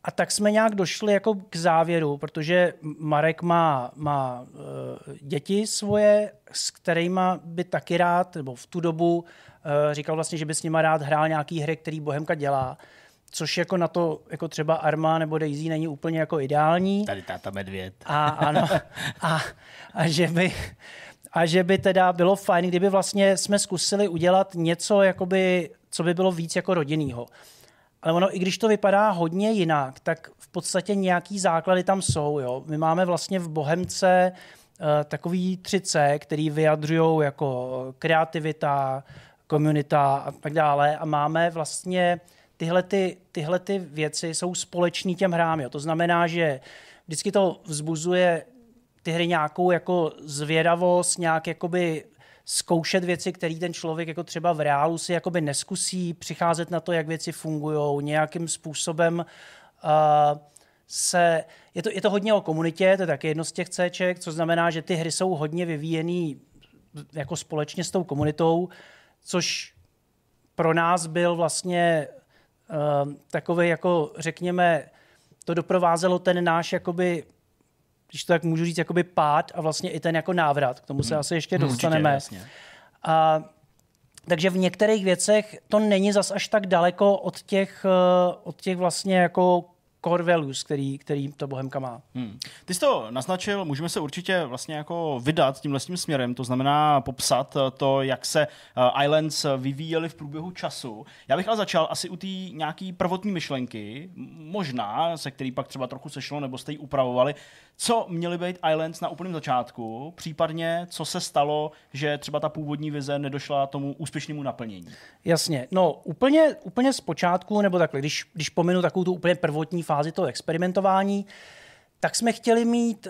A tak jsme nějak došli jako k závěru, protože Marek má děti svoje, s kterými by taky rád, nebo v tu dobu říkal vlastně, že by s nima rád hrál nějaký hry, který Bohemka dělá, což jako na to jako třeba Arma nebo Daisy není úplně jako ideální. Tady táta medvěd. A že by teda bylo fajn, kdyby vlastně jsme zkusili udělat něco, jakoby, co by bylo víc jako rodinnýho. Ale ono, i když to vypadá hodně jinak, tak v podstatě nějaký základy tam jsou. Jo? My máme vlastně v Bohemce takový 3C, který vyjadřují jako kreativita, komunita a tak dále. A máme vlastně tyhle ty věci jsou společný těm hrám. Jo? To znamená, že vždycky to vzbuzuje ty hry nějakou jako zvědavost, nějak jakoby zkoušet věci, které ten člověk jako třeba v reálu si jakoby neskusí, přicházet na to, jak věci fungují, nějakým způsobem je to hodně o komunitě, to je taky jedno z těch Cček, což znamená, že ty hry jsou hodně vyvíjený jako společně s tou komunitou, což pro nás byl vlastně takový, jako řekněme, to doprovázelo ten náš jakoby, když to tak můžu říct, jakoby pád a vlastně i ten jako návrat. K tomu se asi ještě dostaneme. Takže v některých věcech to není zas až tak daleko od těch vlastně jako core values, který to Bohemka má. Ty jsi to naznačil, můžeme se určitě vlastně jako vydat tímhle směrem, to znamená popsat to, jak se Islands vyvíjely v průběhu času. Já bych ale začal asi u té nějaký prvotní myšlenky, možná, se který pak třeba trochu sešlo, nebo jste ji upravovali, co měly být Islands na úplném začátku, případně co se stalo, že třeba ta původní vize nedošla tomu úspěšnému naplnění. Jasně, no úplně z počátku, nebo takhle, když pominu takovou tu úplně prvotní fázi toho experimentování, tak jsme chtěli mít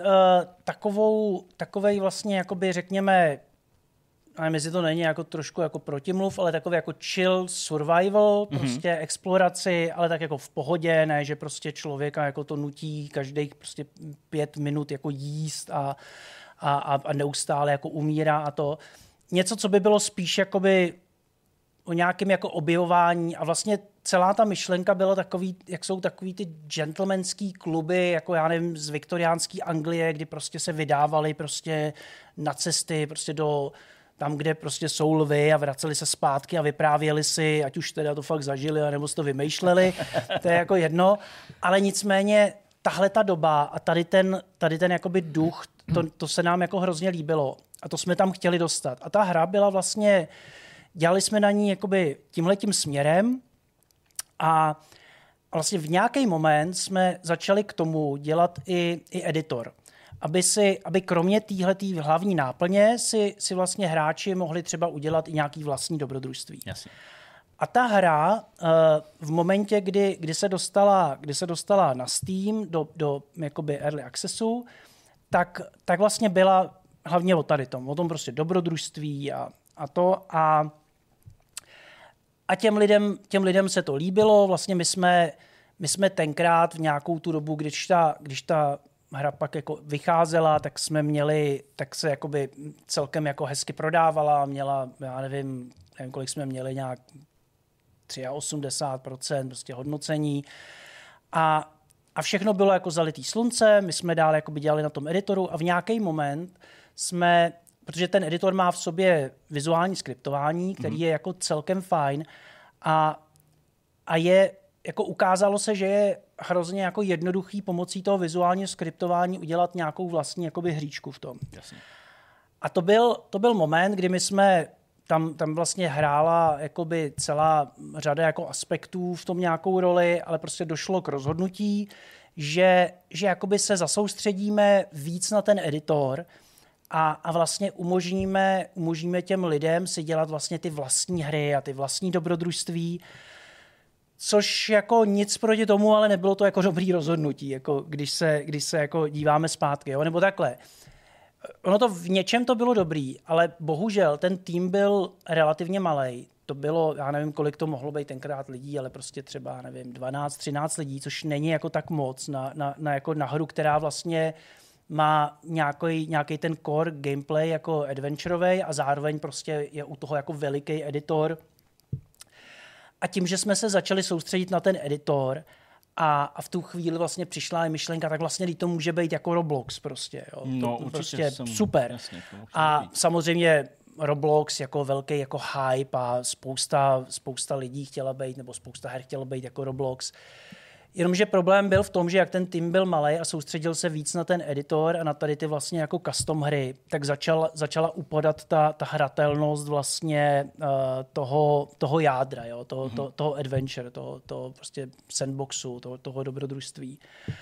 takovej vlastně, jakoby řekněme, nevím, jestli to není jako trošku jako protimluv, ale takový jako chill survival, prostě exploraci, ale tak jako v pohodě, ne, že prostě člověka jako to nutí každých prostě 5 minut jako jíst a neustále jako umírá a to. Něco, co by bylo spíš jakoby o nějakém jako objevování a vlastně celá ta myšlenka byla takový, jak jsou takový ty gentlemanský kluby, jako já nevím, z viktoriánské Anglie, kdy prostě se vydávali prostě na cesty prostě do tam, kde prostě jsou lvy a vraceli se zpátky a vyprávěli si, ať už teda to fakt zažili, anebo si to vymýšleli, to je jako jedno, ale nicméně tahle ta doba a tady ten jakoby duch, to se nám jako hrozně líbilo a to jsme tam chtěli dostat. A ta hra byla vlastně, dělali jsme na ní jakoby tímhletím směrem a vlastně v nějaký moment jsme začali k tomu dělat i editor. Aby kromě téhletý hlavní náplně si vlastně hráči mohli třeba udělat i nějaký vlastní dobrodružství. Jasně. A ta hra v momentě, kdy se dostala na Steam do jakoby early accessu, tak vlastně byla hlavně o tady tom, o tom prostě dobrodružství a to a těm lidem se to líbilo. Vlastně my jsme tenkrát v nějakou tu dobu, když ta hra pak jako vycházela, tak se jakoby celkem jako hezky prodávala, měla, já nevím, kolik jsme měli, nějak 83% prostě hodnocení a všechno bylo jako zalitý slunce, my jsme dál jakoby dělali na tom editoru a v nějaký moment protože ten editor má v sobě vizuální skriptování, který je jako celkem fajn a je jako ukázalo se, že je hrozně jako jednoduchý pomocí toho vizuálního skriptování udělat nějakou vlastní jakoby hříčku v tom. Jasně. A to byl moment, kdy my jsme tam vlastně hrála jakoby celá řada jako aspektů v tom nějakou roli, ale prostě došlo k rozhodnutí, že jakoby se zasoustředíme víc na ten editor a vlastně umožníme těm lidem si dělat vlastně ty vlastní hry a ty vlastní dobrodružství, což jako nic proti tomu, ale nebylo to jako dobrý rozhodnutí, jako když se jako díváme zpátky, jo? Nebo takhle. Ono to v něčem to bylo dobrý, ale bohužel ten tým byl relativně malej. To bylo, já nevím, kolik to mohlo být tenkrát lidí, ale prostě třeba, nevím, 12, 13 lidí, což není jako tak moc na hru, která vlastně má nějaký ten core gameplay jako adventurovej a zároveň prostě je u toho jako veliký editor. A tím, že jsme se začali soustředit na ten editor A v tu chvíli vlastně přišla myšlenka, tak vlastně to může být jako Roblox prostě. Jo. No, to určitě prostě jsem, super. Jasně, a samozřejmě Roblox jako velký jako hype a spousta lidí chtěla být, nebo spousta her chtěla být jako Roblox. Jenomže problém byl v tom, že jak ten tým byl malej a soustředil se víc na ten editor a na tady ty vlastně jako custom hry, tak začala upadat ta hratelnost vlastně toho jádra, jo? Toho adventure, toho prostě sandboxu, toho dobrodružství.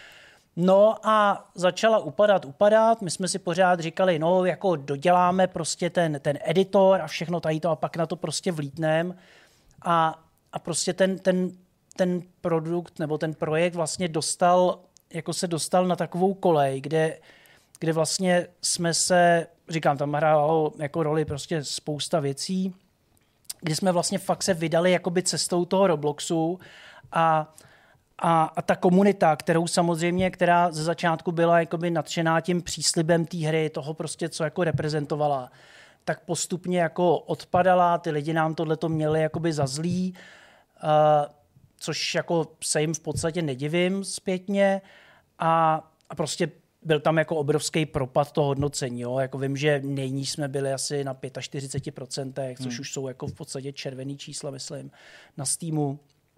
No a začala upadat. My jsme si pořád říkali, no jako doděláme prostě ten editor a všechno tady to a pak na to prostě vlítnem. A prostě ten produkt nebo ten projekt vlastně se dostal na takovou kolej, kde vlastně jsme se, říkám, tam hrálo jako roli prostě spousta věcí, kdy jsme vlastně fakt se vydali jakoby cestou toho Robloxu a ta komunita, která ze začátku byla jakoby nadšená tím příslibem té hry, toho prostě, co jako reprezentovala, tak postupně jako odpadala, ty lidi nám tohleto měli jakoby za zlý, což jako se jim v podstatě nedivím zpětně a prostě byl tam jako obrovský propad toho hodnocení. Jo? Jako vím, že nejníž jsme byli asi na 45%, což už jsou jako v podstatě červený čísla, myslím, na Steamu.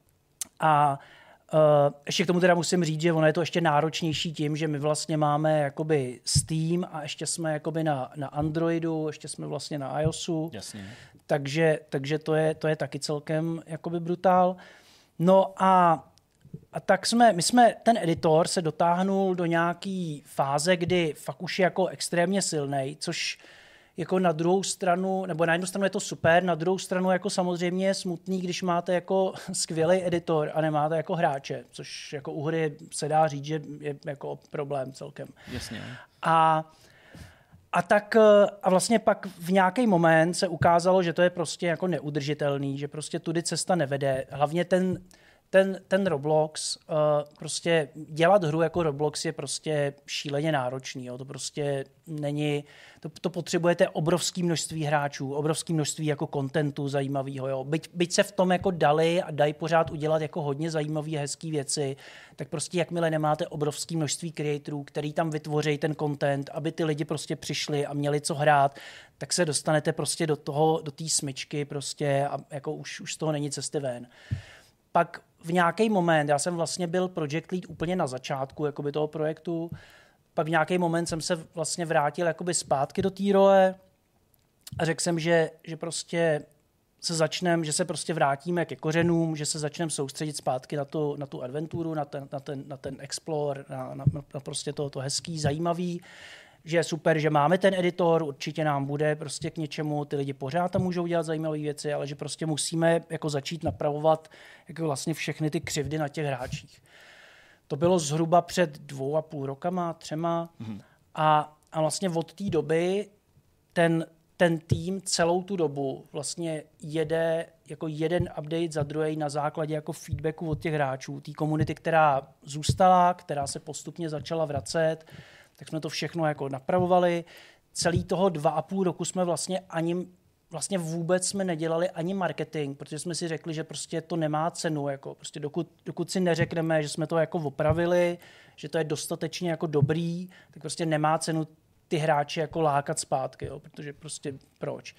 A ještě k tomu teda musím říct, že ono je to ještě náročnější tím, že my vlastně máme jakoby Steam a ještě jsme jakoby na Androidu, ještě jsme vlastně na iOSu. Jasně. Takže to je taky celkem jakoby brutál. No a tak ten editor se dotáhnul do nějaký fáze, kdy fakt už je jako extrémně silnej, což jako na druhou stranu, nebo na jednu stranu je to super, na druhou stranu jako samozřejmě je smutný, když máte jako skvělý editor a nemáte jako hráče, což jako u hry se dá říct, že je jako problém celkem. Jasně. A vlastně pak v nějaký moment se ukázalo, že to je prostě jako neudržitelný, že prostě tudy cesta nevede. Hlavně ten Roblox, prostě dělat hru jako Roblox je prostě šíleně náročný. Jo. To prostě není, to potřebujete obrovské množství hráčů, obrovské množství jako contentu zajímavého. Jo. Byť se v tom jako dají pořád udělat jako hodně zajímavé hezké věci, tak prostě jakmile nemáte obrovské množství creatorů, který tam vytvoří ten content, aby ty lidi prostě přišli a měli co hrát, tak se dostanete prostě do té smyčky prostě a jako už z toho není cesty ven. Pak v nějaký moment, já jsem vlastně byl project lead úplně na začátku jakoby toho projektu, pak v nějaký moment jsem se vlastně vrátil jakoby zpátky do té role a řekl jsem, že prostě že se prostě vrátíme ke kořenům, že se začneme soustředit zpátky na tu adventuru, na ten explore, na prostě to hezký, zajímavý, že je super, že máme ten editor, určitě nám bude prostě k něčemu, ty lidi pořád tam můžou dělat zajímavé věci, ale že prostě musíme jako začít napravovat jako vlastně všechny ty křivdy na těch hráčích. To bylo zhruba před 2,5 rokama, 3. A vlastně od té doby ten tým celou tu dobu vlastně jede jako jeden update za druhý na základě jako feedbacku od těch hráčů, té komunity, která zůstala, která se postupně začala vracet, tak jsme to všechno jako napravovali. Celý toho 2,5 roku jsme vlastně vůbec jsme nedělali ani marketing, protože jsme si řekli, že prostě to nemá cenu, jako prostě dokud si neřekneme, že jsme to jako opravili, že to je dostatečně jako dobrý, tak prostě nemá cenu ty hráče jako lákat zpátky, jo, protože prostě proč.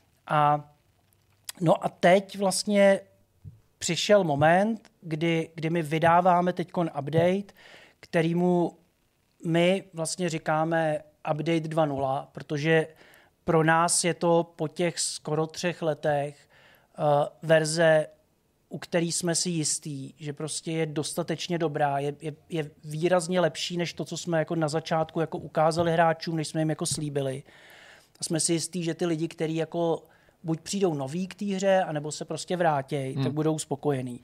No a teď vlastně přišel moment, kdy my vydáváme teďkon update, kterýmu my vlastně říkáme update 2.0, protože pro nás je to po těch skoro 3 letech verze, u který jsme si jistí, že prostě je dostatečně dobrá, je výrazně lepší než to, co jsme jako na začátku jako ukázali hráčům, než jsme jim jako slíbili. A jsme si jistí, že ty lidi, kteří jako buď přijdou noví k té hře, anebo se prostě vrátí, tak budou spokojení.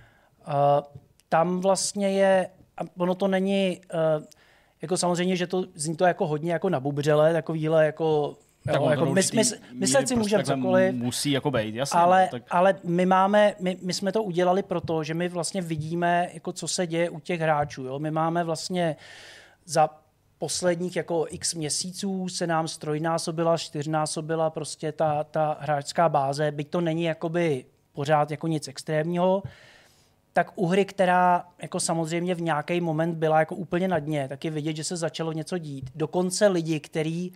Tam vlastně je, a ono to není, jako samozřejmě, že to zní to jako hodně jako nabubřele, takovýhle jako myslet si můžeme cokoliv. Musí jako být, jasně. Ale my jsme to udělali proto, že my vlastně vidíme, jako co se děje u těch hráčů. Jo? My máme vlastně za posledních jako x měsíců se nám strojnásobila, 4násobila prostě ta hráčská báze, byť to není jakoby pořád jako nic extrémního, tak u hry, která jako samozřejmě v nějaký moment byla jako úplně na dně, tak je vidět, že se začalo něco dít. Dokonce lidi, kteří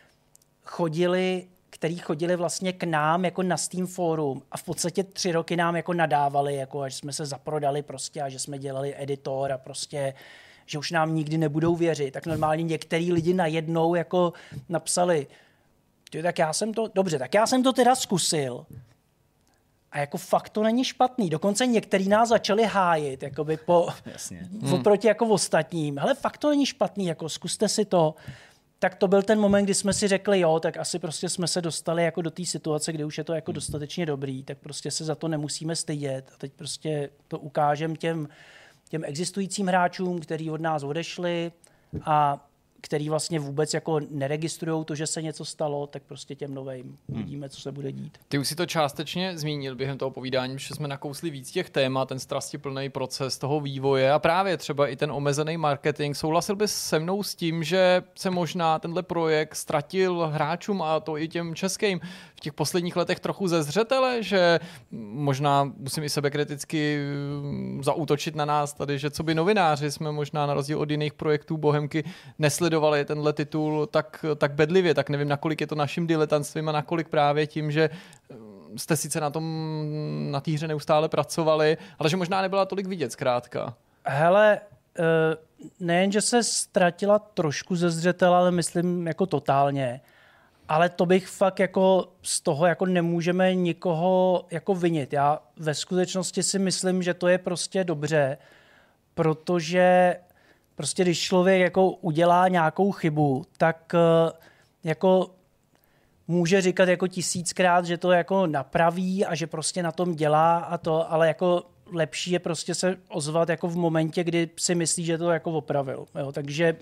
chodili vlastně k nám jako na Steam Forum a v podstatě 3 roky nám jako nadávali, jako až jsme se zaprodali prostě a že jsme dělali editor a prostě, že už nám nikdy nebudou věřit. Tak normálně některý lidi najednou jako napsali, tak já jsem to teda zkusil. A jako fakt to není špatný. Dokonce některý nás začali hájit, jakoby oproti jako ostatním. Hele, fakt to není špatný, jako zkuste si to. Tak to byl ten moment, kdy jsme si řekli, jo, tak asi prostě jsme se dostali jako do té situace, kdy už je to jako dostatečně dobrý, tak prostě se za to nemusíme stydět. A teď prostě to ukážem těm existujícím hráčům, kteří od nás odešli a který vlastně vůbec jako neregistrujou to, že se něco stalo, tak prostě těm novým uvidíme, co se bude dít. Ty už si to částečně zmínil během toho povídání, že jsme nakousli víc těch témat, ten strastiplný proces toho vývoje a právě třeba i ten omezený marketing. Souhlasil bys se mnou s tím, že se možná tenhle projekt ztratil hráčům a to i těm českým v těch posledních letech trochu ze zřetele, že možná musím i sebekriticky zaútočit na nás tady, že co by novináři jsme možná na rozdíl od jiných projektů Bohemky nesledovali tenhle titul tak bedlivě, tak nevím, nakolik je to naším diletantstvím a nakolik právě tím, že jste sice na té hře neustále pracovali, ale že možná nebyla tolik vidět zkrátka. Hele, nejen, že se ztratila trošku ze zřetele, ale myslím jako totálně. Ale to bych fakt jako z toho jako nemůžeme nikoho jako vinit. Já ve skutečnosti si myslím, že to je prostě dobře, protože prostě když člověk jako udělá nějakou chybu, tak jako může říkat jako 1000krát, že to jako napraví a že prostě na tom dělá a to, ale jako lepší je prostě se ozvat jako v momentě, kdy si myslí, že to jako opravil. Jo? Takže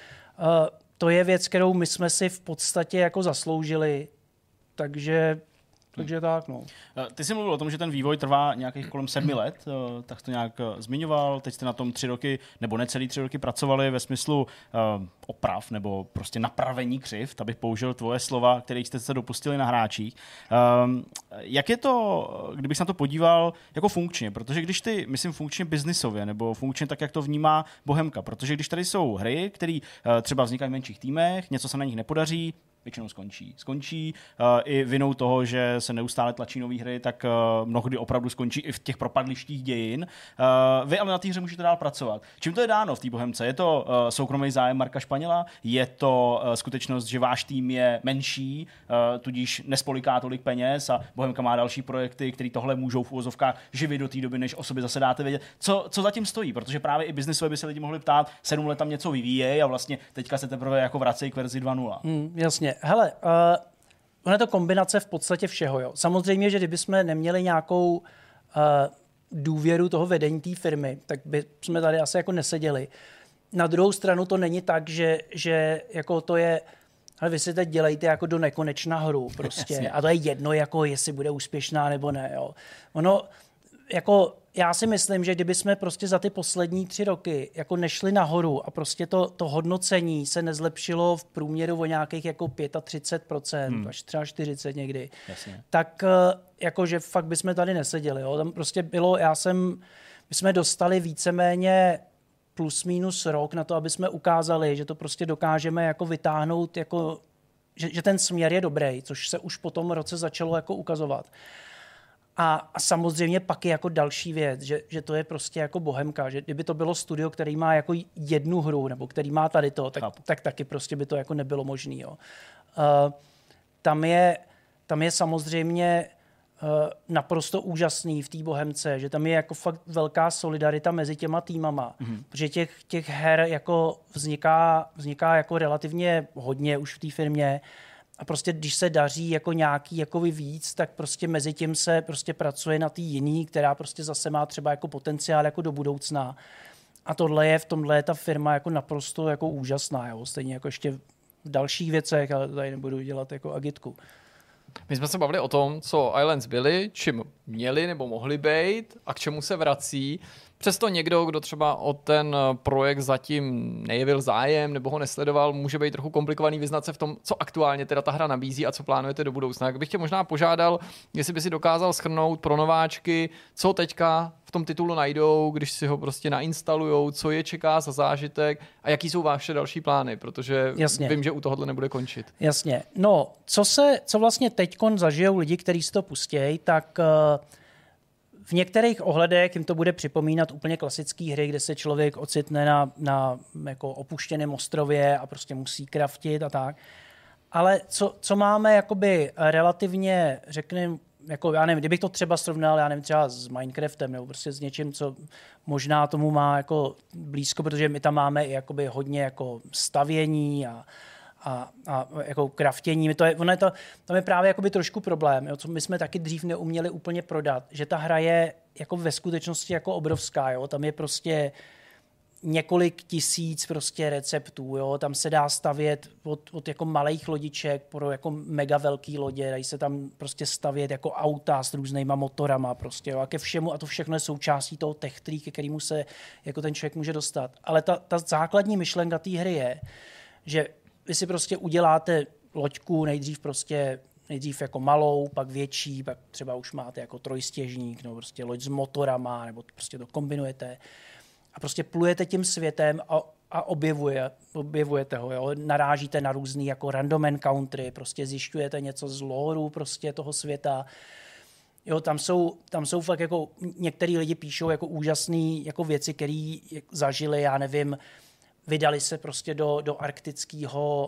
to je věc, kterou my jsme si v podstatě jako zasloužili, takže tak, no. Ty jsi mluvil o tom, že ten vývoj trvá nějakých kolem 7 let, tak to nějak zmiňoval, teď jste na tom 3 roky, nebo necelý 3 roky pracovali ve smyslu oprav, nebo prostě napravení křivd, abych použil tvoje slova, kterých jste se dopustili na hráčích. Jak je to, kdybych se na to podíval, jako funkčně? Protože když ty, myslím funkčně biznisově, nebo funkčně tak, jak to vnímá Bohemka, protože když tady jsou hry, které třeba vznikají v menších týmech, něco se na nich nepodaří, většinou skončí i vinou toho, že se neustále tlačí nový hry, tak mnohdy opravdu skončí i v těch propadlištích dějin. Vy ale na té hře můžete dál pracovat. Čím to je dáno v té Bohemce? Je to soukromý zájem Marka Španěla? Je to skutečnost, že váš tým je menší, tudíž nespoliká tolik peněz a Bohemka má další projekty, které tohle můžou v uvozovkách živit do té doby, než o sobě zase dáte vědět. Co zatím stojí? Protože právě i biznisově by se lidi mohli ptát, 7 let tam něco vyvíjejí a vlastně teďka se teprve jako vracejí k verzi 2.0. Jasně. Hele, ono je to kombinace v podstatě všeho. Jo. Samozřejmě, že kdybychom neměli nějakou důvěru toho vedení té firmy, tak bychom tady asi jako neseděli. Na druhou stranu to není tak, že jako to je, ale vy si teď dělejte jako do nekonečna hru prostě. A to je jedno, jako jestli bude úspěšná nebo ne. Jo. Ono, jako já si myslím, že kdyby jsme prostě za ty poslední 3 roky jako nešli nahoru a prostě to hodnocení se nezlepšilo v průměru o nějakých jako 35%, až třeba 40 někdy, tak jakože fakt bychom tady neseděli. Jo. Tam prostě bylo, my jsme dostali víceméně plus minus rok na to, aby jsme ukázali, že to prostě dokážeme jako vytáhnout, jako, že ten směr je dobrý, což se už po tom roce začalo jako ukazovat. A samozřejmě pak je jako další věc, že to je prostě jako Bohemka, že kdyby to bylo studio, který má jako jednu hru, nebo který má tady to, tak taky prostě by to jako nebylo možný. Jo. Tam je samozřejmě naprosto úžasný v té Bohemce, že tam je jako fakt velká solidarita mezi těma týmama, protože těch her jako vzniká jako relativně hodně už v té firmě. A prostě když se daří jako nějaký jako víc, tak prostě mezi tím se prostě pracuje na té jiný, která prostě zase má třeba jako potenciál jako do budoucna. A v tomhle je ta firma jako naprosto jako úžasná, jo? Stejně jako ještě v dalších věcech, ale tady nebudu dělat jako agitku. My jsme se bavili o tom, co Islands byli, čím měli nebo mohli být a k čemu se vrací. Přesto někdo, kdo třeba o ten projekt zatím nejevil zájem nebo ho nesledoval, může být trochu komplikovaný vyznat se v tom, co aktuálně teda ta hra nabízí a co plánujete do budoucna. Jak bych tě možná požádal, jestli by si dokázal shrnout pro nováčky, co teďka v tom titulu najdou, když si ho prostě nainstalujou, co je čeká za zážitek a jaký jsou vaše další plány, protože vím, že u tohohle nebude končit. Jasně. No, co vlastně teďkon zažijou lidi, kteří si to pustějí, tak v některých ohledech jim to bude připomínat úplně klasické hry, kde se člověk ocitne na jako opuštěném ostrově a prostě musí craftit a tak. Ale co máme jakoby relativně, řekněme, jako já nevím, kdybych to třeba srovnal, já nevím, třeba s Minecraftem nebo prostě s něčím, co možná tomu má jako blízko, protože my tam máme i jakoby hodně jako stavění a jako craftění. Tam je právě jakoby trošku problém, jo, co my jsme taky dřív neuměli úplně prodat, že ta hra je jako ve skutečnosti jako obrovská. Jo. Tam je prostě několik tisíc prostě receptů. Jo. Tam se dá stavět od jako malých lodiček pro jako mega velký lodě. Dají se tam prostě stavět jako auta s různýma motorama. Prostě, jo. A ke všemu, a to všechno je součástí toho tech-tree, ke kterému se jako ten člověk může dostat. Ale ta základní myšlenka té hry je, že vy si prostě uděláte loďku nejdřív jako malou, pak větší, pak třeba už máte jako trojstěžník, nebo prostě loď s motorama, nebo prostě to kombinujete. A prostě plujete tím světem a objevujete ho. Jo? Narážíte na různý jako random encountery, prostě zjišťujete něco z lore prostě toho světa. Jo, tam jsou fakt jako, některý lidi píšou jako úžasné jako věci, které zažili, já nevím, vydali se prostě do arktické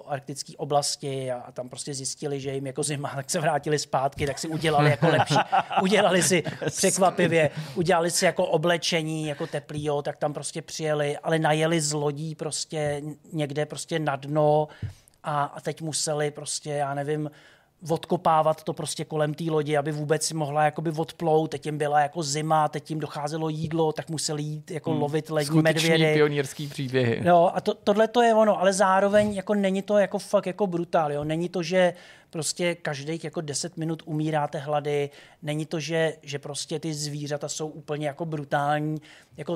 oblasti a tam prostě zjistili, že jim jako zima, tak se vrátili zpátky, tak si udělali jako lepší, udělali si překvapivě, udělali si jako oblečení, jako teplý, jo, tak tam prostě přijeli, ale najeli z lodí prostě někde prostě na dno a teď museli prostě, já nevím, odkopávat to prostě kolem té lodi, aby vůbec si mohla jakoby odplout, teď jim byla jako zima, teď jim docházelo jídlo, tak museli jít jako lovit lední medvědy. Skutečný pionýrský příběhy. No a tohle to je ono, ale zároveň jako není to jako fakt jako brutál, jo? Není to, že prostě každých jako 10 minut umíráte hlady, není to, že prostě ty zvířata jsou úplně jako brutální, jako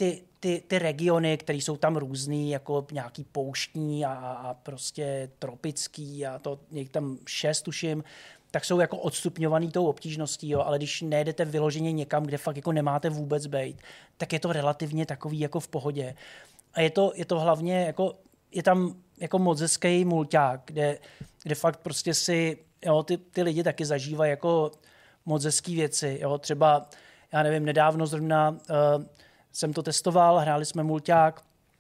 ty regiony, které jsou tam různý, jako nějaký pouštní a prostě tropický a to je tam 6 tuším, tak jsou jako odstupňovaný tou obtížností, jo, ale když nejedete vyloženě někam, kde fakt jako nemáte vůbec bejt, tak je to relativně takový jako v pohodě. A je to hlavně jako, je tam jako moc hezký mulťák, kde fakt prostě si, jo, ty lidi taky zažívají jako moc hezký věci, jo, třeba, já nevím, nedávno zrovna jsem to testoval, hráli jsme mulťák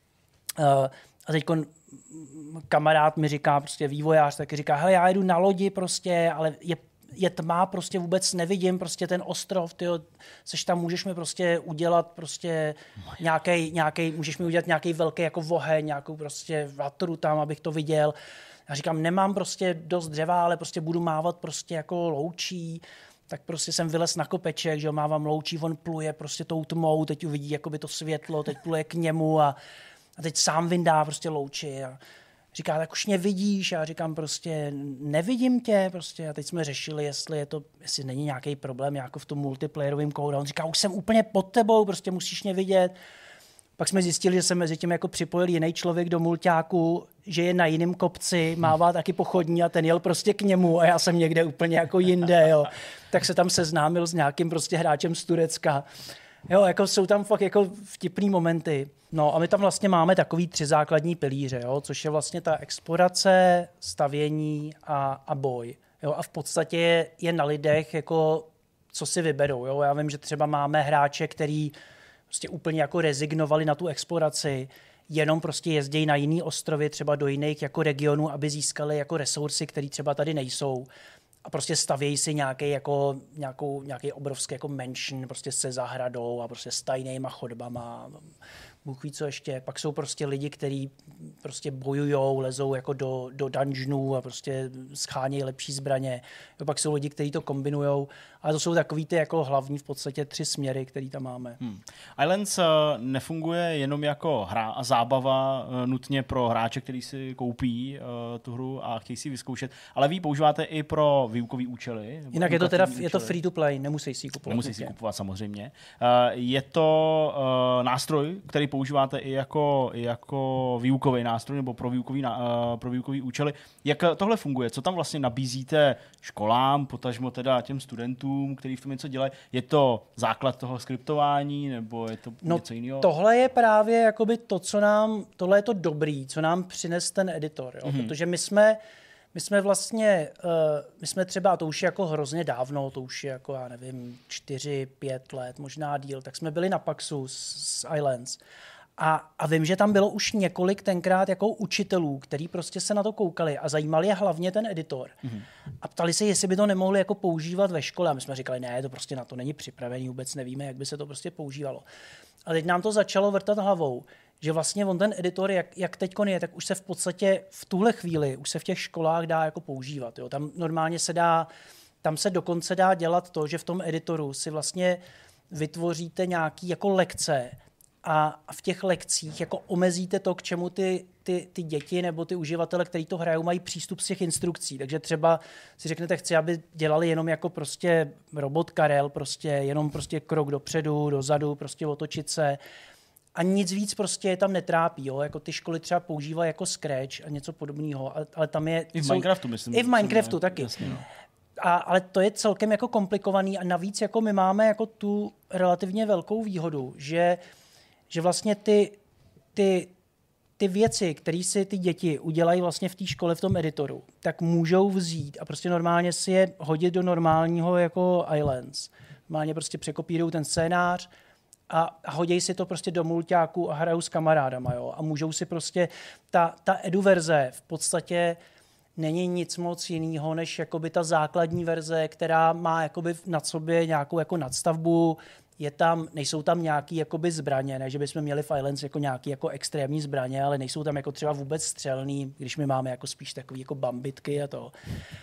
a teď kamarád mi říká, prostě vývojář, taky říká, hele, já jedu na lodi prostě, ale je tma, prostě vůbec nevidím prostě ten ostrov, tyjo, seš tam, můžeš mi prostě udělat prostě nějaký, můžeš mi udělat nějaký velký jako oheň, nějakou prostě vatru tam, abych to viděl. Já říkám, nemám prostě dost dřeva, ale prostě budu mávat prostě jako loučí, tak prostě jsem vylez na kopeček, že jo, mávám loučí, on pluje prostě tou tmou, teď uvidí jakoby to světlo, teď pluje k němu a teď sám vyndá prostě louči a říká, tak už mě vidíš, a já říkám prostě, nevidím tě, prostě, a teď jsme řešili, jestli není nějaký problém jako v tom multiplayerovém kódu. On říká, už jsem úplně pod tebou, prostě musíš mě vidět. Pak jsme zjistili, že se mezi tím jako připojil jiný člověk do mulťáku, že je na jiném kopci, mává taky pochodní a ten jel prostě k němu a já jsem někde úplně jako jinde, jo. Tak se tam seznámil s nějakým prostě hráčem z Turecka. Jo, jako jsou tam fakt jako vtipný momenty. No a my tam vlastně máme takový 3 základní pilíře, jo, což je vlastně ta explorace, stavění a boj. Jo, a v podstatě je na lidech, jako, co si vyberou. Jo. Já vím, že třeba máme hráče, který prostě úplně jako rezignovali na tu exploraci, jenom prostě jezdí na jiný ostrovy, třeba do jiných jako regionů, aby získali jako resursy, které třeba tady nejsou. A prostě stavějí si nějaký obrovský jako mansion prostě se zahradou a prostě s tajnýma chodbama, Bůh ví co ještě. Pak jsou prostě lidi, kteří prostě bojujou, lezou jako do dungeonů a prostě schánějí lepší zbraně. Pak jsou lidi, kteří to kombinujou. Ale to jsou takový ty jako hlavní v podstatě 3 směry, který tam máme. Islands nefunguje jenom jako hra a zábava nutně pro hráče, který si koupí tu hru a chtějí si vyzkoušet, ale vy ji používáte i pro výukový účely. Jinak je to free to play, nemusí si ji kupovat. Nemusí si kupovat samozřejmě. Je to nástroj, který používáte i jako výukový nástroj nebo pro výukový účely. Jak tohle funguje? Co tam vlastně nabízíte školám, potažmo teda těm studentům, kteří v tom něco dělají? Je to základ toho skriptování nebo je to něco jiného? Tohle je právě jakoby to, tohle je to dobrý, co nám přines ten editor. Jo? Protože my jsme vlastně, my jsme třeba, to už je jako hrozně dávno, to už je jako, já nevím, 4-5 let, možná díl, tak jsme byli na Paxu s Islands. A vím, že tam bylo už několik tenkrát jako učitelů, kteří prostě se na to koukali a zajímali je hlavně ten editor. A ptali se, jestli by to nemohli jako používat ve škole. A my jsme říkali, ne, to prostě na to není připravený, vůbec nevíme, jak by se to prostě používalo. A teď nám to začalo vrtat hlavou, že vlastně on ten editor, jak teďkon je, tak už se v podstatě v tuhle chvíli už se v těch školách dá jako používat. Jo. Tam normálně tam se dokonce dá dělat to, že v tom editoru si vlastně vytvoříte nějaký jako lekce a v těch lekcích jako omezíte to, k čemu ty děti nebo ty uživatele, kteří to hrajou, mají přístup z těch instrukcí. Takže třeba si řeknete, chci, aby dělali jenom jako prostě robot Karel, prostě jenom prostě krok dopředu, dozadu, prostě otočit se. A nic víc prostě je tam netrápí. Jo? Jako ty školy třeba používají jako Scratch a něco podobného, ale tam je... I v Minecraftu, myslím. I v Minecraftu taky. Jasně, no. Ale to je celkem jako komplikovaný a navíc jako my máme jako tu relativně velkou výhodu, že vlastně ty věci, které si ty děti udělají vlastně v té škole v tom editoru, tak můžou vzít a prostě normálně si je hodit do normálního jako Islands. Normálně prostě překopírují ten scénář a hodí si to prostě do mulťáku a hrajou s kamarádama. Jo? A můžou si prostě, ta edu verze v podstatě není nic moc jiného, než jakoby ta základní verze, která má jakoby nad sobě nějakou jako nadstavbu, nejsou tam nějaký jakoby zbraně, ne, že bychom měli v Islands jako nějaký jako extrémní zbraně, ale nejsou tam jako třeba vůbec střelný, když my máme jako spíš takový jako bambitky a to.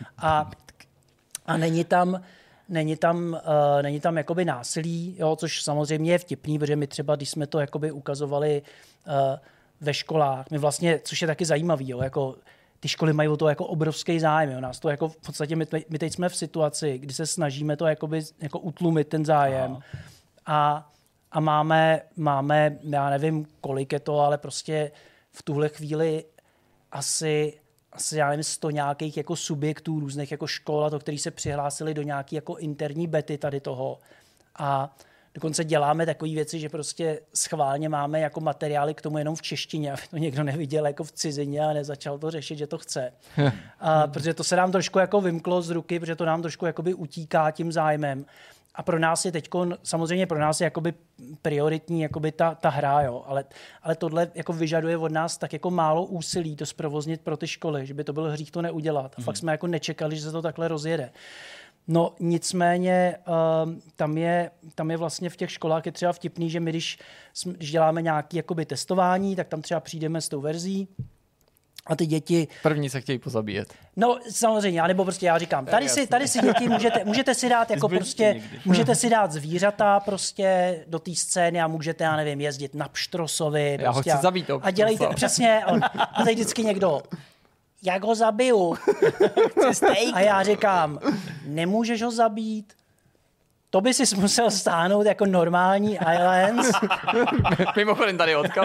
A není tam jakoby násilí, jo, což samozřejmě je vtipný, protože my třeba, když jsme to jakoby ukazovali ve školách, my vlastně, což je taky zajímavý, jo, jako ty školy mají o to jako obrovský zájem. Jo. Nás to jako v podstatě, my teď jsme v situaci, kdy se snažíme to jakoby, jako utlumit ten zájem. A máme, já nevím, kolik je to, ale prostě v tuhle chvíli asi já nevím, 100 nějakých jako subjektů různých jako škol a to, který se přihlásili do nějaký jako interní bety tady toho. A dokonce děláme takové věci, že prostě schválně máme jako materiály k tomu jenom v češtině, aby to někdo neviděl jako v cizině a nezačal to řešit, že to chce. Protože to se nám trošku jako vymklo z ruky, protože to nám trošku jakoby utíká tím zájmem. A pro nás je teďko, samozřejmě pro nás je jakoby prioritní jakoby ta hra, jo. Ale tohle jako vyžaduje od nás tak jako málo úsilí to zprovoznit pro ty školy, že by to byl hřích to neudělat. A fakt jsme jako nečekali, že se to takhle rozjede. No nicméně tam je vlastně v těch školách je třeba vtipný, že my když děláme nějaké jakoby testování, tak tam třeba přijdeme s tou verzí a ty děti... První se chtějí pozabíjet. No samozřejmě, anebo prostě já říkám, tady si děti můžete si dát jako prostě, můžete si dát zvířata prostě do té scény a můžete, já nevím, jezdit na pštrosovi. Já prostě ho chci zabít. A dělejte, přesně, a teď vždycky někdo... Jak ho zabiju? A já říkám, nemůžeš ho zabít. To by si musel stáhnout jako normální Islands. Mimochodem tady odkaz.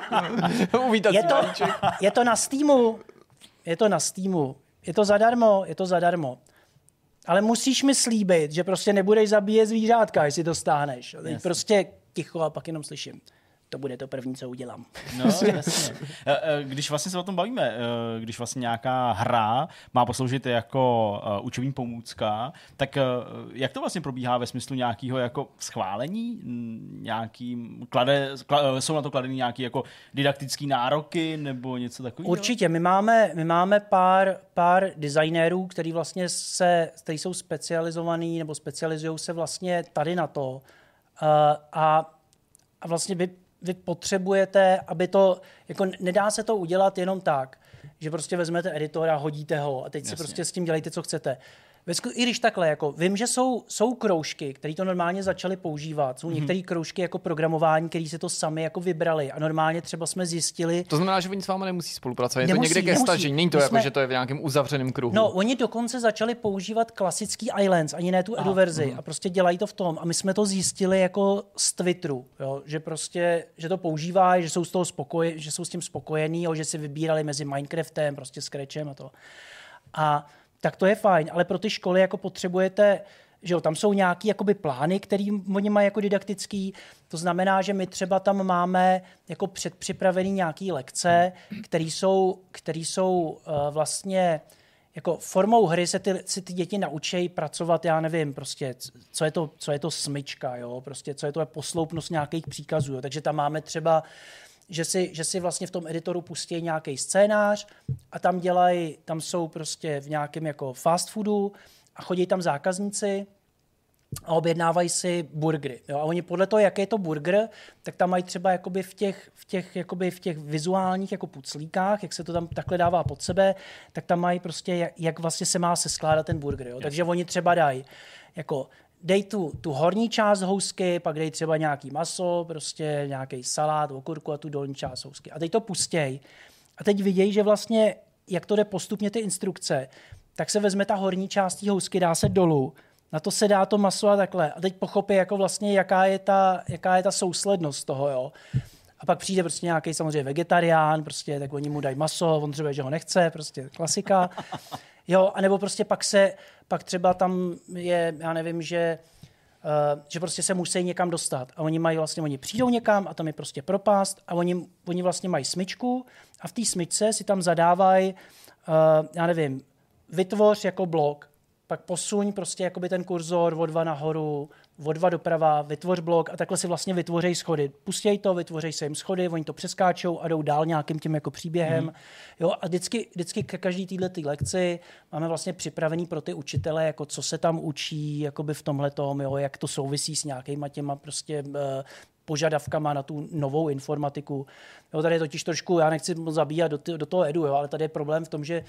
Je to na Steamu. Je to zadarmo. Ale musíš mi slíbit, že prostě nebudeš zabíjet zvířátka, jestli to stáhneš. Prostě ticho a pak jenom slyším. To bude to první, co udělám. No, jasně. Když vlastně se o tom bavíme, když vlastně nějaká hra má posloužit jako učební pomůcka, tak jak to vlastně probíhá ve smyslu nějakého jako schválení? Jsou na to kladeny nějaké jako didaktické nároky nebo něco takového? Určitě. My máme pár designérů, kteří vlastně kteří jsou specializovaní nebo specializují se vlastně tady na to. A vlastně vy potřebujete, aby to, jako nedá se to udělat jenom tak, že prostě vezmete editora, hodíte ho a teď si prostě s tím dělejte, co chcete. I když takhle, jako vím, že jsou kroužky, které to normálně začaly používat. Jsou některé kroužky jako programování, které si to sami jako vybrali a normálně třeba jsme zjistili... To znamená, že oni s vámi nemusí spolupracovat. Je to někde ke stažení, není to jako, že to je v nějakém uzavřeném kruhu. No, oni dokonce začali používat klasický iLens, ani ne tu Edu verzi a prostě dělají to v tom. A my jsme to zjistili jako z Twitteru, jo? Že prostě, že to používají, že jsou z toho že jsou s tím spokojení, jo? Že si vybírali mezi Minecraftem, prostě Scratchem a to. A tak to je fajn, ale pro ty školy jako potřebujete, že jo, tam jsou nějaký jakoby plány, který oni mají jako didaktický, to znamená, že my třeba tam máme jako předpřipravený nějaký lekce, které jsou vlastně jako formou hry si ty děti naučí pracovat, já nevím, prostě, co je to smyčka, jo, prostě, co je to posloupnost nějakých příkazů, jo. Takže tam máme třeba že si vlastně v tom editoru pustí nějaký scénář a tam jsou prostě v nějakém jako fast foodu a chodí tam zákazníci a objednávají si burgery. Jo? A oni podle toho, jaký je to burger, tak tam mají třeba jakoby v těch vizuálních jako puclíkách, jak se to tam takhle dává pod sebe, tak tam mají prostě, jak vlastně se má seskládat ten burger. Jo? Takže oni třeba dají jako dej tu horní část housky, pak dej třeba nějaký maso, prostě nějaký salát, okurku a tu dolní část housky. A teď to pustěj. A teď vidějí, že vlastně, jak to jde postupně ty instrukce, tak se vezme ta horní část té housky, dá se dolů, na to se dá to maso a takhle. A teď pochopí, jako vlastně, jaká je ta souslednost toho, jo. A pak přijde prostě nějaký samozřejmě vegetarián, prostě, tak oni mu dají maso, on třeba, že ho nechce, prostě klasika. Jo, anebo prostě pak třeba tam je, já nevím, že prostě se musí někam dostat a oni přijdou někam a tam je prostě propast a oni vlastně mají smyčku a v té smyčce si tam zadávají, já nevím, vytvoř jako blok, pak posuň prostě jakoby ten kurzor o 2 nahoru, o 2 doprava, vytvoř blok a takhle si vlastně vytvořej schody. Pustěj to, vytvořej se jim schody, oni to přeskáčou a jdou dál nějakým tím jako příběhem. Jo, a vždycky ke každý této lekci máme vlastně připravený pro ty učitele, jako co se tam učí, jakoby v tomhletom, jo, jak to souvisí s nějakýma těma prostě požadavkama na tu novou informatiku. Jo, tady je totiž trošku, já nechci zabíjat do toho edu, jo, ale tady je problém v tom, že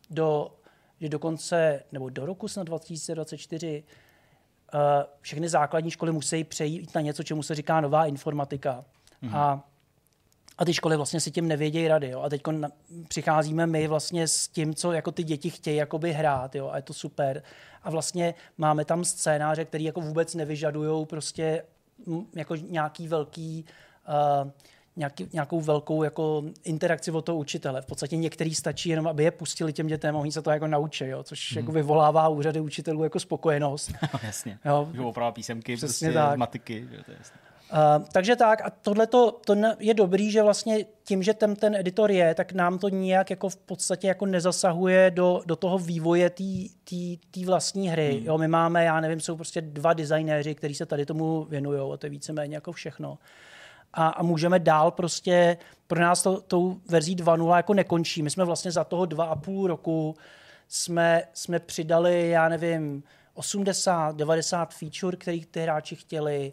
do konce, nebo do roku snad 2024 všechny základní školy musí přejít na něco, čemu se říká nová informatika. A ty školy vlastně si tím nevědějí rady. Jo? A teď přicházíme my vlastně s tím, co jako ty děti chtějí jakoby hrát. Jo? A je to super. A vlastně máme tam scénáře, který jako vůbec nevyžadujou prostě jako nějakou velkou jako interakci od toho učitele. V podstatě některý stačí jenom, aby je pustili těm dětem a oni se to jako naučí, jo? Což jako vyvolává u řady učitelů jako spokojenost. Jasně. Jo? Že opravdu písemky, přesně prostě tak. matiky. Že to je jasné. Takže tak a tohleto je dobrý, že vlastně tím, že ten editor je, tak nám to nijak jako v podstatě jako nezasahuje do toho vývoje té vlastní hry. Jo, my máme, já nevím, jsou prostě 2 designéři, kteří se tady tomu věnují a to je víceméně jako všechno. A můžeme dál prostě, pro nás tou verzí 2.0 jako nekončí. My jsme vlastně za toho 2,5 roku jsme přidali, já nevím, 80-90 feature, kterých ty hráči chtěli,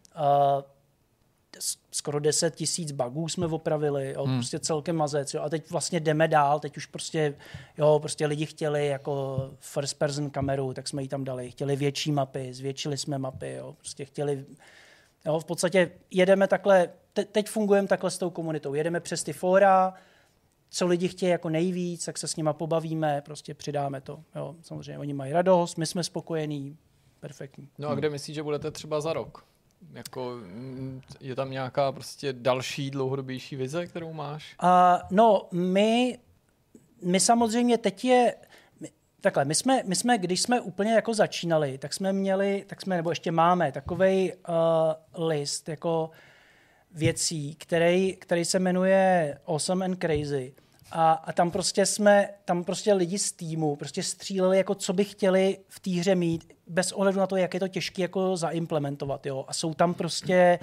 skoro 10 000 bugů jsme opravili, jo, prostě celkem mazec. Jo, a teď vlastně jdeme dál, teď už prostě lidi chtěli jako first person kameru, tak jsme ji tam dali. Chtěli větší mapy, zvětšili jsme mapy, jo, prostě chtěli... Jo, v podstatě jedeme takhle, teď fungujeme takhle s tou komunitou. Jedeme přes ty fóra, co lidi chtějí jako nejvíc, tak se s nima pobavíme, prostě přidáme to. Jo, samozřejmě oni mají radost, my jsme spokojení, perfektní. No a kde myslíš, že budete třeba za rok? Jako, je tam nějaká prostě další dlouhodobější vize, kterou máš? No, my samozřejmě teď je... Takhle, my jsme, když jsme úplně jako začínali, tak jsme nebo ještě máme takovej list jako věcí, který se jmenuje Awesome and Crazy. A tam prostě lidi z týmu prostě stříleli, jako co by chtěli v té hře mít, bez ohledu na to, jak je to těžké jako zaimplementovat. Jo? A jsou tam prostě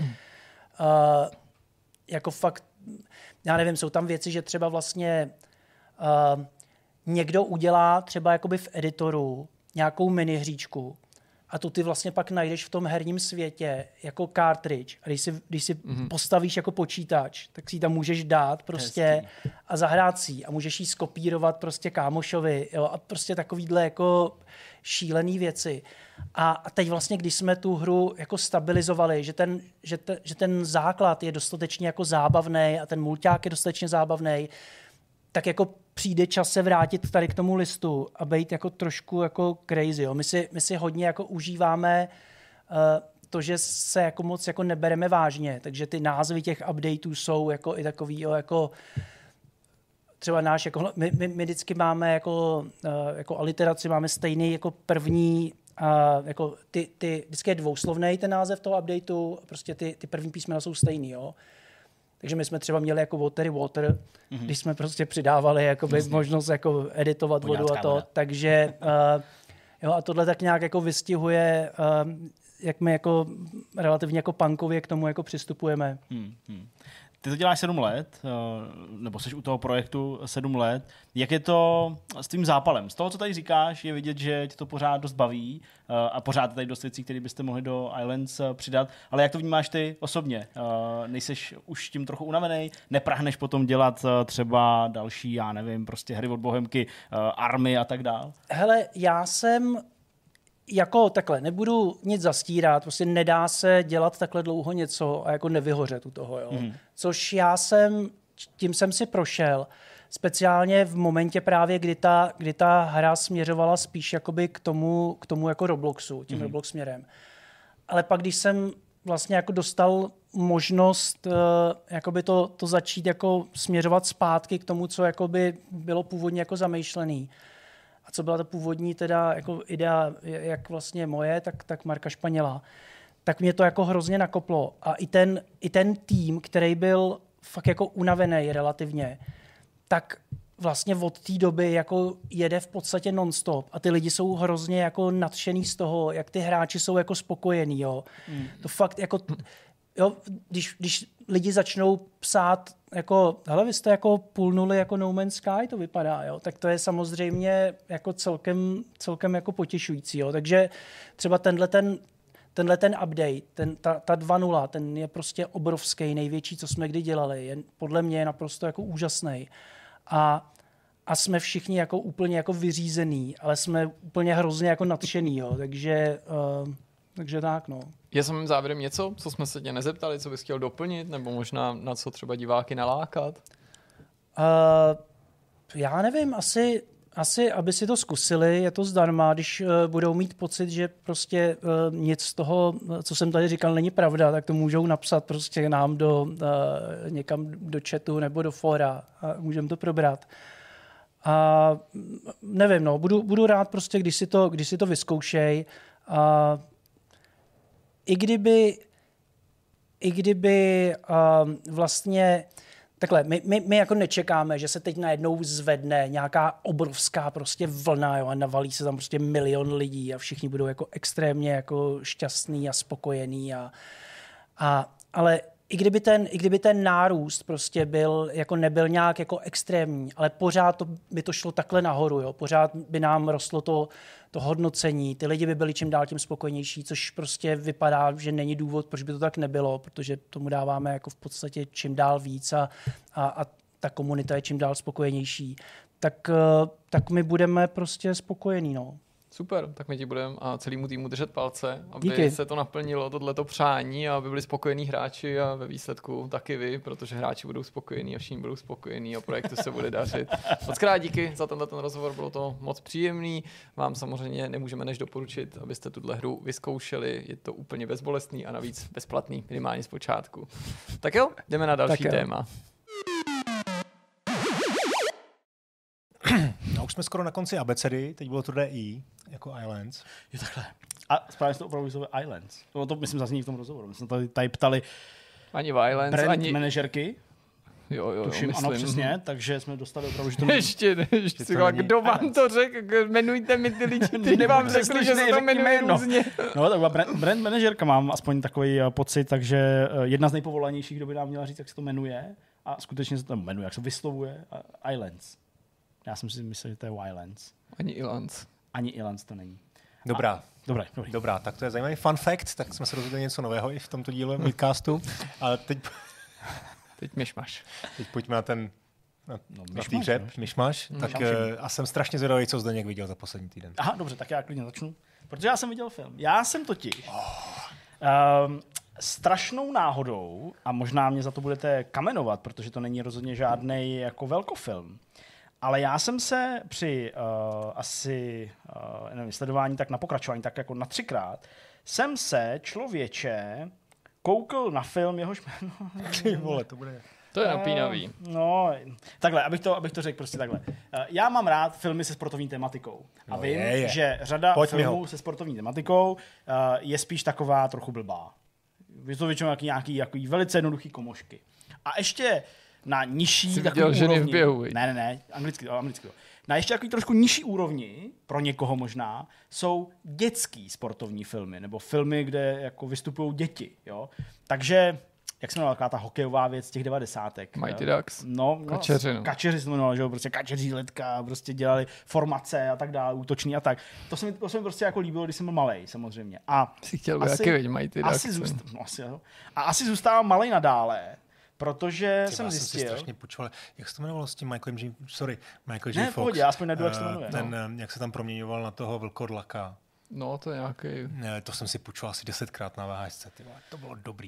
jako fakt, já nevím, jsou tam věci, že třeba vlastně někdo udělá třeba jakoby v editoru nějakou minihříčku a to ty vlastně pak najdeš v tom herním světě jako cartridge. A když si postavíš jako počítač, tak si ji tam můžeš dát prostě a zahrát si a můžeš ji skopírovat prostě kámošovi, jo, a prostě takovýhle jako šílený věci. A teď vlastně, když jsme tu hru jako stabilizovali, že ten základ je dostatečně jako zábavný a ten mulťák je dostatečně zábavný, tak jako přijde čas se vrátit tady k tomu listu a být jako trošku jako crazy. Jo. My si hodně jako užíváme to, že se jako moc jako nebereme vážně, takže ty názvy těch updateů jsou jako i takový, jo, jako třeba náš, jako, my vždycky máme jako aliteraci, máme stejný jako první, jako vždycky je dvouslovnej ten název toho updateu, prostě ty první písmena jsou stejný, jo. Takže my jsme třeba měli jako water, když jsme prostě přidávali jakoby možnost jako editovat vodu a to, takže jo, a tohle tak nějak jako vystihuje, jak my jako relativně jako punkově k tomu jako přistupujeme. Ty to děláš 7 let, nebo jsi u toho projektu 7 let. Jak je to s tvým zápalem? Z toho, co tady říkáš, je vidět, že tě to pořád dost baví a pořád je tady dost věcí, které byste mohli do Islands přidat. Ale jak to vnímáš ty osobně? Nejseš už tím trochu unavený? Neprahneš potom dělat třeba další, já nevím, prostě hry od Bohemky, Army a tak dál? Hele, já jsem jako takhle, nebudu nic zastírat, prostě nedá se dělat takhle dlouho něco a jako nevyhořet u toho, jo. Což tím jsem si prošel, speciálně v momentě právě, kdy ta hra směřovala spíš jakoby k tomu jako Robloxu, tím Roblox směrem. Ale pak, když jsem vlastně jako dostal možnost jakoby to začít jako směřovat zpátky k tomu, co jakoby bylo původně jako zamýšlený, a co byla ta původní teda jako idea, jak vlastně moje, tak Marka Španěla, tak mě to jako hrozně nakoplo. A i ten tým, který byl fakt jako unavený relativně, tak vlastně od té doby jako jede v podstatě non-stop a ty lidi jsou hrozně jako nadšený z toho, jak ty hráči jsou jako spokojení, jo. To fakt jako, jo, když lidi začnou psát jako, hele, vy jste jako pulnuli jako No Man's Sky, to vypadá, jo, tak to je samozřejmě jako celkem jako potěšující, jo. Takže třeba tenhle ten update, ta 2.0, ten je prostě obrovský, největší, co jsme kdy dělali, je podle mě naprosto jako úžasný. A jsme všichni jako úplně jako vyřízený, ale jsme úplně hrozně jako nadšený, jo, takže tak, no. Je samým závěrem něco, co jsme se tě nezeptali, co bys chtěl doplnit, nebo možná na co třeba diváky nalákat? Já nevím, asi, aby si to zkusili, je to zdarma, když budou mít pocit, že prostě nic z toho, co jsem tady říkal, není pravda, tak to můžou napsat prostě nám někam do chatu nebo do fóra a můžeme to probrat. A nevím, no, budu rád prostě, když si to vyzkoušej. I kdyby vlastně takhle, my jako nečekáme, že se teď najednou zvedne nějaká obrovská prostě vlna, jo, a navalí se tam prostě milion lidí a všichni budou jako extrémně jako šťastný a spokojení ale i kdyby ten nárůst prostě nebyl nějak jako extrémní, ale pořád by to šlo takhle nahoru, jo, pořád by nám rostlo to hodnocení, ty lidi by byli čím dál tím spokojenější, což prostě vypadá, že není důvod, proč by to tak nebylo, protože tomu dáváme jako v podstatě čím dál víc a ta komunita je čím dál spokojenější, tak my budeme prostě spokojení, no. Super, tak my ti budeme a celému týmu držet palce, aby Díky. se to naplnilo, tohleto přání, a aby byli spokojení hráči a ve výsledku taky vy, protože hráči budou spokojení a všichni budou spokojení a projektu se bude dařit. Mockrát díky za tenhle rozhovor, bylo to moc příjemný. Vám samozřejmě nemůžeme než doporučit, abyste tuhle hru vyzkoušeli, je to úplně bezbolestný a navíc bezplatný, minimálně zpočátku. Tak jo, jdeme na další téma. No, už jsme skoro na konci abecedy, teď bylo to DI, jako Islands. Je takhle. A správně se to opravdu zove Islands. No to myslím zazní v tom rozhovoru. My jsme tady ptali ani Islands, brand manažerky. Jo, tuším, myslím. ano, přesně, takže jsme dostali opravdu, že to Ještě kdo vám to řekl? Jmenujte mi ty lidi, ty vám řekli, že se to jmenuje různě. No, tak byla brand manažerka, mám aspoň takový pocit, takže jedna z nejpovolanějších, kdo by nám měla říct, jak se to jmenuje, a skutečně se to jmenuje, jak se vyslovuje, Islands. Já jsem si myslel, že to je Wildlands. Ani Islands. Ani Islands to není. Dobrá, tak to je zajímavý fun fact, tak jsme se dozvěděli něco nového i v tomto díle Midcastu. Ale teď myšmaš. Teď pojďme na ten myšmaš. Tak a jsem strašně zvědavý, co Zdeněk viděl za poslední týden. Aha, dobře, tak já klidně začnu. Protože já jsem viděl film. Já jsem totiž strašnou náhodou, a možná mě za to budete kamenovat, protože to není rozhodně žádnej jako velkofilm, ale já jsem se při sledování tak na pokračování, tak jako na 3krát, jsem se člověče koukl na film, jehož jméno... Ty vole, to bude... To je napínavý. No, takhle, abych to řekl prostě takhle. Já mám rád filmy se sportovní tematikou. A vím, že řada filmů se sportovní tematikou je spíš taková trochu blbá. Je to většinou nějaký velice jednoduchý komošky. A ještě na nižší takový úrovni... Ženy v běhu. Ne, anglicky. Na ještě takový trošku nižší úrovni, pro někoho možná, jsou dětský sportovní filmy, nebo filmy, kde jako vystupují děti. Jo? Takže... Jak se jmenovala taková ta hokejová věc těch 90. Mighty Ducks. Kačeři se jmenovali, že jo, prostě kačeří letka, prostě dělali formace a tak dále, útoční a tak. To se mi prostě jako líbilo, když jsem byl malej, samozřejmě. A jsi chtěl být jaký Mighty Ducks. Asi zůstávám malej nadále, protože jsem zjistil... Já jsem si strašně počul, jak se to jmenovalo s tím Michael J. Fox? Ne, pohodě, já aspoň nedu, jak se to jmenuje. Jak se tam proměňoval na toho vlkodlaka. No, to je nějaký... To jsem si počul asi 10krát na VHS, to bylo dobrý.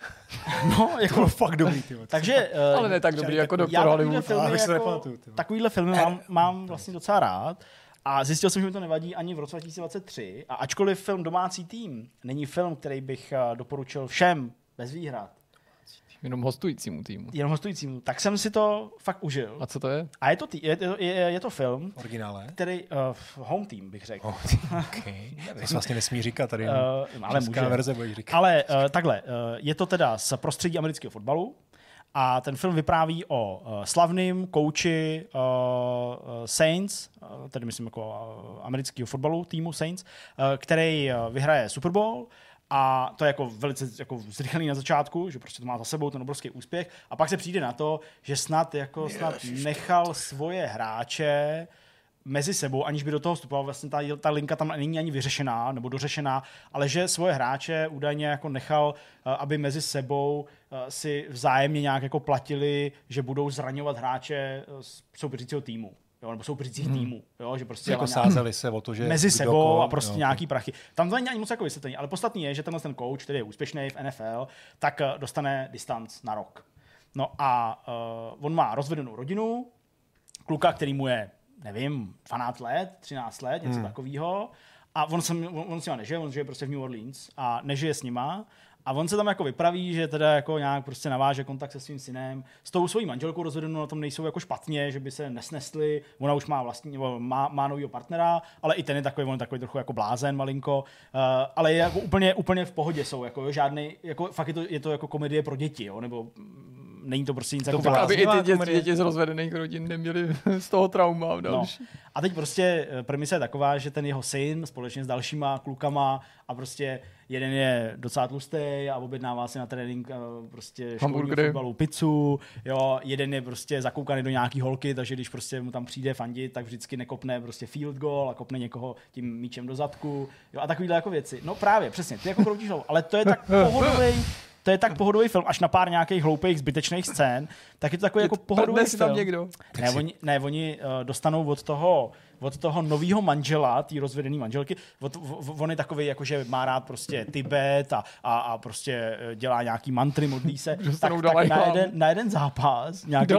No, jako to bylo fakt dobrý. Takže, ale ne tak dobrý jako Doktor Hollywood. Takovýhle filmy mám vlastně docela rád. A zjistil jsem, že mi to nevadí ani v roce 2023. A ačkoliv film Domácí tým není film, který bych doporučil všem bez výhrad. Jenom hostujícímu týmu. Tak jsem si to fakt užil. A co to je? A je to film, originále, který Home Team bych řekl. Okay. To se vlastně nesmí říkat tady. Ale může. Verze budeš říkat. Ale takhle, je to teda z prostředí amerického fotbalu a ten film vypráví o slavným kouči Saints, tedy myslím jako amerického fotbalu týmu Saints, který vyhraje Super Bowl. A to je jako velice jako zrychlený na začátku, že prostě to má za sebou ten obrovský úspěch. A pak se přijde na to, že snad nechal svoje hráče mezi sebou, aniž by do toho vstupoval, vlastně ta linka tam není ani vyřešená nebo dořešená, ale že svoje hráče údajně jako nechal, aby mezi sebou si vzájemně nějak jako platili, že budou zraňovat hráče soupeřícího týmu. Jo, nebo soupeřících týmů, jo, že prostě jako sázeli se o to, že mezi sebou a prostě nějaký prachy. Tam to není ani moc jako vysvětlení, ale podstatný je, že ten coach, který je úspěšný v NFL, tak dostane distanc na rok. No a on má rozvedenou rodinu, kluka, který mu je, nevím, 12 let, 13 let, něco takového. A on s nima nežije, on žije prostě v New Orleans a nežije s nima. A on se tam jako vypraví, že teda jako nějak prostě naváže kontakt se svým synem. S tou svojí manželkou rozvedenou na tom nejsou jako špatně, že by se nesnesli. Ona už má vlastní, má novýho partnera, ale i ten je takový, on je takový trochu jako blázen malinko. Ale je jako úplně v pohodě jsou, jako žádný, jako fakt je to jako komedie pro děti, jo, nebo není to prostě nic jako blázen. Aby i ty děti z rozvedených rodin neměli z toho trauma další. No. A teď prostě premisa je taková, že ten jeho syn společně s dalšíma klukama a prostě jeden je docela tlustý a objednává si na trénink prostě školního fotbalu pizzu, jo, jeden je prostě zakoukaný do nějaký holky, takže když prostě mu tam přijde fandit, tak vždycky nekopne prostě field goal a kopne někoho tím míčem do zadku, jo, a takovýhle jako věci. No právě, přesně, ty jako kroutíš hlavou, ale to je tak pohodový film, až na pár nějakých hloupých zbytečných scén, tak je to takový jako pohodový film. Tam někdo. Oni dostanou od toho novýho manžela, té rozvedené manželky, on je takový, jakože má rád prostě Tibet a prostě dělá nějaký mantry, modlí se, tak na jeden zápas nějaký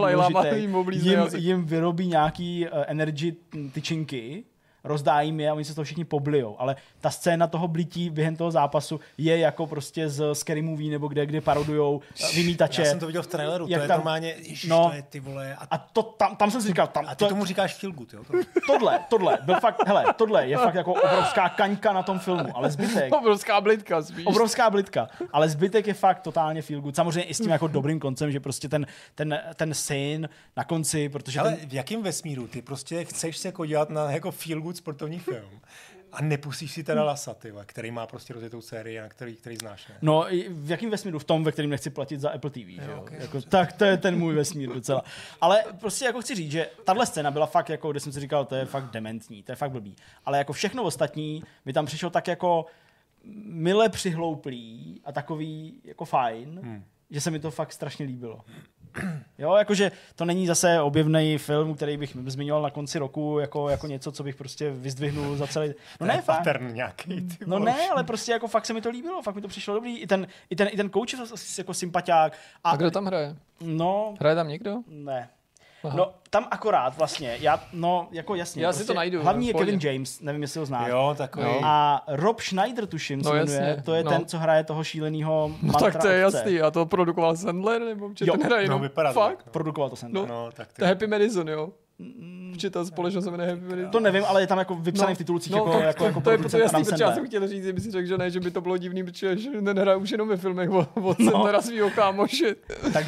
jim vyrobí nějaký energy tyčinky, rozdá jim je a oni se to všichni poblijou. Ale ta scéna toho blití během toho zápasu je jako prostě z Scary Movie nebo kde parodujou vymítače. Já jsem to viděl v traileru, to je normálně, ježiš, to je ty vole. A to tam jsem si říkal. A ty tomu říkáš feel good, jo? Tohle byl fakt, hele, tohle je fakt jako obrovská kaňka na tom filmu, ale zbytek. Obrovská blitka spíš. Obrovská blitka, ale zbytek je fakt totálně feel good. Samozřejmě i s tím jako dobrým koncem, že prostě ten syn na konci, protože ale v jakém vesmíru ty prostě chceš se jako dělat na jako feel good sportovní film A nepustíš si teda Lasa, tyhle, který má prostě rozjetou sérii, na který znáš, ne? No, v jakém vesmíru? V tom, ve kterém nechci platit za Apple TV, že jo? Okay. Jako, tak to je ten můj vesmír docela. Ale prostě jako chci říct, že tahle scéna byla fakt jako, kde jsem si říkal, to je fakt dementní, to je fakt blbý. Ale jako všechno ostatní mi tam přišlo tak jako mile přihlouplý a takový jako fajn, že se mi to fakt strašně líbilo. Jo, jakože to není zase objevný film, který bych zmiňoval na konci roku jako něco, co bych prostě vyzdvihnul za celý... No ne, fakt. Nějaký, no ne, ale prostě jako fakt se mi to líbilo, fakt mi to přišlo dobrý. I ten coach je jako sympatiák. A kdo tam hraje? No... Hraje tam někdo? Ne. Aha. No, tam akorát vlastně, jako jasně. Já prostě si to najdu. Hlavní je Kevin James, nevím, jestli ho znáš. Jo, takový. A Rob Schneider, tuším, se jmenuje. To je ten, co hraje toho šílenýho mantra. Tak to je jasný. A to produkoval Sandler, nebo že ten hraje jenom fakt? Produkoval to Sandler. No, tak to je Happy Madison, jo? Či ta společnost se jmenuje Happy Madison. To nevím, ale je tam jako vypsaný v titulcích jako to je jasný, protože já jsem chtěl říct, kdyby si řekl, že ne, že by to bylo divný, protože ten hraje už jenom ve filmech od Sandlera svýho kámoše.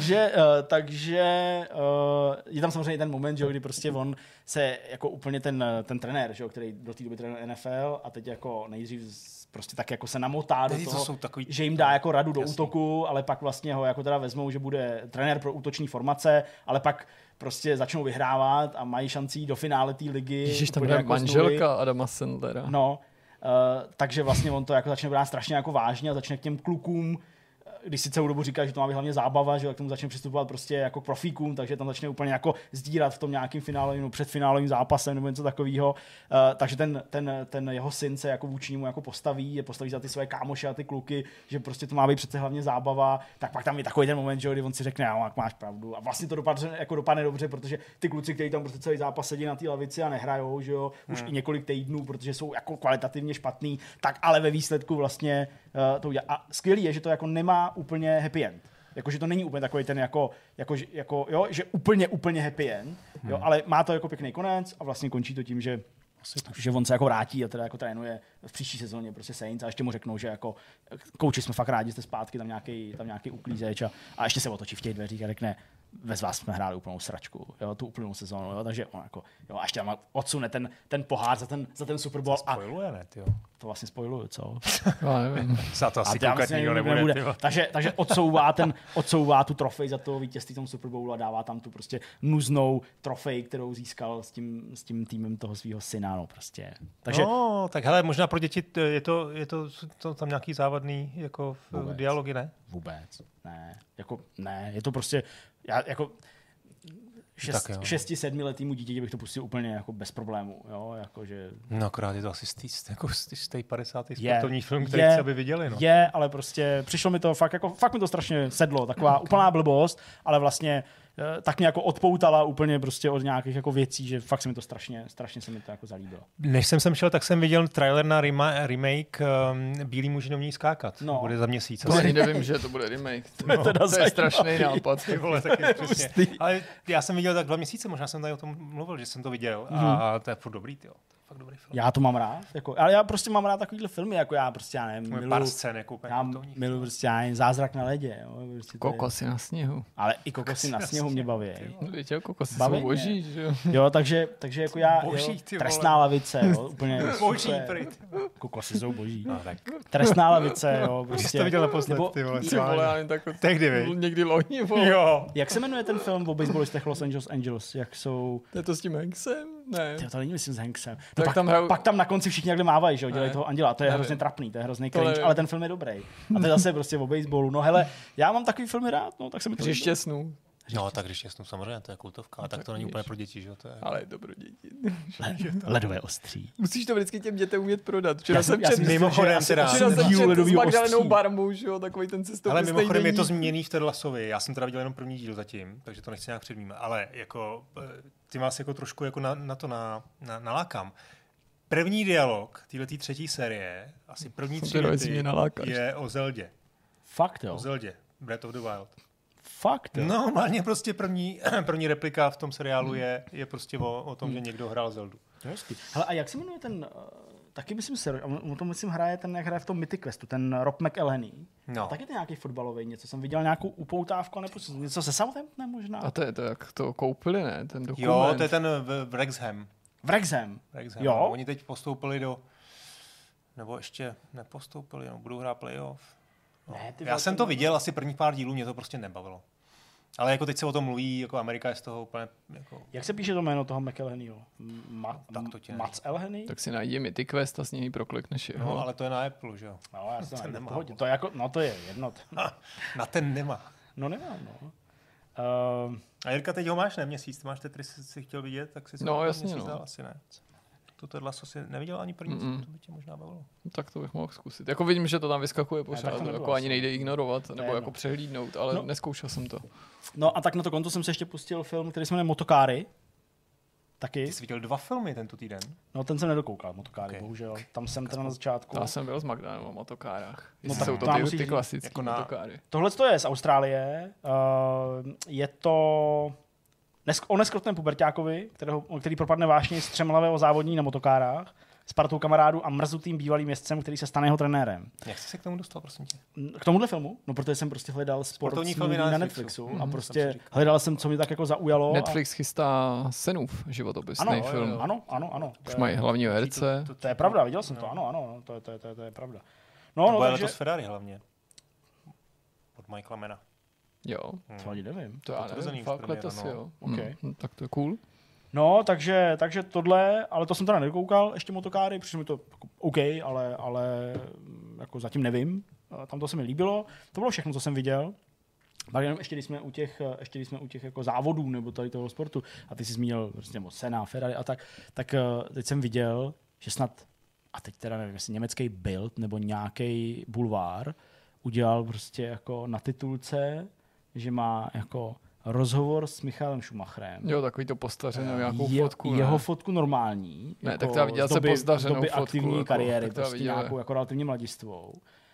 Takže je tam samozřejmě ten moment, že kdy prostě on se jako úplně ten trenér, že, který do té doby trénuje NFL a teď jako nejdřív prostě tak jako se namotá do toho, že jim dá jako radu do útoku, ale pak vlastně ho jako teda vezmou, že bude trenér pro útoční formace, ale pak prostě začnou vyhrávat a mají šanci do finále té ligy. Ježiš, tam je manželka Adama Sandlera. No, takže vlastně on to jako začne brát strašně jako vážně a začne k těm klukům, když si celou dobu říká, že to má být hlavně zábava, že k tomu začne přistupovat prostě jako k profíkům, takže tam začne úplně jako sdírat v tom nějakým finálovým, předfinálovým zápasem nebo něco takového. Takže ten jeho syn se jako vůči němu jako postaví za ty své kámoše a ty kluky, že prostě to má být přece hlavně zábava. Tak pak tam je takový ten moment, že kdy on si řekne, jak máš pravdu. A vlastně to dopadne dobře, protože ty kluci, kteří tam prostě celý zápas sedí na té lavici a nehrajou, že jo, už i několik týdnů, protože jsou jako kvalitativně špatný, tak ale ve výsledku vlastně to udělá. A skvělý je, že to jako nemá úplně happy end. Jakože to není úplně takový ten jo, že úplně happy end, jo, ale má to jako pěkný konec a vlastně končí to tím, že on se jako vrátí a teda jako trénuje v příští sezóně prostě Saints a ještě mu řeknou, že jako kouči jsme fakt rádi, jste zpátky, tam nějaký uklízeč a ještě se otočí v těch dveřích a řekne, bez vás jsme hráli úplnou sračku, jo, tu úplnou sezónu, jo, takže on jako, jo, a ještě odsune ten pohár za ten Super Bowl. To spoiluje, ne, tyjo? To vlastně spoiluje, co? Já nevím. Za to asi koukat nikdo nebude. Takže odsouvá tu trofej za to vítězství tom Super Bowlu a dává tam tu prostě nuznou trofej, kterou získal s tím týmem toho svého syna, no prostě. Takže... No, tak hele, možná pro děti je to tam nějaký závadný jako dialogy, ne? Vůbec, ne, je to prostě, já jako 6-7 letýmu dítěti bych to pustil úplně jako bez problému, jo, jakože... No akorát je to asi z té 50. sportovní film, který chci, aby viděli, no. Je, ale prostě přišlo mi to fakt mi to strašně sedlo, taková úplná blbost, ale vlastně tak mě jako odpoutala úplně prostě od nějakých jako věcí, že fakt se mi to strašně se mi to jako zalíbilo. Než jsem sem šel, tak jsem viděl trailer na remake Bílí muži neumí skákat. No. Bude za měsíc. To ani nevím, že to bude remake. To je strašný nápad. Ty vole, taky přesně. Ale já jsem viděl tak 2 měsíce, možná jsem tady o tom mluvil, že jsem to viděl a to je furt dobrý, tyjo. Fakt dobrý film. Já to mám rád, ale já prostě mám rád takovýhle filmy, jako já prostě, já nevím, miluji pár scén, jako prostě, já nevím, Zázrak na ledě. Jo, prostě Kokosy na sněhu. Ale i Kokosy na sněhu mě baví. Víte, kokosy jsou boží, že jo? Jo, takže jako já, boží, Trestná lavice, jo, úplně boží, Kokosy jsou boží. No, tak. Trestná lavice, jo, prostě. Jsi to viděl naposled, ty vole, tehdy, vej. Někdy loni, vole. Jo. Jak se jmenuje ten film o baseballistech Los Angeles, jak jsou... Je to s tím Hanksem? Ne. To není, myslím, s Hanksem. No, pak tam na konci všichni takhle mávají, že jo, dělají toho anděla. To je hrozně trapný, to je hrozný cringe, ale ten film je dobrý. A to je zase prostě o baseballu. No hele, já mám takový filmy rád, no, tak se mi to Hřiště snů. No, tak Hřiště snů samozřejmě, to je kultovka, a tak to není úplně pro děti, že jo, to je. Ale je to pro děti. Ledové ostří. Musíš to vždycky těm dětem umět prodat. Včera jsem mimochodem s Magdalenou Barmou, že jo, takový ten cestovní. Ale mimochodem je to změněný v Ted Lassovi. Já jsem teda viděl jenom první díl zatím, takže to nechci nějak předmít, ale jako ty vás jako trošku jako na to nalákám. První dialog této 3. série, asi první 3 věty, je o Zeldě. Fakt jo? O Zeldě. Breath of the Wild. Fakt jo? No, normálně prostě první replika v tom seriálu je prostě o tom, že někdo hrál Zeldu. Hele, a jak se jmenuje ten... Taky myslím o tom myslím hraje ten, jak hraje v tom Mythic Questu, ten Rob McElhenney. No. A taky to nějaký fotbalový něco. Jsem viděl nějakou upoutávku, nebo něco se Southamptonem možná. A to je to, jak to koupili, ne? Ten dokument. Jo, to je ten v Wrexham. Wrexham. Jo. Oni teď postoupili Nebo ještě nepostoupili, no, budou hrát playoff. No. Ne, Já jsem to viděl asi první pár dílů, mě to prostě nebavilo. Ale jako teď se o tom mluví, jako Amerika je z toho úplně... Jako... Jak se píše to jméno toho McElhennyho? Mats Elheny? Tak si najdi Mythic Quest a s něj proklikneš jeho. No, ale to je na Apple, že jo? No, já jsem nemám. To je jako, no to je jedno. Na ten nemá. No nemám, no. A Jirka, teď ho máš, ne? Měsíc, máš Tetris, si chtěl vidět, tak si no, jasně, měsíc dal, asi ne. Toto Lasso si neviděl ani první, to by tě možná bavilo. No, tak to bych mohl zkusit. Jako vidím, že to tam vyskakuje pořád, jako ani nejde ignorovat, nebo jako přehlídnout, ale neskoušel jsem to. No a tak na to konto jsem se ještě pustil film, který se jmenuje Motokáry. Taky. Ty jsi viděl 2 filmy tento týden? No ten jsem nedokoukal, Motokáry, bohužel. Tam jsem teda na začátku. Já jsem byl s Magdanem o motokárách. No, jsou to ty klasické jako motokáry. Tohle to je z Austrálie. Je to o neskrotném puberťákovi, který propadne vášni střemlavého závodní na motokárách s partou kamarádů a mrzutým bývalým jezdcem, který se stane jeho trenérem. Jak jsi se k tomu dostal, prosím tě? K tomuhle filmu? No, protože jsem prostě hledal sportovní filmy na Netflixu a prostě hledal jsem, co mě tak jako zaujalo. Netflix chystá Senův životopisný film. Ano. Už mají hlavního herce. To je pravda, viděl jsem to, ano, to je pravda. No, to bude letos Ferrari hlavně. Od Michaela Mana. Jo. To ani nevím. To já nevím, fakt letos, jo. Okay. Tak to je cool. No, takže tohle, ale to jsem teda nedokoukal, ještě Motokáry, přišlo mi to OK, ale jako zatím nevím. Tam to se mi líbilo. To bylo všechno, co jsem viděl. Tak jenom ještě když jsme u těch jako závodů nebo tady toho sportu, a ty jsi zmínil prostě Senna, Ferrari a tak teď jsem viděl, že snad, a teď teda nevím, jestli německý Bild nebo nějaký bulvár udělal prostě jako na titulce, že má jako rozhovor s Michaelem Schumacherem. Jo, takový to postařenou nějakou fotku. Jeho fotku normální. Ne, jako tak to viděl se postařenou fotku. Z doby aktivní jako, kariéry, prostě nějakou jako relativně mladistvou.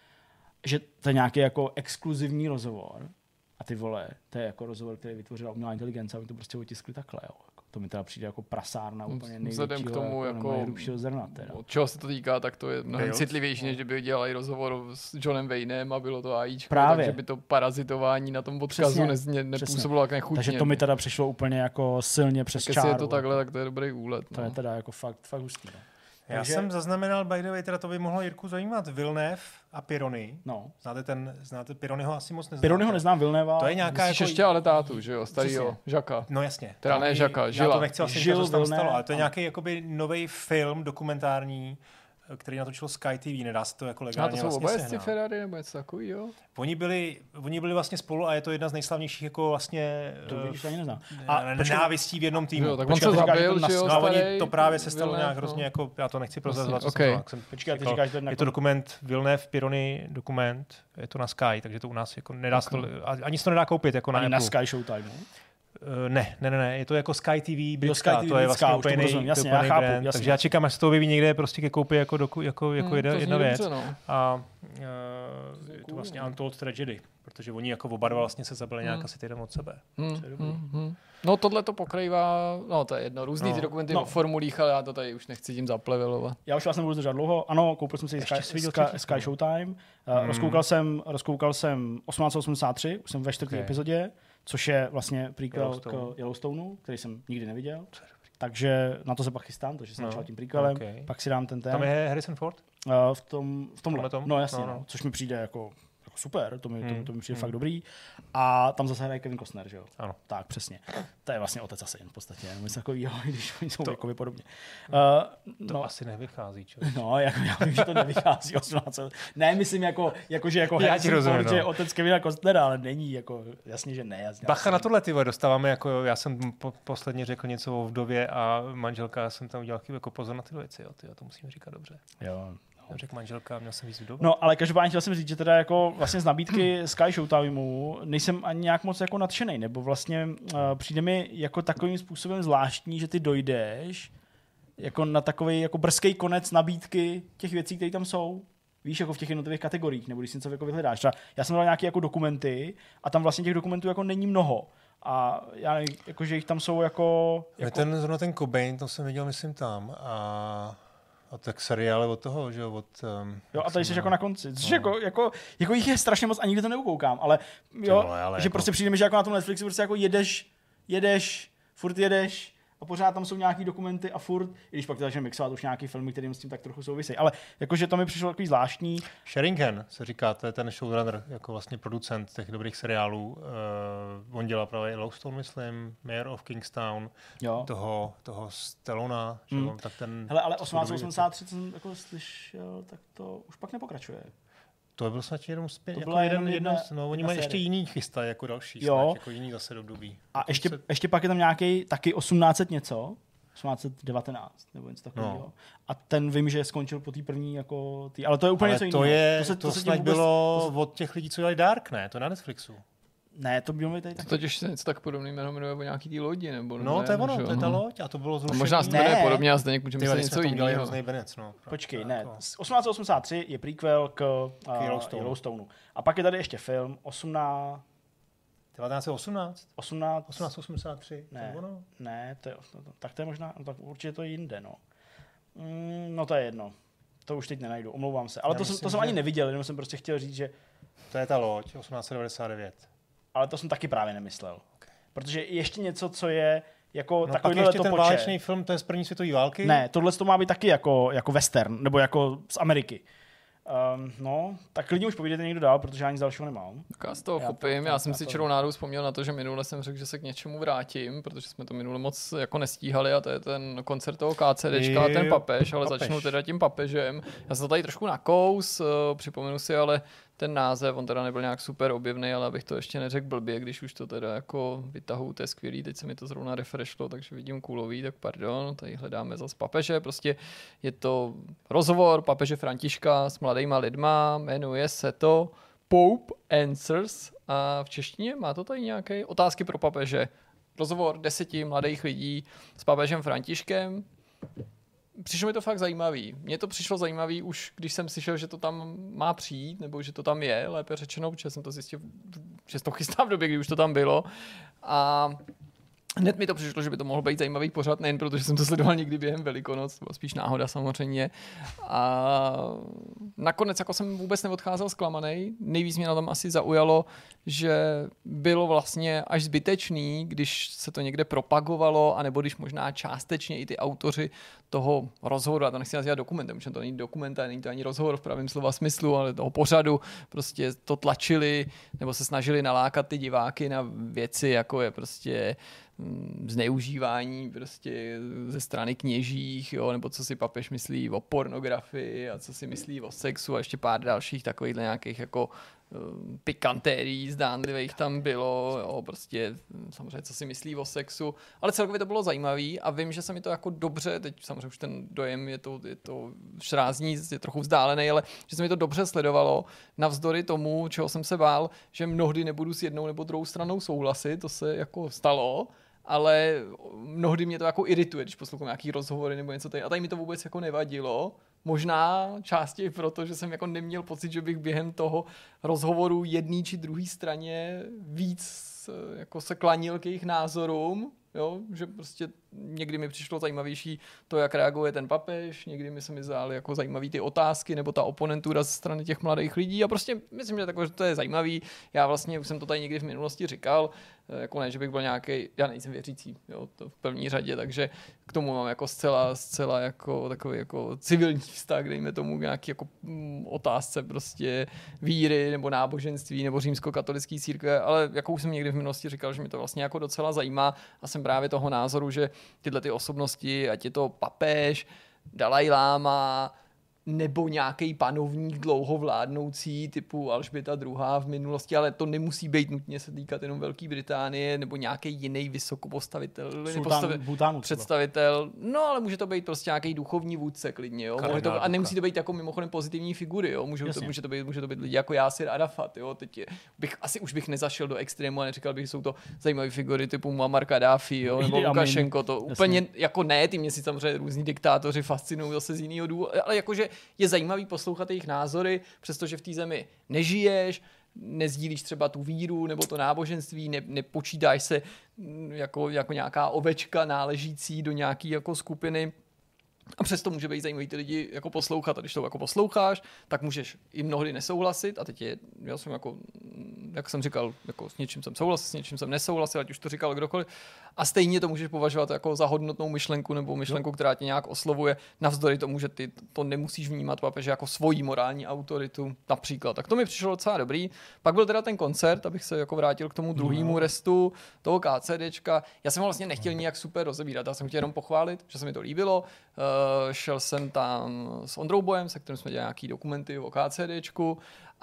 Že to je nějaký jako exkluzivní rozhovor. A ty vole, to je jako rozhovor, který vytvořila umělá inteligence a my to prostě otiskli takhle. Jo. To mi teda přijde jako prasárna úplně nejhlubšího zrna. Teda. Od čeho se to týká, tak to je mnohem citlivější, než kdyby dělali rozhovor s Johnem Waynem a bylo to AIčko, takže by to parazitování na tom odkazu nepůsobilo jak nechutně. Takže to mi teda přišlo úplně jako silně přes čáru. Jestli je to takhle, tak to je dobrý úlet. To je teda jako fakt hustý. No. Já jsem zaznamenal, by the way, teda to by mohlo Jirku zajímat, Villeneuve a Pironi. No. Znáte Pironiho asi moc neznáte. Pironiho neznám, Villeneuva. To je nějaká jako... ještě ale tátu, že jo, starýho Žaka. No jasně. Teda ne Žaka, Žila. Já to nechci vlastně říkat, co tam stalo, ale to je nějaký jakoby nový film dokumentární, který natočil Sky TV, nedá se to jako legálně vlastně sehnat. A to jsou vlastně oba Ferrari nebo něco takový, jo? Oni byli vlastně spolu a je to jedna z nejslavnějších jako vlastně nenávistí v jednom týmu. Jo, tak on se zabil, že jo, oni to právě se stalo nějak hrozně jako, já to nechci prozrazovat. Počkej, ty říkáš, je to dokument Villeneuve, Pironi dokument, je to na Sky, takže to u nás jako nedá se to, ani se to nedá koupit jako na Apple. Na Sky Showtime, Ne, je to jako Sky TV britská, to je vlastně úplně brand, takže já čekám, až se to objeví někde prostě ke koupi jako jedna věc. A je to vlastně Untold Tragedy, protože oni jako oba dva vlastně se zabili nějak asi týden od sebe. No tohle to pokrývá, no to je jedno, různý ty dokumenty o formulích, ale já to tady už nechci tím zaplevelovat. Já už vlastně nebudu zdržet dlouho. Ano, koupil jsem si Sky Showtime, rozkoukal jsem 1883, už jsem ve 4. epizodě, což je vlastně prequel k Yellowstoneu, který jsem nikdy neviděl. Takže na to se pak chystám, takže jsem začal tím prequelem, pak si dám ten. Tam je Harrison Ford? V tomhle. No jasně, což mi přijde jako super, to mi přijde fakt dobrý. A tam zase hraje Kevin Costner, že jo? Ano. Tak, přesně. To je vlastně otec asi jen v podstatě, jenom něco takového, když oni jsou věkově podobně. To asi nevychází, čo? No, já vím, že to nevychází 18. Ne, myslím že Harrison Ford, že je otec Kevina Costnera, ale není, jako jasně, že ne. Jasně, bacha na tohle, ty dostáváme, jako já jsem posledně řekl něco o vdově a manželka, já jsem tam udělal chybu, jako pozor na ty věci, jo, to musím říkat dobře. Jo. Řekl manželka, měl jsem víc vdova. No, ale každopádně chtěl jsem říct, že teda jako vlastně z nabídky Sky Showtimeu nejsem ani nějak moc jako nadšenej, nebo vlastně přijde mi jako takovým způsobem zvláštní, že ty dojdeš jako na takový jako brzký konec nabídky těch věcí, které tam jsou. Víš, jako v těch jednotlivých kategoriích, nebo když si něco jako vyhledáš. Třeba já jsem dal nějaké jako dokumenty a tam vlastně těch dokumentů jako není mnoho. A já nevím, jako, že jich tam jsou jako... Zrovna ten Cobain, to jsem viděl, myslím, tam. A tak seriály od toho, že jo, jo, a tady jsi jako na konci. Což jako jich je strašně moc a nikdy to neukoukám, ale jo, že jako... prostě přijde mi, že jako na tom Netflixu prostě jako jedeš, furt jedeš a a pořád tam jsou nějaký dokumenty a furt, i když pak začneme mixovat už nějaký filmy, kterým s tím tak trochu souvisejí. Ale jakože to mi přišlo takový zvláštní. Sheringham se říká, to je ten showrunner, jako vlastně producent těch dobrých seriálů. On dělal právě Yellowstone, myslím, Mayor of Kingstown, toho Stallona, tak ten... Hele, ale 1883 jsem jako slyšel, tak to už pak nepokračuje. To byl snad jenom jedna oni mají ještě jiný chystají jako další, snad, jako jiný zase období. A ještě pak je tam nějaký taky 1800 něco, 1819 nebo něco takového. No. A ten vím, že skončil po té první jako ale to je úplně něco jiného. To snad bylo od těch lidí, co dělali Dark, ne? To na Netflixu. Ne, to bylo tady taky. Totiž se něco tak podobný jmenuje o nějaký té lodi, nebo no, ne, to je ono, to je ta loď a to bylo zrušení. Možná se to jmenuje podobně a zde můžeme myslet něco jiného. Počkej, ne. 1883 je prequel k Yellowstoneu. A pak je tady ještě film 1918? 1883. Ne, tak to je možná, tak určitě to je jinde, no. No to je jedno. To už teď nenajdu, omlouvám se. Ale to jsem ani neviděl, jenom jsem prostě chtěl říct, že... To je ta loď, 1899. Ale to jsem taky právě nemyslel. Okay. Protože ještě něco, co je jako takový ještě ten válečný film, to je z první světové války? Ne, tohle to má být taky jako western, nebo jako z Ameriky. No, tak klidně už povídejte někdo dál, protože já nic dalšího nemám. Tak já z toho chopím. Já jsem si čirou náhodou vzpomněl na to, že minule jsem řekl, že se k něčemu vrátím, protože jsme to minule moc jako nestíhali a to je ten koncert toho KCDčka a ten papež, ale začnu teda tím papežem. Já jsem to tady trošku nakous, připomenu si, ale ten název, on teda nebyl nějak super objevný, ale abych to ještě neřekl blbě, když už to teda jako vytahu, to je skvělý, teď se mi to zrovna refreshlo, takže vidím kůlový, tak pardon, tady hledáme zase papeže, prostě je to rozhovor papeže Františka s mladýma lidma, jmenuje se to Pope Answers a v češtině má to tady nějaké otázky pro papeže. Rozhovor 10 mladých lidí s papežem Františkem. Přišlo mi to fakt zajímavý. Mně to přišlo zajímavý už, když jsem slyšel, že to tam má přijít, nebo že to tam je, lépe řečeno, protože jsem to zjistil, že to chystám v době, kdy už to tam bylo. A hned mi to přišlo, že by to mohlo být zajímavý pořad, nejen protože jsem to sledoval někdy během Velikonoc, to byla spíš náhoda samozřejmě. A nakonec jako jsem vůbec neodcházel zklamanej. Nejvíc mě na tom asi zaujalo, že bylo vlastně až zbytečný, když se to někde propagovalo, anebo když možná částečně i ty autoři toho rozhovoru, a to nechci nazývat dokumentem, protože to není dokument, není to ani rozhovor v pravém slova smyslu, ale toho pořadu, prostě to tlačili, nebo se snažili nalákat ty diváky na věci, jako je prostě zneužívání prostě ze strany kněžích, jo, nebo co si papež myslí o pornografii a co si myslí o sexu a ještě pár dalších takových nějakých jako pikantérií zdánlivých tam bylo, jo, prostě samozřejmě co si myslí o sexu, ale celkově to bylo zajímavý a vím, že se mi to jako dobře, teď samozřejmě už ten dojem je to šrázní, je trochu vzdálený, ale že se mi to dobře sledovalo, navzdory tomu, čeho jsem se bál, že mnohdy nebudu s jednou nebo druhou stranou souhlasit, to se jako stalo, ale mnohdy mě to jako irituje, když poslouchám nějaký rozhovory nebo něco tady. A tady mi to vůbec jako nevadilo. Možná části proto, že jsem jako neměl pocit, že bych během toho rozhovoru jedné či druhé straně víc jako se klanil k jejich názorům. Jo, že prostě někdy mi přišlo zajímavější to, jak reaguje ten papež, někdy mi se mi zdály jako zajímavý ty otázky nebo ta oponentura ze strany těch mladých lidí a prostě myslím, že to je zajímavý. Já vlastně už jsem to tady někdy v minulosti říkal, jako ne, že bych byl nějaký, já nejsem věřící, jo, to v první řadě, takže k tomu mám jako zcela jako takový jako civilní vztah, dejme tomu nějaký jako otázce prostě víry nebo náboženství nebo římskokatolický církve, ale jako už jsem někdy v minulosti říkal, že mi to vlastně jako docela zajímá a jsem právě toho názoru, že tyhle ty osobnosti, ať je to papež, Dalaj Láma, nebo nějaký panovník dlouho vládnoucí typu Alžběta II. V minulosti, ale to nemusí být nutně se týkat jenom Velké Británie nebo nějaký jiný vysokopostavitel, představitel. No, ale může to být prostě nějaký duchovní vůdce klidně, jo. A nemusí to být jako mimochodem pozitivní figury, jo. Může to být lidi jako Jásir Arafat, jo. Teď už bych nezašel do extrému a neříkal bych, že jsou to zajímavé figury typu Muammar Kaddáfi, jo, nebo Lukašenko, to úplně jako ne, ty mě si samozřejmě různí diktátoři fascinují zase z jiného důvodu, ale jakože je zajímavý poslouchat jejich názory, přestože v té zemi nežiješ, nezdílíš třeba tu víru nebo to náboženství, nepočítáš se jako nějaká ovečka náležící do nějaký jako skupiny. A přesto může být zajímavý ty lidi jako poslouchat. A když to jako posloucháš, tak můžeš i mnohdy nesouhlasit. A teď já jsem jako jak jsem říkal, jako s něčím jsem souhlasil, s něčím jsem nesouhlasil, ať už to říkal kdokoliv. A stejně to můžeš považovat jako za hodnotnou myšlenku nebo myšlenku, která tě nějak oslovuje, navzdory tomu, že ty to nemusíš vnímat papeže jako svoji morální autoritu například. Tak to mi přišlo docela dobrý. Pak byl teda ten koncert, abych se jako vrátil k tomu druhému restu toho KCDčka. Já jsem ho vlastně nechtěl nijak super rozebírat, já jsem chtěl jenom pochválit, že se mi to líbilo. Šel jsem tam s Ondrou Bojem, se kterým jsme dělali nějaký dokumenty o KCDčku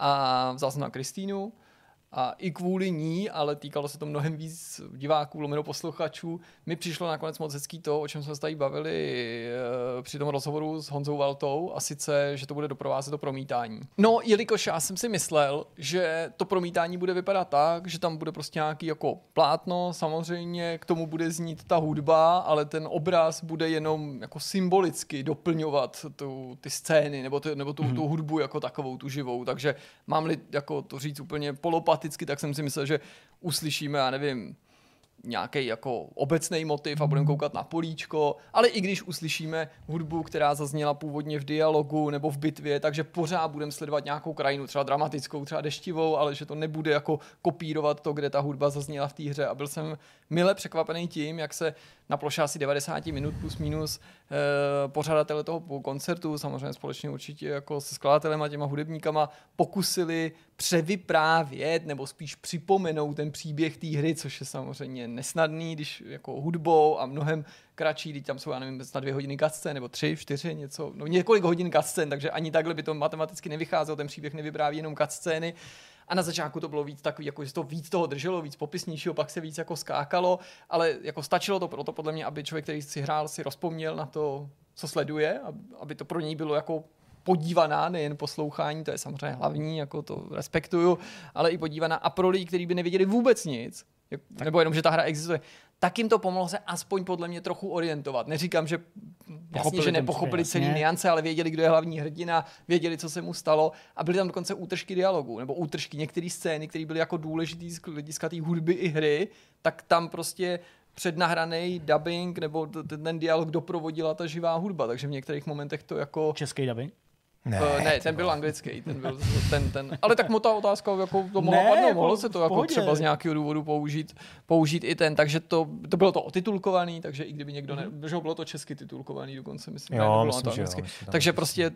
a vzal jsem na Kristýnu. A i kvůli ní, ale týkalo se to mnohem víc diváků, lomeno posluchačů, mi přišlo nakonec moc hezký to, o čem jsme se tady bavili při tom rozhovoru s Honzou Valtou, a sice, že to bude doprovázet to promítání. No, jelikož já jsem si myslel, že to promítání bude vypadat tak, že tam bude prostě nějaký jako plátno, samozřejmě k tomu bude znít ta hudba, ale ten obraz bude jenom jako symbolicky doplňovat ty scény, nebo tu hudbu jako takovou, tu živou. Takže mám-li jako to říct úplně polopaticky, tak jsem si myslel, že uslyšíme, já nevím, nějaký jako obecný motiv a budeme koukat na políčko, ale i když uslyšíme hudbu, která zazněla původně v dialogu nebo v bitvě, takže pořád budeme sledovat nějakou krajinu, třeba dramatickou, třeba deštivou, ale že to nebude jako kopírovat to, kde ta hudba zazněla v té hře. A byl jsem mile překvapený tím, jak se na ploše asi 90 minut plus minus pořadatelé toho koncertu, samozřejmě společně určitě jako se skladatelem a těma hudebníkama, pokusili převyprávět nebo spíš připomenout ten příběh té hry, což je samozřejmě nesnadný, když jako hudbou a mnohem kratší, když tam jsou, já nevím, snad 2 hodiny cutscén, nebo 3, 4, něco, no několik hodin cutscén, takže ani takhle by to matematicky nevycházelo, ten příběh nevypráví jenom cutscény. A na začátku to bylo víc takový, jako že to víc toho drželo, víc popisnějšího, pak se víc jako skákalo, ale jako stačilo to proto podle mě, aby člověk, který si hrál, si rozpomněl na to, co sleduje, aby to pro něj bylo jako podívaná, nejen poslouchání, to je samozřejmě hlavní, jako to respektuju, ale i podívaná, a pro lidi, kteří by nevěděli vůbec nic, nebo jenom, že ta hra existuje, tak jim to pomohlo se aspoň podle mě trochu orientovat. Neříkám, že jasně, že nepochopili celý niance, ale věděli, kdo je hlavní hrdina, věděli, co se mu stalo, a byly tam dokonce útržky dialogu, nebo útržky některé scény, které byly jako důležitý z hlediska té hudby i hry, tak tam prostě přednahraný dubbing nebo ten dialog doprovodila ta živá hudba, takže v některých momentech to jako... Český dubbing? Ne, ten byl anglický, ten. Ale tak ta otázka jako to mohla padnout, mohlo se to jako třeba z nějakého důvodu použít i ten, takže to bylo to otitulkovaný, takže i kdyby někdo že bylo to česky titulkovaný dokonce, myslím, myslím, to anglicky. Takže prostě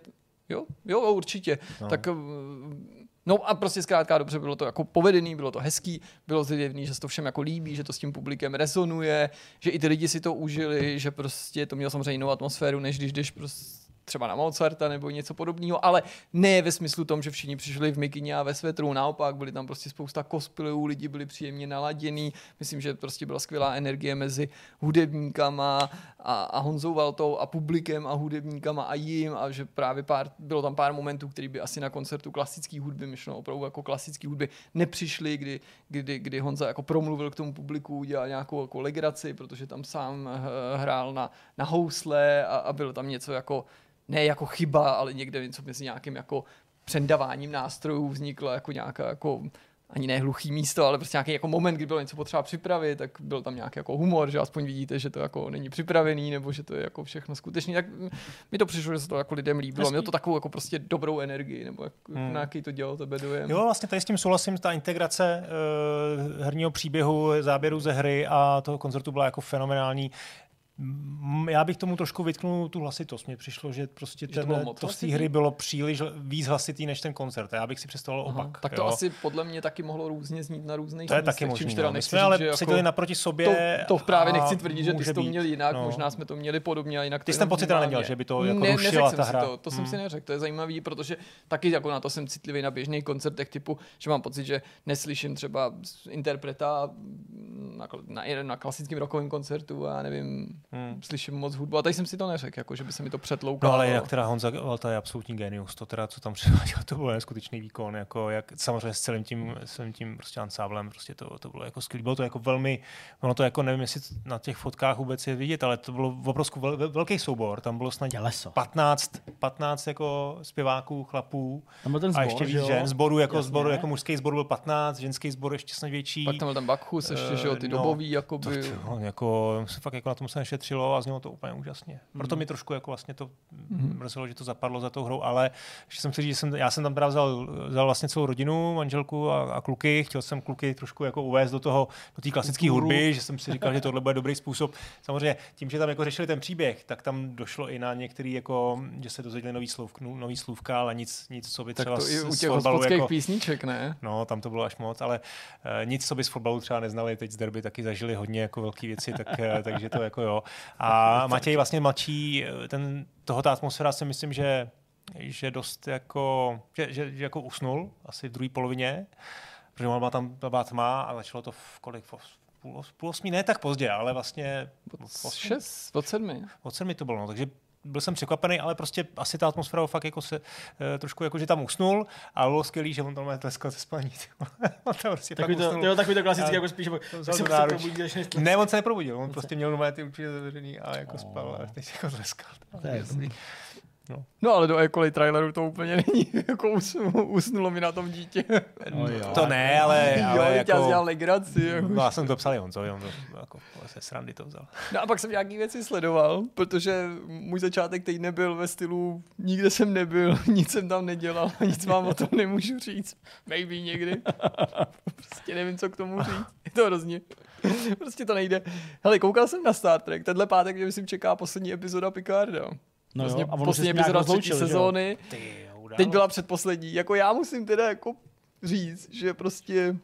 jo, určitě. No. Tak no a prostě zkrátka dobře, bylo to jako povedený, bylo to hezký, bylo zjevný, že se to všem jako líbí, že to s tím publikem rezonuje, že i ty lidi si to užili, že prostě to mělo samozřejmě jinou atmosféru, než když jdeš prostě třeba na Mozarta nebo něco podobného, ale ne ve smyslu tom, že všichni přišli v mikině a ve svetru, naopak byli tam prostě spousta cosplayů, lidi byli příjemně naladění, myslím, že prostě byla skvělá energie mezi hudebníkama a Honzou Valtou a publikem a hudebníkama a jim, a že právě bylo tam pár momentů, který by asi na koncertu klasické hudby, myšleno opravdu jako klasické hudby, nepřišly, kdy Honza jako promluvil k tomu publiku, udělal nějakou jako legraci, protože tam sám hrál na housle a bylo tam něco jako ne jako chyba, ale někde něco mezi nějakým jako předáváním nástrojů vzniklo jako nějaká jako ani ne hluchý místo, ale prostě nějaký jako moment, kdy bylo něco potřeba připravit, tak byl tam nějaký jako humor, že aspoň vidíte, že to jako není připravený, nebo že to je jako všechno skutečný. Tak mi to přišlo, že se to jako lidem líbilo. Mělo to takovou jako prostě dobrou energii, nebo na jaký to dělalo tebe dojem. Jo, vlastně tady s tím souhlasím, ta integrace herního příběhu, záběru ze hry a toho koncertu byla jako fenomenální. Já bych tomu trošku vytknul tu hlasitost. Mně přišlo, že prostě to z té hry bylo příliš víc hlasitý než ten koncert. Já bych si představoval opak. Tak to asi podle mě taky mohlo různě znít na různých místech. To je taky možné. My jsme ale seděli naproti sobě. To právě nechci tvrdit, že ty jsi to měl jinak. Možná jsme to měli podobně a jinak. Ty jsi ten pocit neměl, že by to jako rušila ta hra. To jsem si neřekl. To je zajímavý, protože taky jako na to jsem citlivý na běžných koncertech typu, že mám pocit, že neslyším třeba interpreta na klasickém rockovém koncertu a nevím, slyším moc hudbu. A tady jsem si to neřekl, jako že by se mi to přetloukalo. No ale jinak teda Honza Valta je absolutní genius. To teda, co tam předváděl, to byl neskutečný výkon. Jako jak samozřejmě s celým tím prostě ansáblem, prostě to bylo jako skvělé. Bylo to jako velmi, ono to jako nevím, jestli na těch fotkách vůbec je vidět, ale to bylo obrovský velký soubor. Tam bylo snad 15 jako zpěváků, chlapů. Tam byl ten zbor, a ještě víc žen. Zboru jako mužský sbor byl 15, ženský sbor ještě snad větší. Pak tam byl ten Bacchus ještě, že jo, ty dobový jakoby. Jako fakt jako na tom se ušetřilo a znělo to úplně úžasně. Proto mi trošku jako vlastně to mrzelo, že to zapadlo za tou hrou, ale že jsem chtěl říct, že já jsem tam teda vzal vlastně celou rodinu, manželku a kluky. Chtěl jsem kluky trošku jako uvést do té klasické hudby, že jsem si říkal, že tohle bude dobrý způsob. Samozřejmě tím, že tam jako řešili ten příběh, tak tam došlo i na některý jako, že se dozvěděli nový slůvka, ale nic, co by třeba tak to i u těch hospodských jako, písniček, ne? No, tam to bylo až moc, ale nic, co by z fotbalu třeba neznali, teď z derby taky zažili hodně jako velké věci, takže to jako jo. A Matěj vlastně mladší, tohoto atmosféra si myslím, že dost jako, že jako usnul asi v druhé polovině, protože tam byla tma a začalo to v půl osmí, ne tak pozdě, ale vlastně od 7. Od 7 to bylo, no, takže byl jsem překvapený, ale prostě asi ta atmosféra fakt jako se trošku jako, že tam usnul a bylo skvělý, že on tam má tleskal ze spaní. Prostě takový to klasický, jako spíš, ne, on se neprobudil, on prostě měl nové ty určitě zavřený a jako spal a teď jako tleskal. No ale do E-Coli traileru to úplně není, jako usnulo mi na tom dítě. To ne, ale jako... Já dělal legraci. Jako. No já jsem to psal Honzovi, on to jako se srandy to vzal. No a pak jsem nějaký věci sledoval, protože můj začátek týdne byl ve stylu nikde jsem nebyl, nic jsem tam nedělal, nic vám o tom nemůžu říct. Maybe někdy. Prostě nevím, co k tomu říct. Je to hrozně. Prostě to nejde. Hele, koukal jsem na Star Trek, tenhle pátek, že myslím čeká poslední epizoda Picarda. No vlastně jo, poslední epizoda třetí sezóny. Teď byla předposlední. Jako já musím teda jako říct, že prostě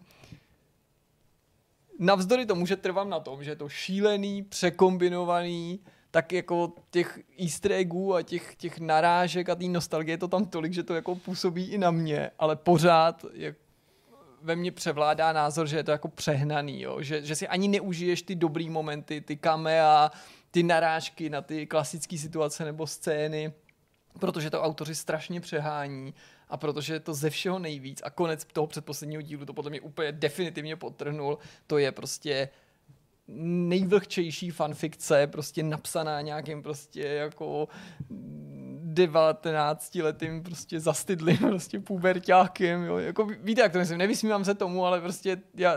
navzdory tomu, že trvám na tom, že je to šílený, překombinovaný, tak jako těch easter eggů a těch narážek a té nostalgie je to tam tolik, že to jako působí i na mě, ale pořád ve mně převládá názor, že je to jako přehnaný, jo? Že si ani neužiješ ty dobrý momenty, ty kamea, ty narážky na ty klasické situace nebo scény, protože to autoři strašně přehání a protože je to ze všeho nejvíc a konec toho předposledního dílu to podle mě úplně definitivně podtrhnul, to je prostě nejvlhčejší fanfikce, prostě napsaná nějakým prostě jako 19letým prostě zastydlým prostě puberťákem, jo, jako víte, jak to myslím, nevysmívám se tomu, ale prostě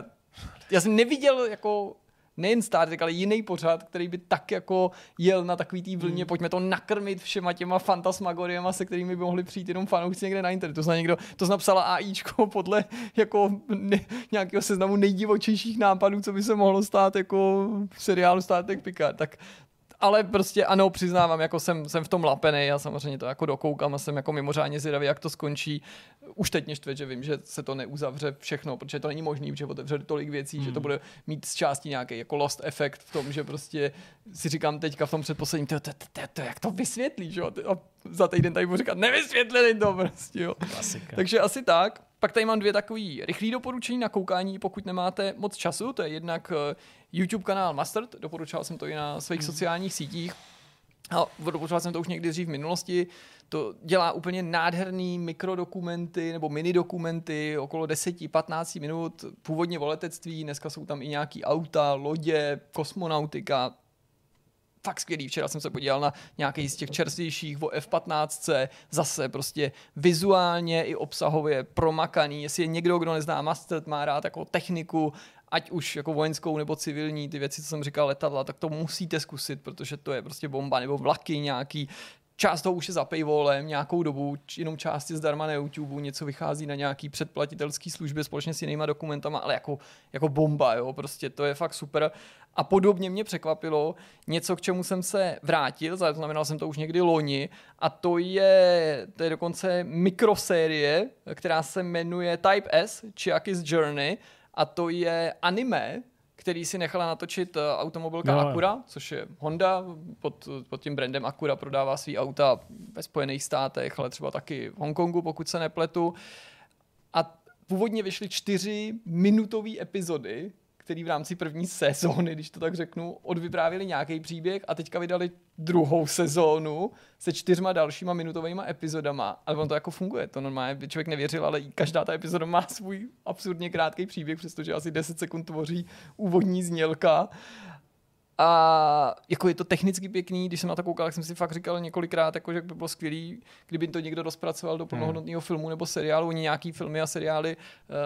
já jsem neviděl jako nejen Star Trek, ale jiný pořad, který by tak jako jel na takový tý vlně, pojďme to nakrmit všema těma fantasmagoriema, se kterými by mohli přijít jenom fanoušci někde na internetu. To napsala AIčko podle jako nějakého seznamu nejdivočejších nápadů, co by se mohlo stát jako v seriálu Star Trek Picard. Tak ale prostě ano, přiznávám, jako jsem v tom lapenej a samozřejmě to jako dokoukám a jsem jako mimořádně zvědavý, jak to skončí. Už teď mě štve, že vím, že se to neuzavře všechno, protože to není možný, protože otevře tolik věcí, že to bude mít z části nějaký jako lost efekt v tom, že prostě si říkám teďka v tom předposledním, jak to vysvětlíš, jo? A za týden tady budu říkat, nevysvětlili to prostě, jo. Klasika. Takže asi tak. Pak tady mám 2 takový rychlý doporučení na koukání, pokud nemáte moc času. To je jednak YouTube kanál Mustard, doporučoval jsem to i na svých sociálních sítích. A doporučoval jsem to už někdy dřív v minulosti. To dělá úplně nádherný mikrodokumenty nebo minidokumenty, okolo 10-15 minut, původně o letectví, dneska jsou tam i nějaký auta, lodě, kosmonautika. Fakt skvělý. Včera jsem se podíval na nějaký z těch čerstvějších o F-15, zase prostě vizuálně i obsahově promakaný. Jestli je někdo, kdo nezná Mustard, má rád jako techniku, ať už jako vojenskou nebo civilní, ty věci, co jsem říkal, letadla, tak to musíte zkusit, protože to je prostě bomba, nebo vlaky nějaký. Část toho už je za paywallem nějakou dobu, jenom části zdarma na YouTube, něco vychází na nějaký předplatitelský službě společně s jinýma dokumentama, ale jako bomba, jo, prostě to je fakt super. A podobně mě překvapilo něco, k čemu jsem se vrátil, znamenal jsem to už někdy loni, a to je dokonce mikrosérie, která se jmenuje Type S, Chiaki's Journey, a to je anime, který si nechala natočit automobilka Acura, což je Honda, pod tím brandem Acura prodává svý auta ve Spojených státech, ale třeba taky v Hongkongu, pokud se nepletu. A původně vyšly 4-minutové epizody, který v rámci první sezóny, když to tak řeknu, odvyprávěli nějaký příběh a teďka vydali druhou sezónu se 4 dalšíma minutovými epizodama. Ale on to jako funguje, to normálně by člověk nevěřil, ale každá ta epizoda má svůj absurdně krátký příběh, přestože asi 10 sekund tvoří úvodní znělka. A jako je to technicky pěkný, když jsem na to koukal, tak jsem si fakt říkal několikrát, jako, že by bylo skvělý, kdyby to někdo rozpracoval do plnohodnotného filmu nebo seriálu. Oni nějaký filmy a seriály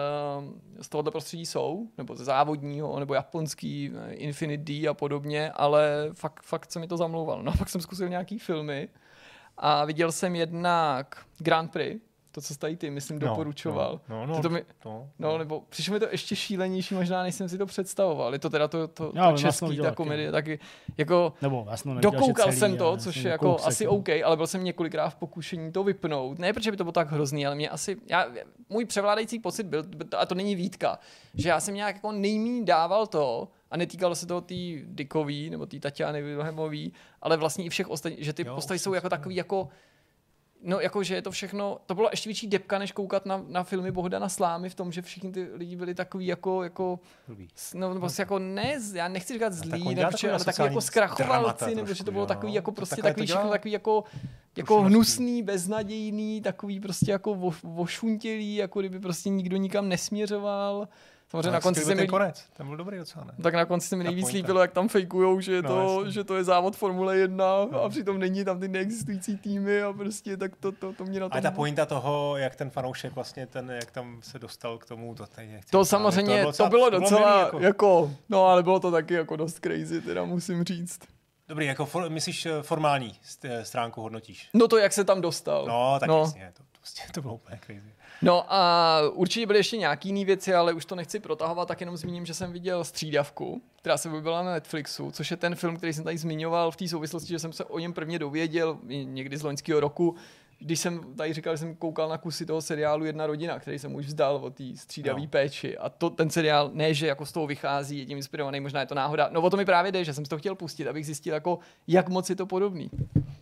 z tohoto prostředí jsou, nebo ze závodního, nebo japonský, Infinite D a podobně, ale fakt se mi to zamlouvalo. No a pak jsem zkusil nějaký filmy a viděl jsem jednak Grand Prix, to, co tady ty, myslím, doporučoval. Nebo přišlo mi to ještě šílenější, možná než jsem si to představoval. Je to teda to český, ta komedie, taky jako dokoukal jsem to, což je jako asi OK, ale byl jsem několikrát v pokušení to vypnout. Ne, protože by to bylo tak hrozný, ale mě asi, můj převládající pocit byl, a to není výtka, že já jsem nějak jako nejmíň dával to, a netýkalo se toho tý Dickový, nebo tý Tatiany Wilhelmový, ale vlastně i všech ostatních, že ty postavy jsou jako takový jako no, jakože je to všechno, to bylo ještě větší depka, než koukat na filmy Bohdana Slámy v tom, že všichni ty lidi byli takový jako no, prostě jako ne, já nechci říkat zlý, nebo ale taky jako zkrachovalci, nebo že to bylo takový jako prostě takový všechno takový jako hnusný, beznadějný, takový prostě jako vošuntělý, jako kdyby prostě nikdo nikam nesměřoval. Samozřejmě na konci se mi konec. Ten byl dobrý docela, ne? Tak na konci se mi nejvíc líbilo, jak tam fejkujou, že to je závod Formule 1 a přitom není tam ty neexistující týmy a prostě tak to mě na tom... A ta pointa toho, jak ten fanoušek vlastně jak tam se dostal k tomu, to samozřejmě, to bylo docela jako, no ale bylo to taky jako dost crazy, teda musím říct. Dobrý, jako myslíš formální stránku hodnotíš? No to, jak se tam dostal. No, tak jasně, to bylo úplně crazy. No a určitě byly ještě nějaký jiný věci, ale už to nechci protahovat, tak jenom zmíním, že jsem viděl Střídavku, která se objevila na Netflixu, což je ten film, který jsem tady zmiňoval v té souvislosti, že jsem se o něm prvně dověděl někdy z loňského roku, když jsem tady říkal, že jsem koukal na kusy toho seriálu Jedna rodina, který jsem už vzdal o té střídavé péči. A ten seriál, ne, že jako z toho vychází, je tím inspirovaný, možná je to náhoda. No o to mi právě jde, že jsem si to chtěl pustit, abych zjistil, jako, jak moc je to podobný.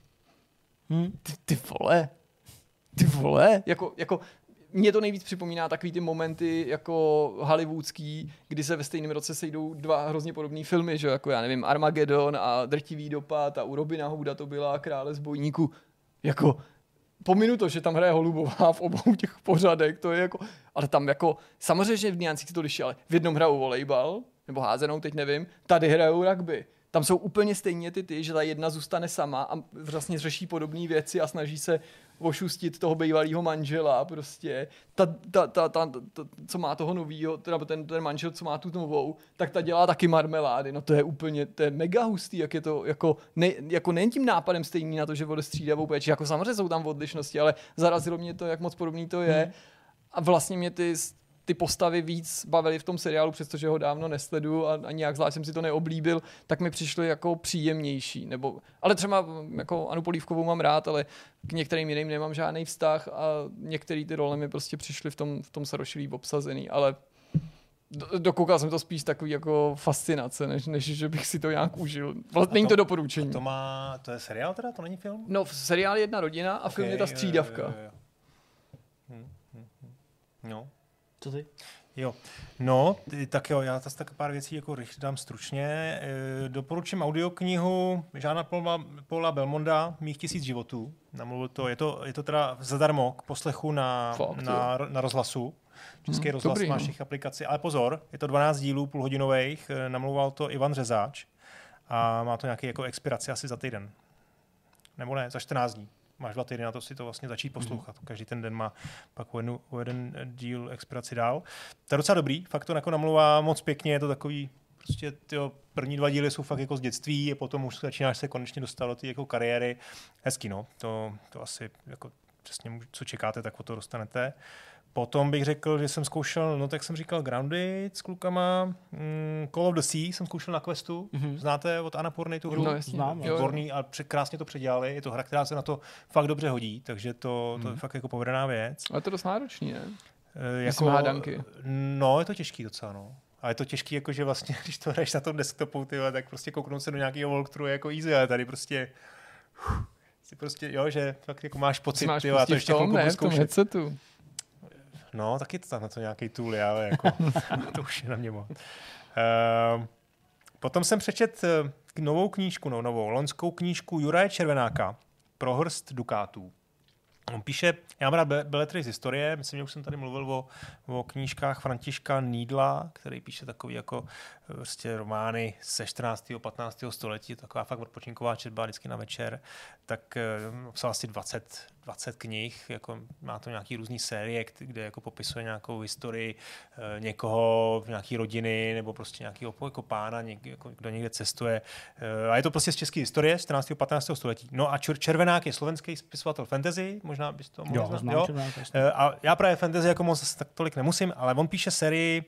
Ty vole, jako mě to nejvíc připomíná takový ty momenty jako hollywoodský, kdy se ve stejném roce sejdou dva hrozně podobné filmy, že jako já nevím, Armageddon a Drtivý dopad a u Robina Hooda to byla Krále zbojníků. Jako pominu to, že tam hraje Holubová v obou těch pořadech, to je jako, ale tam jako, samozřejmě, že v niancích to liší, ale v jednom hrajou volejbal, nebo házenou, teď nevím, tady hrajou rugby. Tam jsou úplně stejně ty, že ta jedna zůstane sama a vlastně řeší podobné věci a snaží se ošustit toho bývalého manžela prostě. Co má toho novýho, teda ten manžel, co má tu novou, tak ta dělá taky marmelády. No to je úplně, to je mega hustý, jak je to jako nejen tím nápadem stejný na to, že vode střídavou péči, jako samozřejmě jsou tam odlišnosti, ale zarazilo mě to, jak moc podobný to je. A vlastně mě ty postavy víc bavily v tom seriálu, přestože ho dávno nesleduju a nějak zvlášť jsem si to neoblíbil, tak mi přišly jako příjemnější. Ale třeba jako Anu Polívkovou mám rád, ale k některým jiným nemám žádný vztah a některé ty role mi prostě přišly v tom Sarošilí obsazený, ale dokoukal jsem to spíš takový jako fascinace, než že bych si to nějak užil. Vlastně není to doporučení. To je seriál teda? To není film? No, seriál je Jedna rodina a film je ta Střídavka. No. Co ty? Jo. No, tak jo, já tak pár věcí jako rychle dám stručně. Doporučím audioknihu Jeana Paula Belmonda Mých 1000 životů. Namluvil to, je to teda zadarmo k poslechu na rozhlasu. Český rozhlas dobrý, má všech aplikací. Ale pozor, je to 12 dílů půlhodinových, namluval to Ivan Řezáč a má to nějaký jako expiraci asi za týden. Nebo ne, za 14 dní. Máš 2 týdny na to si to vlastně začít poslouchat. Každý ten den má pak o jeden díl expiraci dál. To je docela dobrý, fakt to jako namluvá moc pěkně, je to takový, prostě první 2 díly jsou fakt jako z dětství a potom už začínáš se konečně dostat do té jako kariéry. Hezky, no, to asi jako přesně, co čekáte, tak o to dostanete. Potom bych řekl, že jsem zkoušel, no tak jsem říkal Grounded s klukama, Call of the Sea jsem zkoušel na Questu. Znáte od Annapurny tu hru? No, znám. Výborný a krásně to předělali. Je to hra, která se na to fakt dobře hodí, takže to je fakt jako povedená věc. Ale to je dost náročný, ne? Jako hádanky. No, je to těžký docela, no. A je to těžký, jakože vlastně, když to hraješ na tom desktopu, tak prostě kouknout se do nějakého walkthrough je jako easy, ale tady prostě jo, že fakt jako máš pocit, máš a to ještě chvilku zkoušet. No, taky to tam na to nějaký tool, ale jako to už je na mě moc. Potom jsem přečet novou knížku, loňskou knížku Juraje Červenáka Pro hrst dukátů. On píše, já mám rád beletry z historie, myslím, že už jsem tady mluvil o knížkách Františka Needla, který píše takový jako prostě romány ze 14. 15. století, taková fakt odpočinková četba vždycky na večer, tak psal asi 20 knih, jako má to nějaký různý série, kde jako popisuje nějakou historii někoho, nějaký rodiny, nebo prostě nějakého jako pána, kdo někde cestuje. A je to prostě z české historie, z 14. 15. století. No a Červenák je slovenský spisovatel fantasy, možná bys to mohl znát. Jo? A já právě fantasy jako moc tak tolik nemusím, ale on píše sérii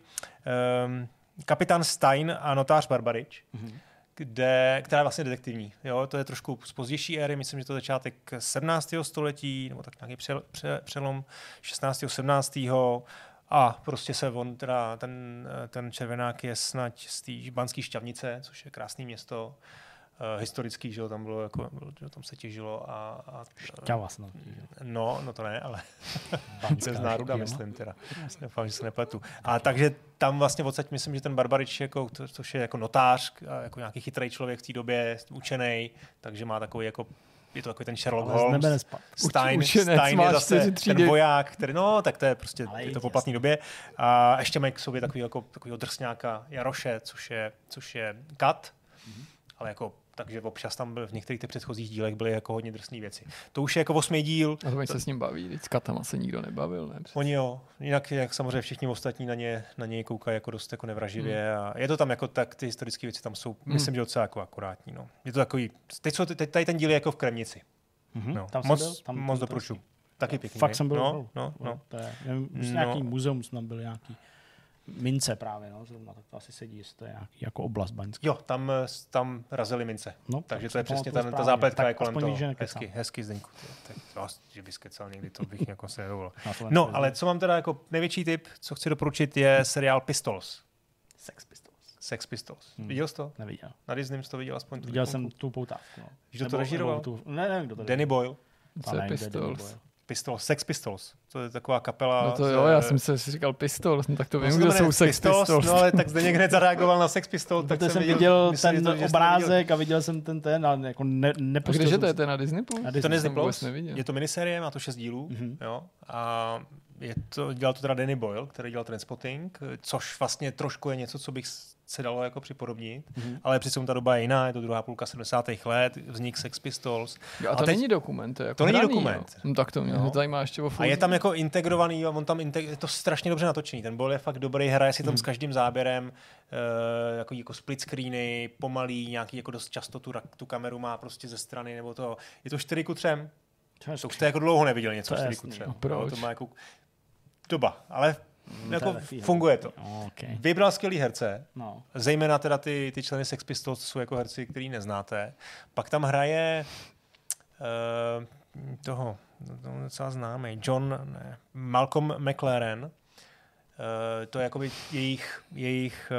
Kapitán Stein a notář Barbarič, která je vlastně detektivní. Jo? To je trošku z pozdější éry, myslím, že to je začátek 17. století, nebo tak nějaký přelom 16. 17. A prostě se on teda, ten Červenák je snad z té Banské Štiavnice, což je krásné město, historický, že jo, tam bylo jako, že tam se těžilo a Šťava snad. No to ne, ale to je z náruda, myslím teda. Doufám, že se nepletu. A takže tam vlastně odsaď myslím, že ten Barbarič, jako, což je jako notář, jako nějaký chytrý člověk v té době, učenej, takže má takový jako je to takový ten Sherlock Holmes. Stein je zase ten voják, který, no, tak to je prostě je to po platné době. A ještě mají k sobě takovýho drsňáka Jaroše, což je kat, ale jako takže občas tam v některých těch předchozích dílech byly jako hodně drsné věci. To už je jako 8. díl. A to se s ním baví, s katama se nikdo nebavil, ne? Oni jo, jinak jak samozřejmě všichni ostatní na něj koukají jako dost jako nevraživě a je to tam jako tak, ty historické věci tam jsou, myslím, že docela jako akurátní, no. Je to takový, tady ten díl je jako v Kremnici. No. Tam moc doporučuji. Taky pěkný. Fakt jsem byl. No. To je, nějaký muzeum tam byl nějaký. Mince právě, no, zrovna, tak to asi sedí, jestli to je nějaký jako oblast baňská. Jo, tam razili mince. No, takže to je přesně ta zápletka je kolem toho. Hezky Zdeňku. Že bys kecal někdy, to bych jako se nedovolil. No, ale co mám teda jako největší tip, co chci doporučit, je seriál Pistols. Sex Pistols. Viděl jsi to? Neviděl. Na Disney jsi to viděl aspoň? Viděl jsem tu poutávku. Kdo to režíroval? Ne, kdo to Danny Boyle. Co je Pistols? Sex Pistols. To je taková kapela. No to jo, já jsem si říkal Pistols, no tak to vím, kdo jsou Sex Pistols. No ale tak Zdeněk hned zareagoval na Sex Pistols. Tak jsem viděl ten obrázek a viděl jsem ten ale jako nepustil. Kde je to na Disney+? To Disney Plus. Je to miniserie, má to 6 dílů. Jo. A dělal to teda Danny Boyle, který dělal Trainspotting, což vlastně trošku je něco, co bych se dalo jako připodobnit, ale přitom ta doba je jiná, je to druhá půlka 70. let, vznik Sex Pistols. Jo, a to není dokument, to není dokument. No, tak to mě zajímá ještě o a je tam jako integrovaný, a on tam je to strašně dobře natočený. Ten Boyle je fakt dobrý, hraje si tam s každým záběrem, jako split screeny, pomalý, nějaký jako dost často tu kameru má prostě ze strany, nebo to. Je to 4:3. To jste jako dlouho neviděli něco 4:3. Proč? To má jako doba, ale jako funguje to. Okay. Vybral skvělý herce, zejména teda ty členy Sex Pistols jsou jako herci, který neznáte. Pak tam hraje toho docela známý, Malcolm McLaren. To je jakoby jejich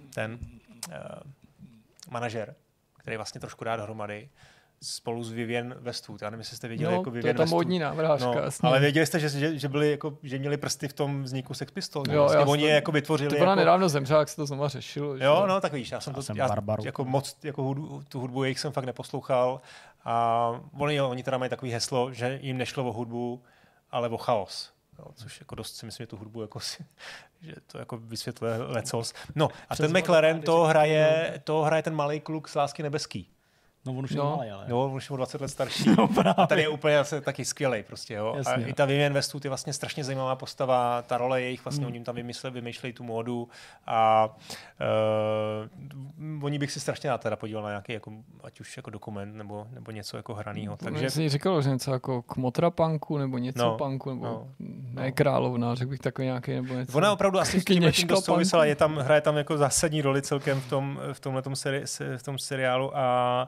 manažer, který vlastně trošku dá dohromady. Spolu s Vivienne Westwood. Já nevím, jestli jste viděli jako Vivienne Westwood. To je ta módní návrhářka. No, ale věděli jste, že byli jako, že měli prsty v tom vzniku Sex Pistols. Vlastně oni je jako vytvořili. To ona nedávno zemřela, jak se to znova řešilo. Jo, no tak víš, já jako moc jako tu hudbu jejich jsem fakt neposlouchal a oni teda mají takový heslo, že jim nešlo o hudbu, ale o chaos. Jo, což jako dost si myslím, že tu hudbu jako že to jako vysvětluje lecos. No a ten McLaren toho hraje ten malý kluk z Lásky nebeský. No on už je malý, ale. No, on už je o 20 let starší. A tady je úplně taky skvělej prostě, jo. Jasně, a i ta Vivienne Westwood je vlastně strašně zajímavá postava, ta role jejich vlastně, oni tam vymýšlejí tu módu a oni bych si strašně rád teda podíval na nějaký, jako, ať už jako dokument, nebo něco jako hranýho. Takže jsi říkal, že něco jako Kmotra punku, nebo něco punku, nebo ne královna, řekl bych takový nějaký, nebo něco. Ona opravdu asi s tím dost souvisela, hraje tam jako zásadní roli celkem v tom seriálu a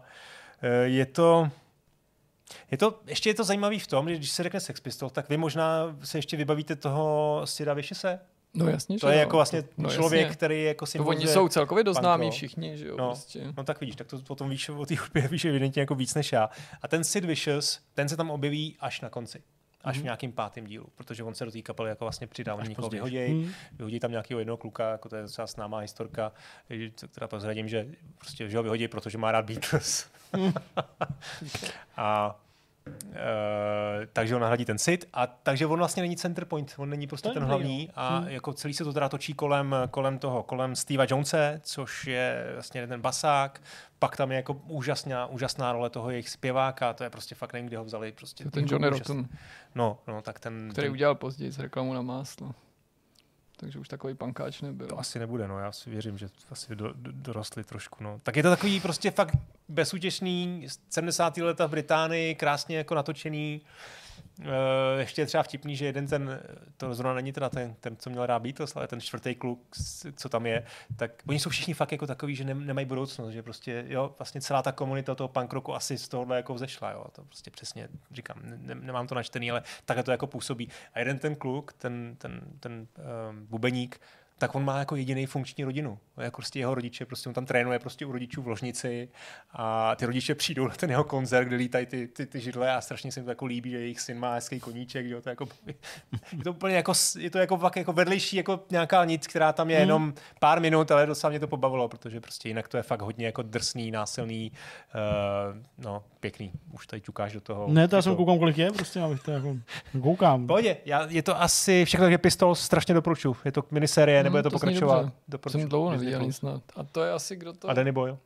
ještě je to zajímavý v tom, že když se řekne Sex Pistols, tak vy možná se ještě vybavíte toho Sida Viciouse. No jasně, to je jako vlastně člověk, který jako symbol. Oni jsou celkově dost známí všichni, že jo. No tak vidíš, tak to potom víš o té hudbě víš evidentně jako víc než já. A ten Sid Vicious, ten se tam objeví až na konci. Až v nějakým 5. dílu, protože on se do té kapely jako vlastně přidá, oni někoho vyhodí tam nějakého jednoho kluka, jako to je docela známá historka, která prozradím, že prostě že ho vyhodí, protože má rád Beatles. A Takže on nahradí ten Sid a takže on vlastně není center point, on není prostě ten hlavní a jako celý se to teda točí kolem Steva Jonese, což je vlastně ten basák, pak tam je jako úžasná role toho jejich zpěváka, to je prostě fakt nevím, kde ho vzali. Prostě to ten Johnny Rotten. No, tak který udělal později s reklamu na máslo. Takže už takový pankáč nebyl. To asi nebude, no, já si věřím, že asi dorostli trošku, no. Tak je to takový prostě fakt bezútěšný 70. leta v Británii, krásně jako natočený. Ještě je třeba vtipný, že jeden to zrovna není teda ten, co měl rád Beatles, ale ten čtvrtý kluk, co tam je, tak oni jsou všichni fakt jako takový, že nemají budoucnost, že prostě, jo, vlastně celá ta komunita toho punk rocku asi z tohohle jako vzešla, jo, to prostě přesně říkám, nemám to načtený, ale takhle to jako působí. A jeden ten kluk, ten bubeník, tak on má jako jediný funkční rodinu. Jako prostě jeho rodiče, prostě on tam trénuje prostě u rodičů v ložnici a ty rodiče přijdou na ten jeho koncert, kde lítají ty židle a strašně se jim to jako líbí, že jejich syn má hezký koníček, jo, to jako, je to úplně jako, je to jako vedlejší jako nějaká nic, která tam je jenom pár minut, ale docela mě to pobavilo, protože prostě jinak to je fakt hodně jako drsný, násilný, no, pěkný. Už tady ťukáš do toho. Ne, to já jsem koukám, kolik je, prostě abych to jako koukám. Pohodě, je to asi všechno, takže Pistols strašně doporučuji. Je to minisérie, nebude to pokračovat. Jsem dlouho neviděl nic snad. A to je asi kdo to... A Danny Boyle.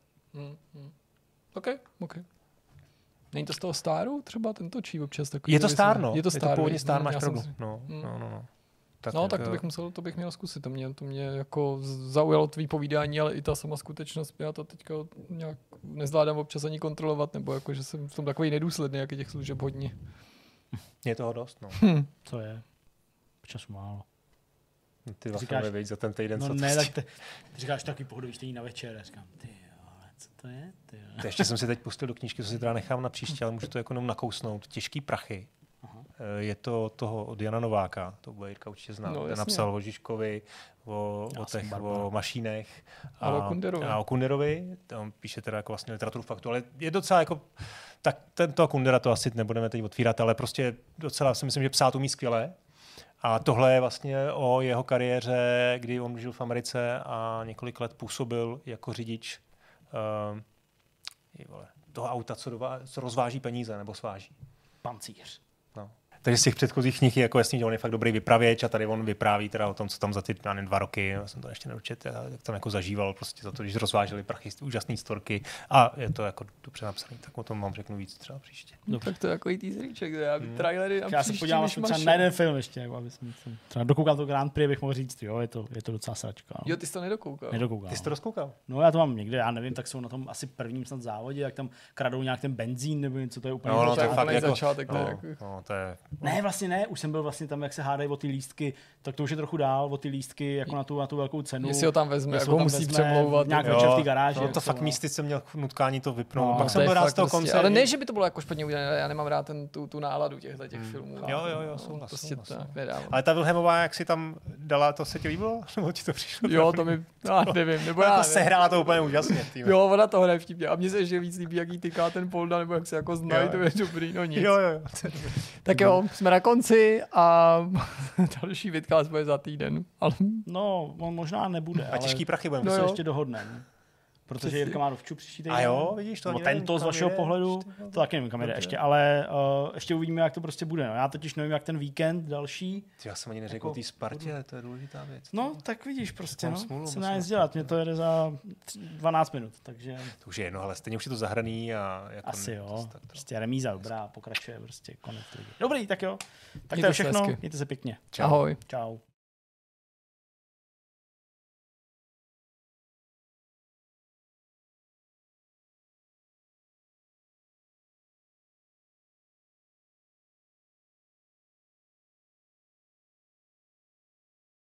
OK. Není to z toho Staru? Třeba ten točí občas takový. Je to Star, no. Je to původně Star, máš pravdu. No. Tak to bych měl zkusit. To mě jako zaujalo tvý povídání, ale i ta sama skutečnost. Já to teďka nějak nezvládám občas ani kontrolovat, nebo jako, že jsem v tom takový nedůsledný, jak je těch služeb hodně. Je toho dost, no. Co je? Času málo. Ty vlastně veď za ten týden. No ne, tak ty říkáš takový pohodový čtení na večer. Já říkám, co to je? To ještě jsem si teď pustil do knížky, co si teda nechám na příště, ale můžu to jako jenom nakousnout. Těžký prachy. Aha. Je to toho od Jana Nováka, to bude Jirka určitě znát. No, napsal o Žižkovi, o Mašínech a o Kunderovi. Tam píše teda jako vlastně literaturu faktu, ale je docela jako, tak tento Kundera to asi nebudeme teď otvírat, ale prostě docela si myslím, že psát umí skvěle. A tohle je vlastně o jeho kariéře, kdy on žil v Americe a několik let působil jako řidič toho auta, co rozváží peníze nebo sváží. Pancíř. No. Takže z těch předchozích knih je jako jasný, že on je fakt dobrý vypravěč a tady on vypráví teda o tom, co tam za ty 2 roky, já jsem to ještě neučit, jak tam jako zažíval prostě za to, když rozváželi prachy, úžasný storky a je to jako dobře napsaný, tak o tom vám řeknu víc třeba příště. No tak to je jako i teaseríček, já trailery já se podívám třeba na jeden film ještě, jako aby jsem třeba dokoukal to Grand Prix, bych mohl říct, jo, je to docela sračka. Jo, ty jsi to nedokoukal. Ty jsi to rozkoukal? No já to mám někde, já nevím, tak jsou na tom asi prvním snad závodě, jak tam kradou nějak ten benzín nebo něco, to je úplně začátek. Ne, vlastně ne, už jsem byl vlastně tam, jak se hádají o ty lístky, tak to už je trochu dál, o ty lístky jako na tu velkou cenu. Jestli ho tam vezme, jako musí přemlouvat. Nějak večer v té garáži. No, to fakt místy jsem měl nutkání to vypnout. No, pak jsem byl rád z toho konce. Ale ne, že by to bylo jako špatně udělané, já nemám rád tu náladu těch filmů. Jo, souhlas. Prostě tak nedávám. Ale ta Wilhelmová, jak si tam dala, to se ti líbilo? Nebo ti to přišlo? Jo, to mi, nevím, nebo já. Sehrála to úplně úžasně. Jo, ona to hraje vtipně. A mně se ještě víc líbí, jak jí tyká ten Polda, nebo jak se jako znají, to je dobrý, no nic. Jo. Tak jo, jsme na konci a další vidcast bude za týden. Ale... No, on možná nebude. A těžký prachy budeme. To se ještě dohodneme. Protože Jirka má dovču příští týden. A jo, vidíš to. No, tento z vašeho pohledu, to taky nevím, kam jde ještě, ale ještě uvidíme, jak to prostě bude. No. Já totiž nevím, jak ten víkend další. Já jsem ani neřekl o té Spartě, to je důležitá věc. No, tak vidíš prostě, se dá nic dělat. Mě to jede za 12 minut, takže... To už je jedno, ale stejně už je to zahraný a... Jako asi jo, prostě remíza dobrá, pokračuje prostě konec ligy. Dobrý, tak jo. Tak to je všechno, mějte se pěkně. Ahoj. Čau.